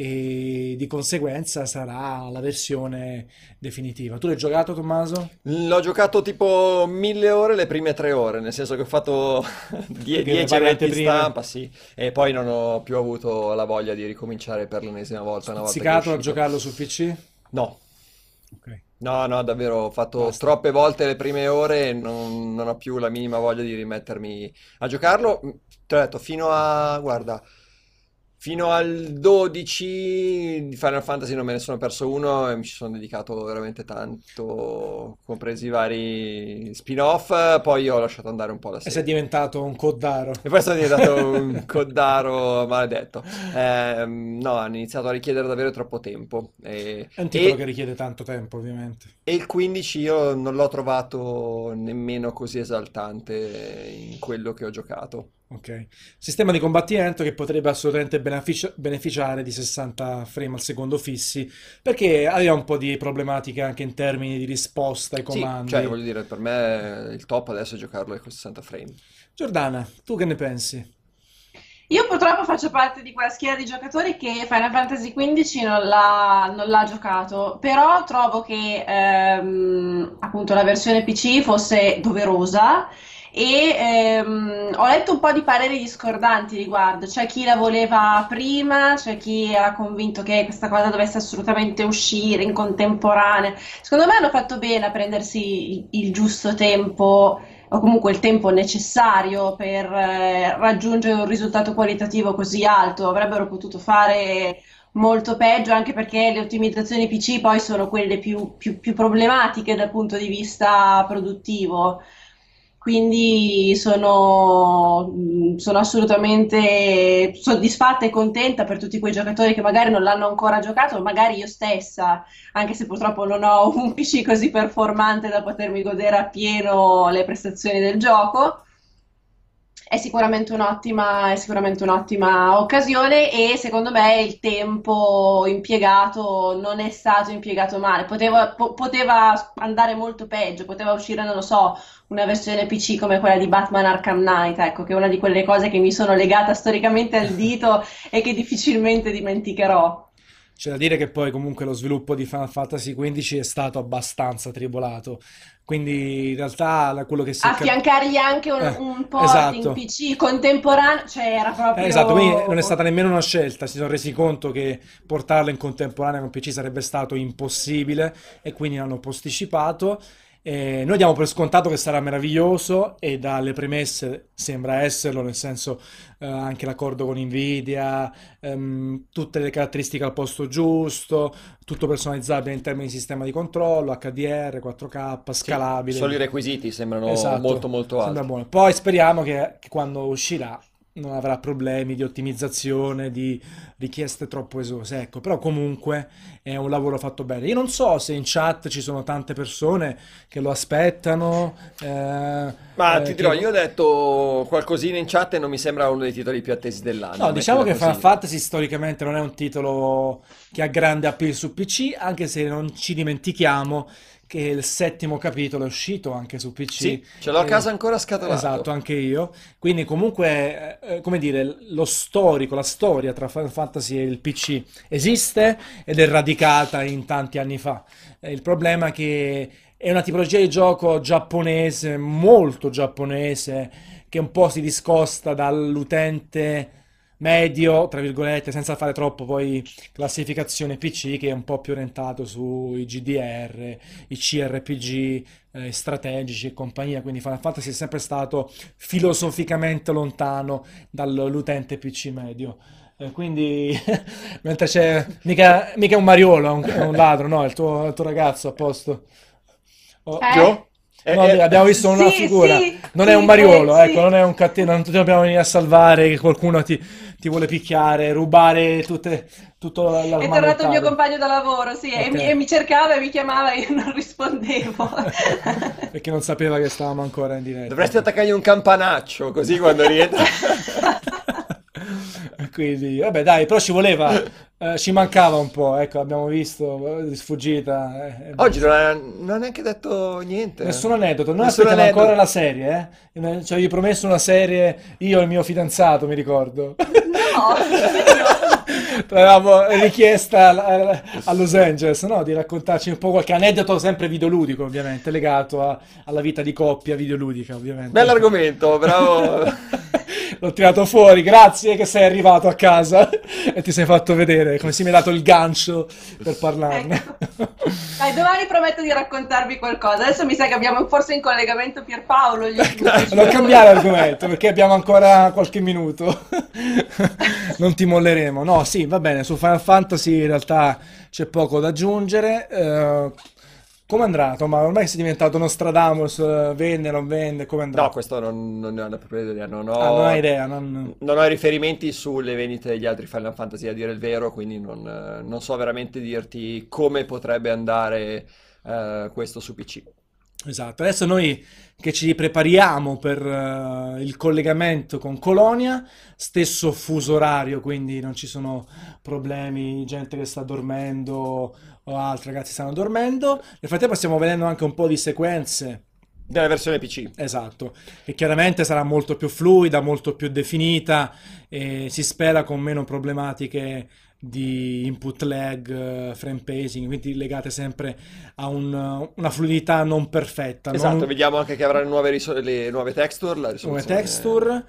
e di conseguenza sarà la versione definitiva. Tu l'hai giocato, Tommaso? L'ho giocato tipo mille ore le prime tre ore, nel senso che ho fatto die- Perché le dieci varie eventi anteprime. stampa, sì, e poi non ho più avuto la voglia di ricominciare per l'ennesima volta una volta che è Stuzzicato a uscito. giocarlo su P C? No, Ok, no, no, davvero, ho fatto basta. troppe volte le prime ore e non, non ho più la minima voglia di rimettermi a giocarlo. Ti ho detto, fino a, guarda, Fino al dodici di Final Fantasy non me ne sono perso uno e mi ci sono dedicato veramente tanto, compresi i vari spin-off, poi ho lasciato andare un po' la E sei serie. diventato un coddaro. E poi sono diventato un coddaro maledetto. Ehm, no, hanno iniziato a richiedere davvero troppo tempo. E, È un titolo e- che richiede tanto tempo, ovviamente. e il quindici io non l'ho trovato nemmeno così esaltante in quello che ho giocato. Ok. Sistema di combattimento che potrebbe assolutamente benefici- beneficiare di sessanta frame al secondo fissi, perché aveva un po' di problematiche anche in termini di risposta ai Sì, cioè comandi. voglio dire, per me il top adesso è giocarlo con sessanta frame. Giordana, tu che ne pensi? Io purtroppo faccio parte di quella schiera di giocatori che Final Fantasy quindici non l'ha non l'ha giocato, però trovo che ehm, appunto la versione P C fosse doverosa e ehm, ho letto un po' di pareri discordanti riguardo, c'è chi la voleva prima, c'è chi era convinto che questa cosa dovesse assolutamente uscire in contemporanea. Secondo me hanno fatto bene a prendersi il, il giusto tempo o comunque il tempo necessario per eh, raggiungere un risultato qualitativo così alto. Avrebbero potuto fare molto peggio, anche perché le ottimizzazioni P C poi sono quelle più, più- più problematiche dal punto di vista produttivo. Quindi sono, mh, sono assolutamente soddisfatta e contenta per tutti quei giocatori che magari non l'hanno ancora giocato, magari io stessa, anche se purtroppo non ho un P C così performante da potermi godere appieno le prestazioni del gioco. È sicuramente un'ottima, è sicuramente un'ottima occasione e secondo me il tempo impiegato non è stato impiegato male. Poteva, po- poteva andare molto peggio, poteva uscire, non lo so, una versione P C come quella di Batman Arkham Knight, ecco, che è una di quelle cose che mi sono legata storicamente al dito e che difficilmente dimenticherò. C'è da dire che poi comunque lo sviluppo di Final Fantasy quindici è stato abbastanza tribolato, quindi in realtà da quello che si è capito... Affiancargli anche un, un port in esatto. P C contemporaneo, cioè era Eh, esatto, quindi non è proprio... stata nemmeno una scelta, si sono resi conto che portarlo in contemporanea con P C sarebbe stato impossibile e quindi hanno posticipato. Eh, noi diamo per scontato che sarà meraviglioso e dalle premesse sembra esserlo, nel senso eh, anche l'accordo con Nvidia, ehm, tutte le caratteristiche al posto giusto, tutto personalizzabile in termini di sistema di controllo, H D R, quattro K, Sì, scalabile. solo i requisiti sembrano Esatto, molto molto sembra alti. buono. Poi speriamo che, che quando uscirà non avrà problemi di ottimizzazione, di richieste troppo esose, ecco, però comunque è un lavoro fatto bene. Io non so se in chat ci sono tante persone che lo aspettano, eh, Ma eh, ti dirò, che... io ho detto qualcosina in chat e non mi sembra uno dei titoli più attesi dell'anno, No, diciamo mettila che Final così. Fantasy storicamente non è un titolo che ha grande appeal su P C, anche se non ci dimentichiamo che il settimo capitolo è uscito anche su P C. Sì, ce l'ho a casa E- ancora Esatto, scatolato. anche io. Quindi comunque, eh, eh, come dire, lo storico, la storia tra Final Fantasy e il P C esiste ed è radicata in tanti anni fa. Eh, il problema è che è una tipologia di gioco giapponese, molto giapponese, che un po' si discosta dall'utente medio, tra virgolette, senza fare troppo poi classificazione P C, che è un po' più orientato sui G D R, i C R P G, eh, strategici e compagnia, quindi Final Fantasy è sempre stato filosoficamente lontano dall'utente P C medio. Eh, quindi, mentre c'è mica, mica un Mariolo, è un, è un ladro, no? Il tuo, il tuo ragazzo a posto. Oh, Eh? Io? Eh, no, eh, abbiamo visto una Sì, figura, sì, non è sì, un Mariolo, eh, ecco, non sì. è un cattivo, non ti dobbiamo venire a salvare, che qualcuno ti, ti vuole picchiare, rubare tutte, tutto È tornato il mio l'armamentario. compagno da lavoro, sì, e Ok. mi, e mi cercava e mi chiamava e io non rispondevo. Perché non sapeva che stavamo ancora in diretta. dovresti attaccargli un campanaccio, così quando rientra... Quindi, vabbè, dai, però ci voleva, eh, ci mancava un po', ecco, abbiamo visto, eh, di sfuggita, eh, e Oggi basta. non ha, non ha neanche detto Nessun niente. aneddoto, noi Nessun aspettiamo ancora aneddoto. la serie, eh? Ci avevi promesso una serie, io e il mio fidanzato, mi ricordo. No, io. L'avevamo richiesta a, a Los Angeles, no? Di raccontarci un po' qualche aneddoto, sempre videoludico, ovviamente, legato a- alla vita di coppia videoludica, ovviamente. Bell'argomento, bravo. L'ho tirato fuori, grazie che sei arrivato a casa e ti sei fatto vedere come si mi è dato il gancio per parlarne. Ecco. Dai, domani prometto di raccontarvi qualcosa. Adesso mi sa che abbiamo forse in collegamento Pierpaolo. Gli Non cambiare argomento perché abbiamo ancora qualche minuto. Non ti molleremo. No, sì, va bene, su Final Fantasy in realtà c'è poco da aggiungere. Eh, come andrà? Ma ormai sei diventato Nostradamus, eh, vende, non vende, come andrà? No, questo non, non ne ho proprio idea, non ho, Ah, non hai idea, non... non ho riferimenti sulle vendite degli altri Final Fantasy, a dire il vero, quindi non, eh, non so veramente dirti come potrebbe andare eh, questo su P C. Esatto, adesso noi che ci prepariamo per eh, il collegamento con Colonia, stesso fuso orario, quindi non ci sono problemi, gente che sta dormendo o altri ragazzi stanno dormendo. Nel frattempo stiamo vedendo anche un po' di sequenze. Della versione P C. Esatto, che chiaramente sarà molto più fluida, molto più definita e si spera con meno problematiche di input lag, eh, frame pacing, quindi legate sempre a un- una fluidità non perfetta, non Esatto, un- vediamo anche che avrà le nuove, riso- le nuove texture, la come risoluzione... texture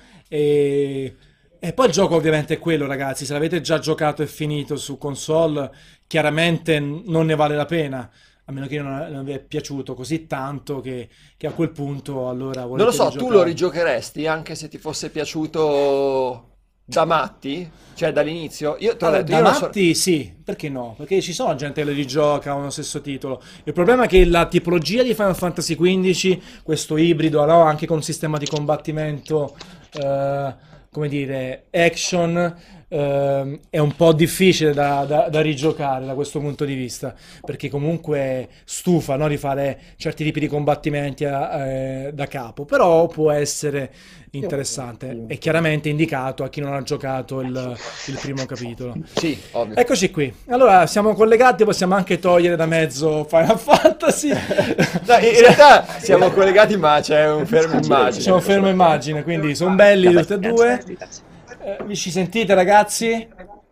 e... e poi il gioco ovviamente è quello, ragazzi, se l'avete già giocato e finito su console chiaramente n- non ne vale la pena, a meno che non, non vi è piaciuto così tanto che, che a quel punto allora Non lo volete so, tu lo rigiocare. rigiocheresti anche se ti fosse piaciuto da matti? Cioè dall'inizio? Io te l'ho Allora, detto, da io non so... matti sì, perché no? Perché ci sono gente che le rigioca a uno stesso titolo. Il problema è che la tipologia di Final Fantasy quindici, questo ibrido, no? Anche con sistema di combattimento, eh, come dire, action, ehm, è un po' difficile da, da- da rigiocare da questo punto di vista, perché comunque stufa, no? Rifare certi tipi di combattimenti a- eh, da capo, però può essere interessante e chiaramente indicato a chi non ha giocato il, il primo capitolo. Sì, ovvio. Eccoci qui. Allora, siamo collegati, possiamo anche togliere da mezzo Final Fantasy. No, in in realtà siamo collegati, ma c'è un fermo immagine. C'è un fermo immagine, quindi sono belli tutti e due. Eh, vi ci sentite, ragazzi?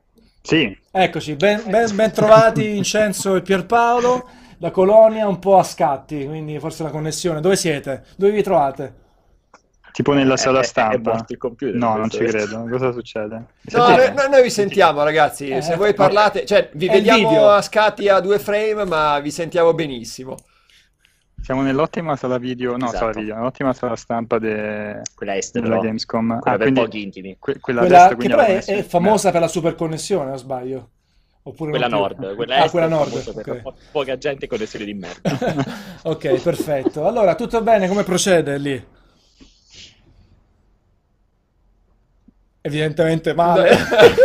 Sì, Eccoci, ben, ben- ben trovati Vincenzo e Pierpaolo, da Colonia, un po' a scatti, quindi forse la connessione. Dove siete? Dove vi trovate? tipo nella sala È, è, è stampa. morto il computer. No, non questo ci è- credo. Cosa succede? Mi No, sentite? noi, noi- noi vi sentiamo, ragazzi. Eh, Se voi no. parlate, cioè, vi È il vediamo video. a scatti a due frame, ma vi sentiamo benissimo. Siamo nell'ottima sala video, no, sala Esatto. video, nell'ottima sala stampa de- Quella est, della però. Gamescom. Quella Ah, per quindi pochi intimi. que- quella, a Quella destra, che quindi però alla è, è connessione. famosa per la super connessione, o sbaglio? Oppure Quella non più? nord, quella Ah, est quella è nord, famosa per ok. po- poca gente con connessioni di merda. Ok, perfetto. Allora, tutto bene? Come procede lì? Evidentemente male.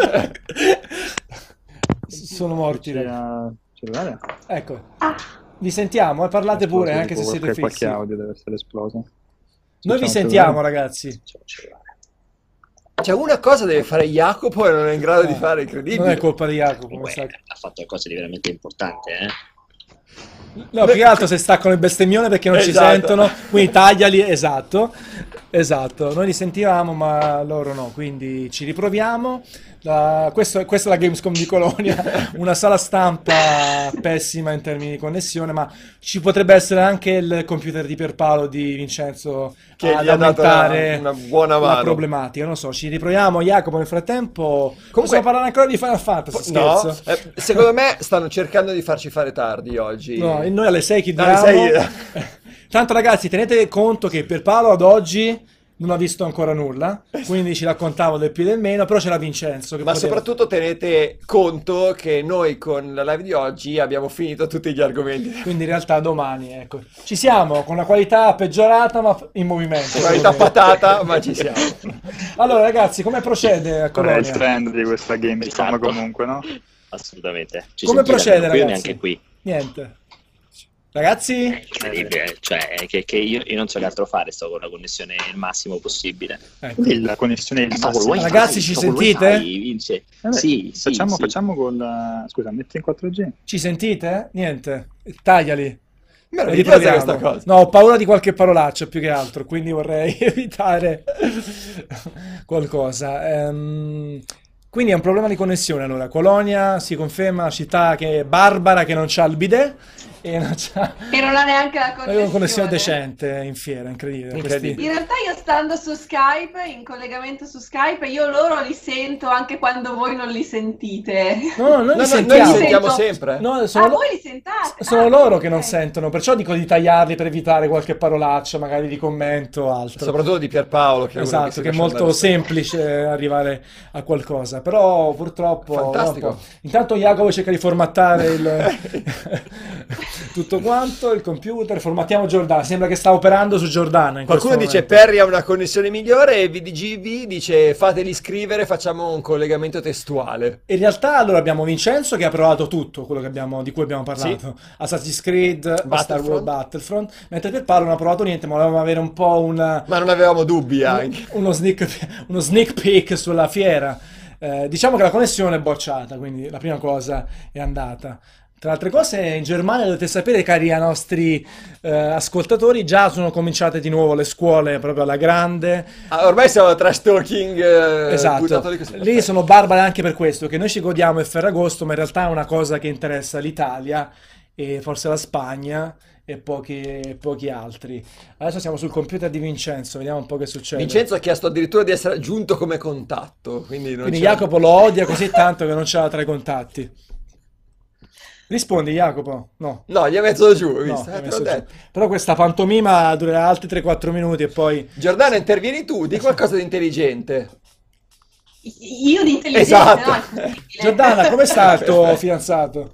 Sono morti. C'è, raga. uh, cellulare? Ecco, vi sentiamo, eh, parlate pure, Esploso, anche se tipo, siete qualche, fissi. qualche audio deve essere esploso. Noi C'è vi un sentiamo, cellulare? ragazzi. C'è un cellulare. Cioè, una cosa deve fare Jacopo e non è in grado di fare, Non è incredibile. colpa di Jacopo, mi Comunque sa che- ha fatto qualcosa di veramente importante, eh? No, più che altro se staccano il bestemmione perché non ci Esatto. sentono, quindi tagliali, esatto, esatto, noi li sentivamo ma loro no, quindi ci riproviamo. La- questo- questa è la Gamescom di Colonia, una sala stampa pessima in termini di connessione, ma ci potrebbe essere anche il computer di Pierpaolo di Vincenzo Che ad gli ha dato aumentare una- una buona la mano. problematica, non so, ci riproviamo. Jacopo nel frattempo, possiamo parlare ancora di Final Fantasy, No, scherzo? eh, secondo me stanno cercando di farci fare tardi oggi. No, e noi alle sei chiudiamo. Alle sei- Tanto ragazzi, tenete conto che Pierpaolo ad oggi non ha visto ancora nulla, quindi ci raccontavo del più e del meno, però c'era Vincenzo che Ma poteva- soprattutto tenete conto che noi con la live di oggi abbiamo finito tutti gli argomenti. quindi in realtà domani, ecco. Ci siamo, con la qualità peggiorata ma in movimento. Qualità patata, ma ci siamo. Allora ragazzi, come procede a Qual è il Colonia? trend di questa Gamescom Esatto. comunque, no? Assolutamente. Ci Come sentite procede almeno qui, ragazzi? neanche qui. Niente. Ragazzi? Incredibile, cioè è che, che io, io non so che altro fare, sto con la connessione il massimo possibile. Ecco. La connessione è il Sto col massimo. wifi, Ragazzi, ci sto col sentite? wifi, Vince. Eh beh, Sì, sì, facciamo, sì. facciamo col... Scusa, metti in quattro G. Ci sentite? Niente. Tagliali. Meravigliosa Riproviamo. questa cosa. No, ho paura di qualche parolaccia più che altro, quindi vorrei evitare qualcosa. Ehm, quindi è un problema di connessione allora. Colonia si conferma una città che è barbara, che non c'ha il bidet, e non c'ha E non ha neanche la non aveva una connessione connessione. decente in fiera, incredibile. Incredibile. Questi- In realtà io stando su Skype, in collegamento su Skype, io loro li sento anche quando voi non li sentite. No, no, noi No, li no, sentiamo. noi li sentiamo Sento- sempre. No, sono, Ah, lo- voi li sentate? sono Ah, loro ok. che non sentono, perciò dico di tagliarli per evitare qualche parolaccia, magari di commento o altro. Soprattutto di Pierpaolo, che è uno Esatto, si che è lascia molto andare semplice arrivare a qualcosa, però purtroppo Fantastico. no, un po'. Intanto Jacopo cerca di formattare il... tutto quanto, il computer, formattiamo Giordano, sembra che sta operando su Giordano in Qualcuno questo dice momento. Perry ha una connessione migliore e V D G V dice fateli scrivere, facciamo un collegamento testuale. In realtà allora abbiamo Vincenzo che ha provato tutto quello che abbiamo, di cui abbiamo parlato, Assassin's Creed, Star Wars Battlefront. Battlefront, mentre Pierpaolo non ha provato niente, ma volevamo avere un po' un... Ma non avevamo dubbi anche. uno sneak, uno sneak peek sulla fiera. Eh, diciamo che la connessione è bocciata, quindi la prima cosa è andata. Tra altre cose, in Germania dovete sapere, cari ai nostri eh, ascoltatori, già sono cominciate di nuovo le scuole proprio alla grande. Ah, ormai siamo trash talking eh, Esatto, buttato lì così. lì sono barbare anche per questo, che noi ci godiamo il Ferragosto, ma in realtà è una cosa che interessa l'Italia e forse la Spagna e pochi, pochi altri. Adesso siamo sul computer di Vincenzo, vediamo un po' che succede. Vincenzo ha chiesto addirittura di essere aggiunto come contatto, quindi non Quindi c'è- Jacopo lo odia così tanto che non ce l'ha tra i contatti. Rispondi Jacopo? No. No, gli ha messo giù, hai No, visto? l'hai Eh, te messo l'ho giù. detto. Però questa pantomima durerà altri tre quattro minuti e poi... Giordano, intervieni tu, di qualcosa di intelligente. Io di intelligenza, Esatto. no, è possibile. Giordana, come sta il tuo fidanzato?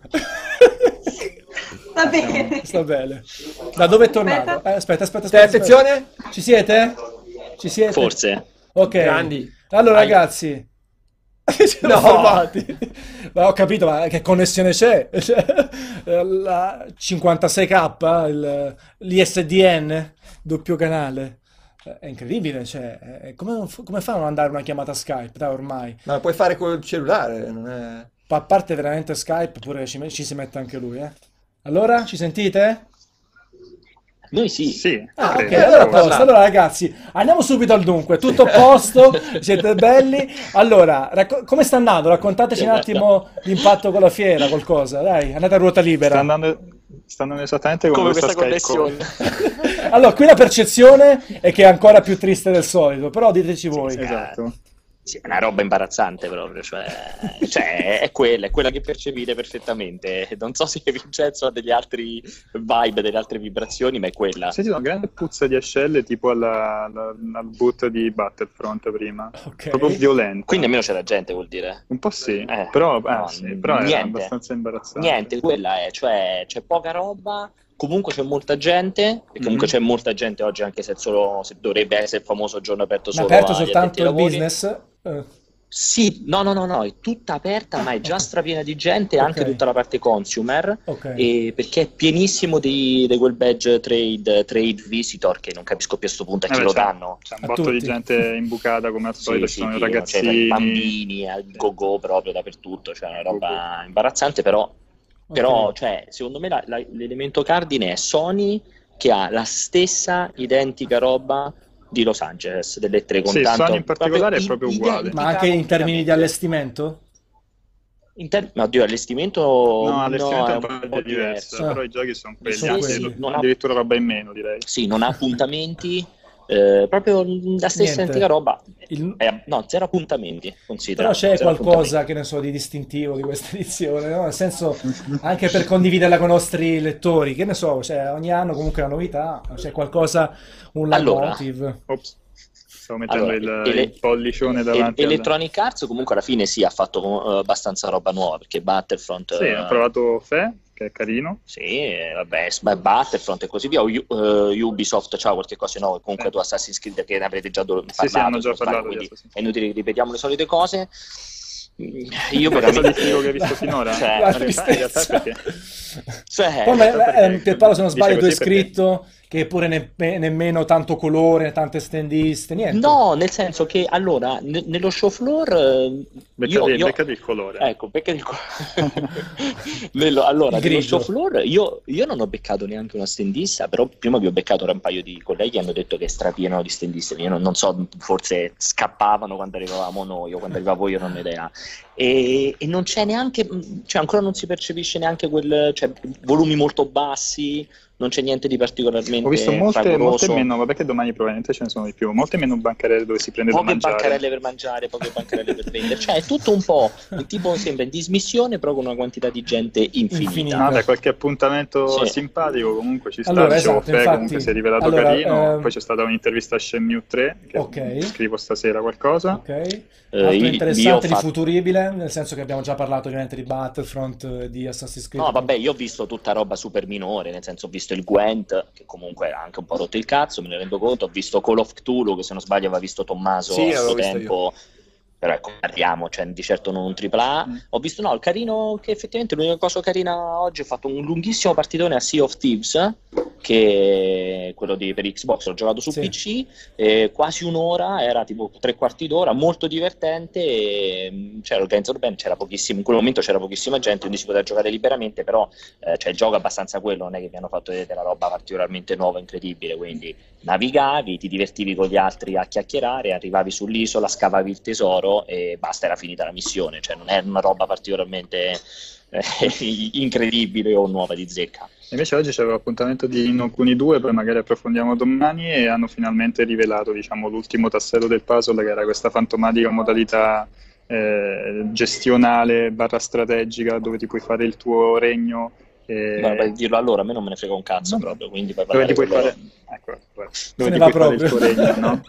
Va bene. Sta bene. Da dove è tornato? Aspetta. Eh, aspetta, aspetta, Stai, aspetta, aspetta. attenzione? Ci siete? Ci siete? Forse. Ok. Grandi. Allora Vai. ragazzi, ci siamo No. fermati. Ma ho capito, ma che connessione c'è? Cioè, la cinquantasei K, il- l'I S D N, doppio canale. È incredibile, cioè, è- come, come fa a non andare una chiamata Skype, dai, ormai? Ma lo puoi fare col cellulare, non è... A parte veramente Skype, pure ci, ci si mette anche lui, eh. Allora, ci sentite? Noi sì. Sì, Ah, ok, credo. allora a guarda. posto. Allora ragazzi, andiamo subito al dunque. Tutto a posto? Siete belli? Allora, racco- come sta andando? Raccontateci un attimo l'impatto con la fiera, qualcosa. Dai, andate a ruota Sta libera. andando, sta andando esattamente come, Come questa Skype connessione. call. Allora, qui la percezione è che è ancora più triste del solito, però diteci voi. Esatto. Sì, è una roba imbarazzante proprio, cioè, cioè è quella, è quella che percepite perfettamente. Non so se Vincenzo ha degli altri vibe, delle altre vibrazioni, ma è quella. Ho sentito una grande puzza di ascelle tipo alla, alla- al boot di Battlefront prima. Ok. Proprio violento. Quindi almeno c'è la gente, vuol dire. Un po' sì, Eh, però, eh, no, sì, però era niente. abbastanza imbarazzante. Niente, quella è, cioè c'è poca roba, comunque c'è molta gente, e comunque Mhm. c'è molta gente oggi, anche se, è solo, se dovrebbe essere il famoso giorno aperto Ma solo aperto agli soltanto addetti ai il lavori. business? Eh, Sì, no, no, no, no, è tutta aperta, ma è già strapiena di gente, anche Ok. tutta la parte consumer, ok. e perché è pienissimo di, di quel badge trade, trade visitor, che non capisco più a questo punto a chi Eh beh, lo c'è- danno. C'è un A botto di tutti. gente imbucata come al solito, Sì, ci sì, sono i pieno, cioè, dai ragazzini. bambini al go-go proprio dappertutto, cioè una roba imbarazzante, però, però Ok. cioè, secondo me la- la- l'elemento cardine è Sony, che ha la stessa identica roba di Los Angeles, delle tre con Sì, tanto, Sony in particolare è in- proprio uguale. Ma anche in termini di completamente. allestimento? In ter- ma oddio, allestimento No, all'estimento no, è un po' diverso, Ah. però i giochi sono quelli, Sì, anzi, sì, lo- non ha- addirittura roba in meno, direi. Sì, non ha appuntamenti, eh, proprio la stessa Niente. identica roba. Il- Eh, no, zero appuntamenti, considera. Però c'è zero qualcosa, che ne so, di distintivo di questa edizione, no? Nel senso, anche per condividerla con i nostri lettori, che ne so, cioè, ogni anno comunque una novità, c'è qualcosa, un Allora. leitmotiv. Ops, stavo mettendo Allora, il, ele- il pollicione E- davanti alla... Electronic Arts comunque alla fine sì, ha fatto eh, abbastanza roba nuova, perché Battlefront... Sì, eh, ho provato Fe, che è carino. Sì, eh, vabbè, s- beh, Battlefront e così via. O U- eh, Ubisoft c'ha qualche cosa di nuovo, comunque Sì. tu Assassin's Creed che ne avrete già do- Sì, parlato, sì, hanno già se non sbaglio, parlato di quindi Assassin's è inutile che ripetiamo le solite cose. Mm, Io Qualcosa di veramente... figo che hai visto finora? Cioè, in, La realtà, in realtà è tristezza. perché... Cioè, Poi, ma- perché- eh, Pierpaolo, se non dice sbaglio, tu hai così perché- scritto che pure ne- nemmeno tanto colore, tante stendiste, niente. no, nel senso che allora, ne- nello show floor... eh, Beccati, io, io- beccati il colore. Ecco, perché il co- Nello- allora, Il nello grigio. show floor io, io non ho beccato neanche una stendista, però prima vi ho beccato ora un paio di colleghi che hanno detto che è strapieno di stendiste. Io non, non so, forse scappavano quando arrivavamo noi o quando arrivavo io, non ho idea. e, e non c'è neanche, cioè ancora non si percepisce neanche quel, cioè volumi molto bassi, non c'è niente di particolarmente Ho visto molte, molte fragoroso. meno, vabbè che domani probabilmente ce ne sono di più, molte meno bancarelle dove si prende da Poche mangiare. bancarelle per mangiare, poche bancarelle per vendere, cioè è tutto un po' il tipo sembra in dismissione però con una quantità di gente infinita. Infinita. No, dai, qualche appuntamento Sì. simpatico comunque ci sta, Allora, dicevo, esatto, Fe infatti- comunque si è rivelato allora, carino, ehm, poi c'è stata un'intervista a Shenmue tre, che Ok. scrivo stasera qualcosa. Ok. Eh, Altro io- interessante io ho di fatto- futuribile, nel senso che abbiamo già parlato ovviamente di Battlefront, eh, di Assassin's Creed. No, vabbè, io ho visto tutta roba super minore, nel senso ho visto il Gwent, che comunque ha anche un po' rotto il cazzo, me ne rendo conto, ho visto Call of Cthulhu, che se non sbaglio aveva visto Tommaso Sì, a l'avevo suo visto tempo, però ecco, parliamo, cioè di certo non un tripla A. Mm. Ho visto, no, il carino, che effettivamente l'unica cosa carina oggi, ho fatto un lunghissimo partitone a Sea of Thieves, che è quello di, per Xbox, l'ho giocato su Sì. P C, e quasi un'ora, era tipo tre quarti d'ora, molto divertente, e, mh, c'era organizzato bene, c'era pochissimo, in quel momento c'era pochissima gente, quindi si poteva giocare liberamente, però eh, cioè, il gioco è abbastanza quello, non è che mi hanno fatto vedere della roba particolarmente nuova, incredibile, quindi navigavi, ti divertivi con gli altri a chiacchierare, arrivavi sull'isola, scavavi il tesoro e basta, era finita la missione, cioè non è una roba particolarmente eh, incredibile o nuova di zecca. Invece oggi c'era l'appuntamento di Ni no Kuni due, poi magari approfondiamo domani, e hanno finalmente rivelato, diciamo, l'ultimo tassello del puzzle, che era questa fantomatica modalità eh, gestionale barra strategica, dove ti puoi fare il tuo regno. E... Ma per dirlo allora, a me non me ne frega un cazzo No. proprio, quindi puoi dove parlare ti puoi con loro. fare, ecco, guarda, Se dove ne ti va puoi fare il tuo proprio. regno, no?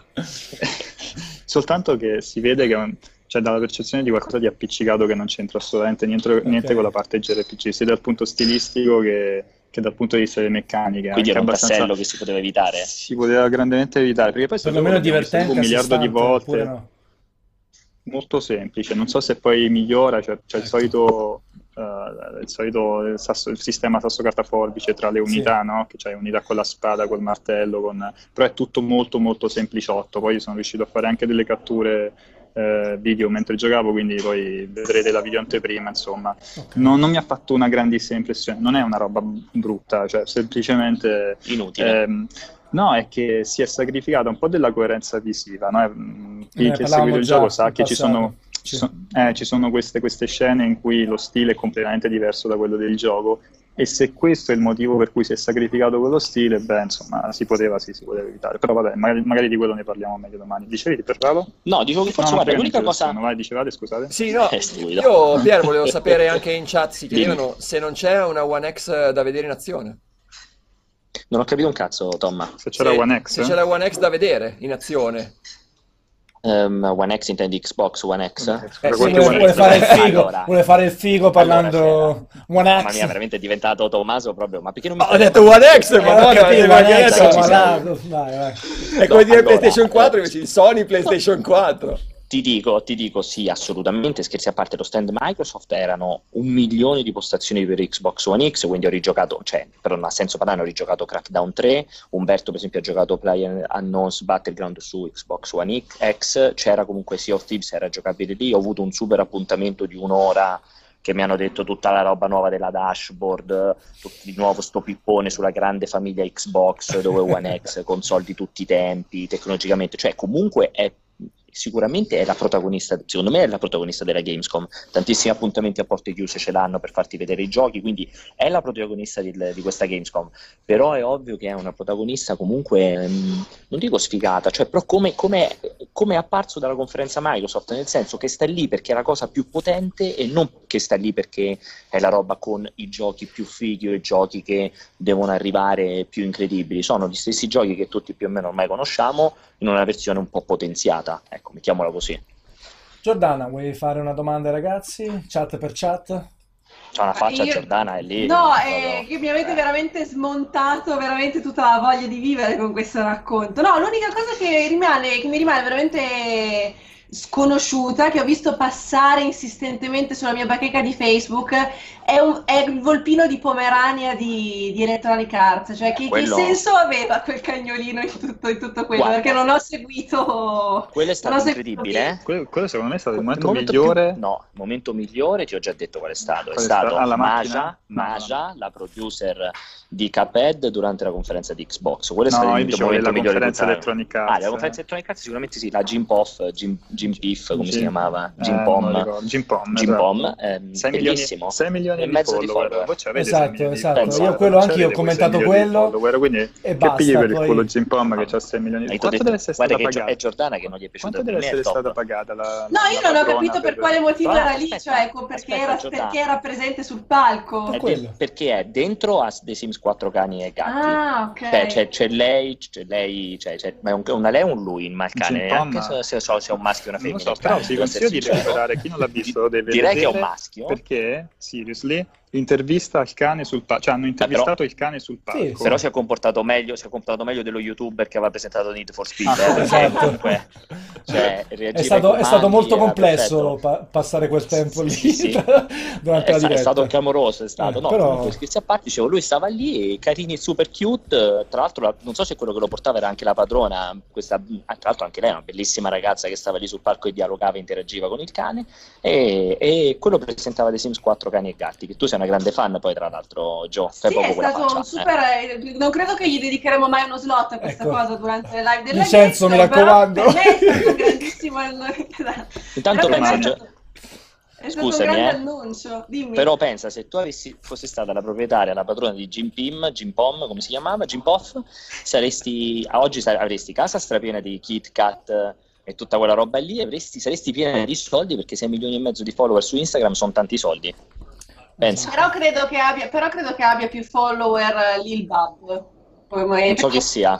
Soltanto che si vede che è un- c'è dalla percezione di qualcosa di appiccicato che non c'entra assolutamente niente, niente Ok. con la parte J R P G, sia dal punto stilistico che, che dal punto di vista delle meccaniche. Quindi anche era un abbastanza- tassello che si poteva evitare. si poteva grandemente evitare, perché poi Perlomeno l'abbiamo visto divertente, un miliardo di assistante, volte. oppure no? Molto semplice, non so se poi migliora, c'è, c'è il Ecco. solito, eh, il solito il sasso- il sistema sasso carta forbice tra le Sì. unità, no? Che c'hai unità con la spada, col martello, con... però è tutto molto molto sempliciotto. Poi sono riuscito a fare anche delle catture eh, video mentre giocavo, quindi poi vedrete la video anteprima, insomma. Ok. Non, non mi ha fatto una grandissima impressione, non è una roba brutta, cioè semplicemente... Inutile. ehm, no, è che si è sacrificata un po' della coerenza visiva, no? Mm, Chi, Ne chi ha parlavamo seguito il già gioco sa in che ci passato. sono, ci Sì. sono, eh, ci sono queste, queste scene in cui lo stile è completamente diverso da quello del gioco, e se questo è il motivo per cui si è sacrificato quello stile, beh, insomma, si poteva, sì, si poteva evitare. Però vabbè, magari, magari di quello ne parliamo meglio domani. Dicevi per Valo? No, dicevo che forse, No, non guarda, frega l'unica niente, cosa... adesso, vai, dicevate, scusate. Sì, no, È stupido. io Pier volevo sapere anche in chat, si Dimmi. chiedevano se non c'è una One X da vedere in azione. Non ho capito un cazzo, Tomma. Se c'era Se- One X? Se c'è la One X da vedere in azione. Um, One X intendi Xbox One X? Eh, Eh, Sì, sì, vuole, One vuole X. fare il figo, Allora. vuole fare il figo parlando Allora, One Mamma X. mia, veramente è diventato Tommaso proprio. Ma perché non mi Ho fai- detto One X, Eh, ma ho capito, no, One detto- X, ci ma siamo. là- vai, vai. è come No, dire allora, PlayStation quattro, eh, invece Sony PlayStation quattro. Ti dico, ti dico sì, assolutamente, scherzi a parte, lo stand Microsoft erano un milione di postazioni per Xbox One X, quindi ho rigiocato, cioè, però non ha senso parlare, ho rigiocato Crackdown tre, Umberto per esempio ha giocato PlayerUnknown's Battleground su Xbox One X, c'era comunque Sea of Thieves, era giocabile lì, ho avuto un super appuntamento di un'ora che mi hanno detto tutta la roba nuova della dashboard, tut- di nuovo sto pippone sulla grande famiglia Xbox dove One X, console di tutti i tempi, tecnologicamente, cioè comunque è sicuramente è la protagonista, secondo me è la protagonista della Gamescom, tantissimi appuntamenti a porte chiuse ce l'hanno per farti vedere i giochi, quindi è la protagonista di, di questa Gamescom, però è ovvio che è una protagonista comunque, mh, non dico sfigata, cioè però come, come, come è apparso dalla conferenza Microsoft, nel senso che sta lì perché è la cosa più potente e non che sta lì perché è la roba con i giochi più fighi o i giochi che devono arrivare più incredibili, sono gli stessi giochi che tutti più o meno ormai conosciamo in una versione un po' potenziata, ecco, mettiamola così. Giordana, vuoi fare una domanda ai ragazzi? Chat per chat? C'ha una faccia Io- Giordana, è lì. No, proprio- eh, che mi avete veramente smontato veramente tutta la voglia di vivere con questo racconto. No, l'unica cosa che rimane, che mi rimane veramente sconosciuta, che ho visto passare insistentemente sulla mia bacheca di Facebook, è, un- è il volpino di Pomerania di, di Electronic Arts. Cioè, che, Quello- che senso aveva quel cagnolino in tutto, in tutto quello? Guarda. Perché non ho seguito... Quello è non stato ho seguito incredibile, bene. eh? Quello, quello secondo me è stato il momento, momento migliore. più- no, il momento migliore ti ho già detto qual è stato. È Qual è stato? stato Ah, la Maja, macchina? No, Maja, la producer di Cuphead durante la conferenza di Xbox. Quello è stato No, il io dicevo momento della migliore di conferenza tutta la- Electronic Ah, Arts. la conferenza Electronic Arts sicuramente sì, la Jim Poff, Jim, Jim Piff, come Jim- si chiamava? eh, Jim non Pom. ricordo. Jim Pom, Jim esatto. Pom, ehm, sei milioni, bellissimo. sei milioni E di mezzo di follower. follower. Voi c'avete sei Esatto, milioni di esatto. Pensa, Io follower. quello Non anche io ho c'avete quei sei commentato milioni di quello follower, quindi e che basta. pigli per il Poi culo Jim Pom che ha sei milioni Hai di detto- quanto deve essere guarda stata che Gio- pagata? è Giordana che non gli è piaciuto, Quanto per deve me è essere top. stata pagata la, No, la io non ho padrona capito per quale motivo Però, era lì, aspetta, cioè ecco, perché, aspetta, era, Giordano. perché era presente sul palco. È de- quello. perché è dentro a The Sims quattro cani e gatti. Ah, ok. Cioè, c'è, c'è lei, c'è lei, cioè, c'è, ma è un, una lei o un lui, ma il cane, Jim Pom, neanche se, se so se è un maschio o una non lo femmina. so, però il cane, vi devo consiglio essere di sincero. recuperare, chi non l'ha visto lo deve Direi che è un vedere, maschio. perché, seriously, intervista al cane sul palco, cioè hanno intervistato il cane sul palco. Però si è comportato meglio, si è comportato meglio dello youtuber che aveva presentato Need for Speed. Ah, eh, perché esatto. comunque, cioè, È reagire stato, ai è stato comandi molto era complesso perfetto. pa- passare quel tempo lì Sì, sì. durante È, la sta- è diretta. stato clamoroso, è stato. Eh, No, però- comunque, scherzi a parte, dicevo, lui stava lì, e carini, super cute. Tra l'altro, la- non so se quello che lo portava era anche la padrona, questa, ah, tra l'altro anche lei è una bellissima ragazza che stava lì sul palco e dialogava e interagiva con il cane. E, e quello presentava The Sims quattro cani e gatti, che tu sei una grande fan, poi tra l'altro, Gio, fai Sì, proprio è quella stato faccia. un super. eh, Non credo che gli dedicheremo mai uno slot a questa Ecco. cosa durante le live della Vincenzo, mi Gamescom, però raccomando. Per me è stato un grandissimo esatto. Intanto Però per me è pensa, stato- è stato un Scusami, grande eh. annuncio. Dimmi. Però pensa, se tu avessi, fossi stata la proprietaria, la padrona di Jim Pim, Jim Pom, come si chiamava, Jim Poff, saresti, a oggi sar- avresti casa strapiena di Kit Kat e tutta quella roba lì, e avresti, saresti piena di soldi, perché sei milioni e mezzo di follower su Instagram sono tanti soldi. Pensa. Però credo che abbia, però credo che abbia più follower eh, Lil Bub. Come- Non so chi sia.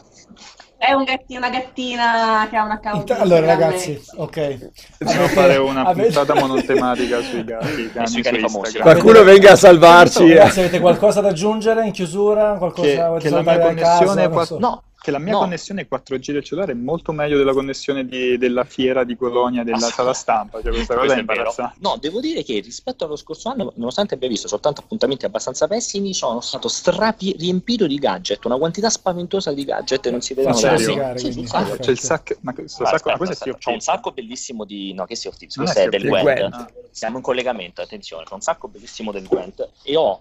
È un gatti- una gattina che ha un account. Int- Allora Instagram, ragazzi, eh. ok. Possiamo Avete- fare una avete- puntata monotematica sui gatti, i cani sui su cani famosi. Instagram. Qualcuno venga a salvarci. Ragazzi, avete qualcosa da aggiungere in chiusura? Qualcosa Che, volete che la mia saltare a connessione casa? è Non qua- so. No, che la mia no. connessione quattro G del cellulare è molto meglio della connessione di- della fiera di Colonia, della sala stampa, cioè questa cosa Questo è è vero. imbarazzante. No, devo dire che rispetto allo scorso anno, nonostante abbia visto soltanto appuntamenti abbastanza pessimi, sono stato strapi riempito di gadget, una quantità spaventosa di gadget e non si vedevano Ma da serio? Sì, Sì, sul sì. Ah, serio. c'è il sacco, ma questo Guarda, sacco, ma questo è aspetta, Sea of c'è un Thieves. sacco bellissimo di... No, che Sea of Thieves? Non è Questo è Sea of del Thieves, Gwent. Gwent. Ah. Siamo in collegamento, attenzione, c'è un sacco bellissimo del Gwent. E ho,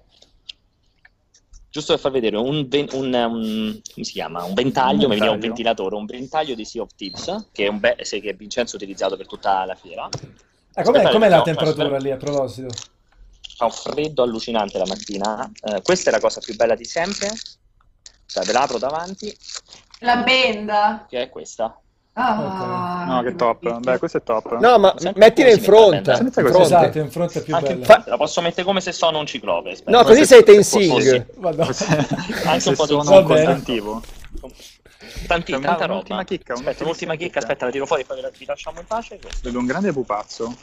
giusto per far vedere, un, ven- un, um, come si chiama? Un ventaglio, Un mi veniva un ventaglio. ventilatore, un ventaglio di Sea of Thieves, che è un be- se- che Vincenzo ha utilizzato per tutta la fiera. Eh, com'è, Aspetta, com'è la no, temperatura aspetta. lì a proposito? Fa un freddo allucinante la mattina. Eh, questa è la cosa più bella di sempre. Cioè, ve la apro davanti, La benda. che è questa. Ah, No, che top. Beh, questo è top. No, ma Senti mettila in come si mette la fronte. penna? in Senti così. fronte. Esatto, in fronte è più Anche bella. Fa- la posso mettere come se sono un ciclope. aspetta. No, così Questo sei è- tensing. così. Madonna. Anche Se un po' di sono Va un bene. congiuntivo. Tanti, C'è tanta un'ultima roba. chicca, Aspetta, un'ultima chicca, chicca. aspetta, la tiro fuori, poi la- vi lasciamo in pace. Questo. Vedo un grande pupazzo.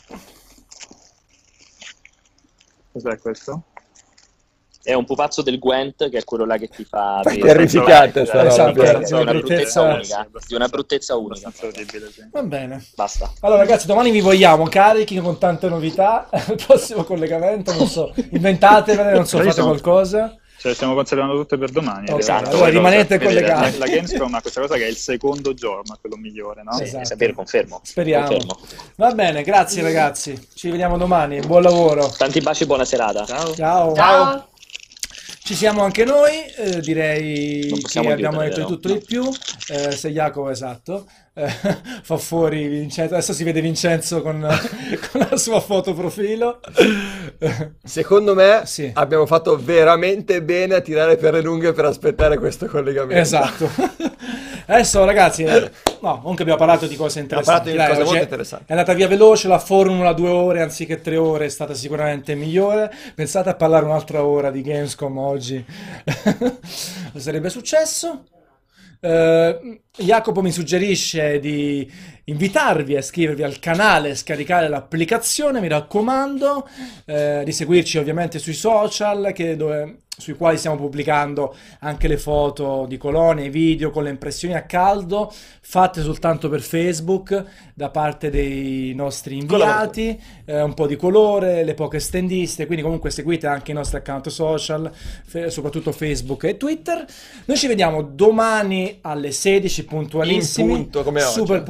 Cos'è questo? È un pupazzo del Gwent, che è quello là che ti fa È vedere- terrificante sta Esatto, roba. esatto. Di una bruttezza bruttezza- unica. Di una bruttezza unica. Abbastanza orribile, sì. Va bene. Basta. Allora ragazzi, domani vi vogliamo carichi con tante novità. Il prossimo collegamento, non so, inventatevele, non so, Io fate sono- qualcosa. Ce le stiamo conservando tutte per domani. Ok, Esatto, allora quello- rimanete Vedete, collegati. La, la Gamescom ha questa cosa che è il secondo giorno, quello migliore, no? Sì, Esatto. è sapere, confermo. Speriamo. Confermo. Va bene, grazie ragazzi. Ci vediamo domani. Buon lavoro. Tanti baci, buona serata. Ciao. Ciao. Ciao. Ci siamo anche noi, eh, direi Non che possiamo abbiamo chiudere, detto di tutto vero? di più. Eh, se Jacopo, esatto, eh, fa fuori Vincenzo. Adesso si vede Vincenzo con, con la sua foto profilo. Secondo me Sì. abbiamo fatto veramente bene a tirare per le lunghe per aspettare questo collegamento. Esatto. Adesso ragazzi, eh, no, comunque abbiamo parlato di cose Abbiamo interessanti. parlato di Dai, cose molto oggi è- interessanti. È andata via veloce, la formula due ore anziché tre ore è stata sicuramente migliore. Pensate a parlare un'altra ora di Gamescom oggi. Cosa sarebbe successo? Eh, Jacopo mi suggerisce di invitarvi a iscrivervi al canale, scaricare l'applicazione, mi raccomando, eh, di seguirci ovviamente sui social che dove- sui quali stiamo pubblicando anche le foto di Colonia, i video con le impressioni a caldo, fatte soltanto per Facebook da parte dei nostri inviati, eh, un po' di colore, le poche stendiste, quindi comunque seguite anche i nostri account social, fe- soprattutto Facebook e Twitter. Noi ci vediamo domani alle sedici puntualissimi, In punto, come oggi. super puntualissimi.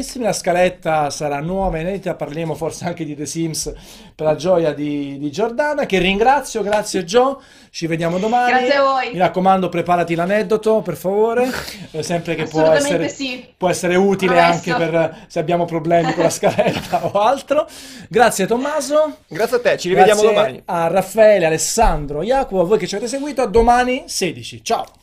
bravissimi, la scaletta sarà nuova, inedita, parleremo forse anche di The Sims per la gioia di, di Giordana, che ringrazio, grazie Gio, ci vediamo domani. Grazie a voi. Mi raccomando, preparati l'aneddoto, per favore, eh, sempre che può essere, sì. può essere utile Promesso. anche per se abbiamo problemi con la scaletta o altro. Grazie Tommaso. Grazie a te, ci rivediamo Grazie domani. a Raffaele, Alessandro, Jacopo, a voi che ci avete seguito, a domani sedici. Ciao.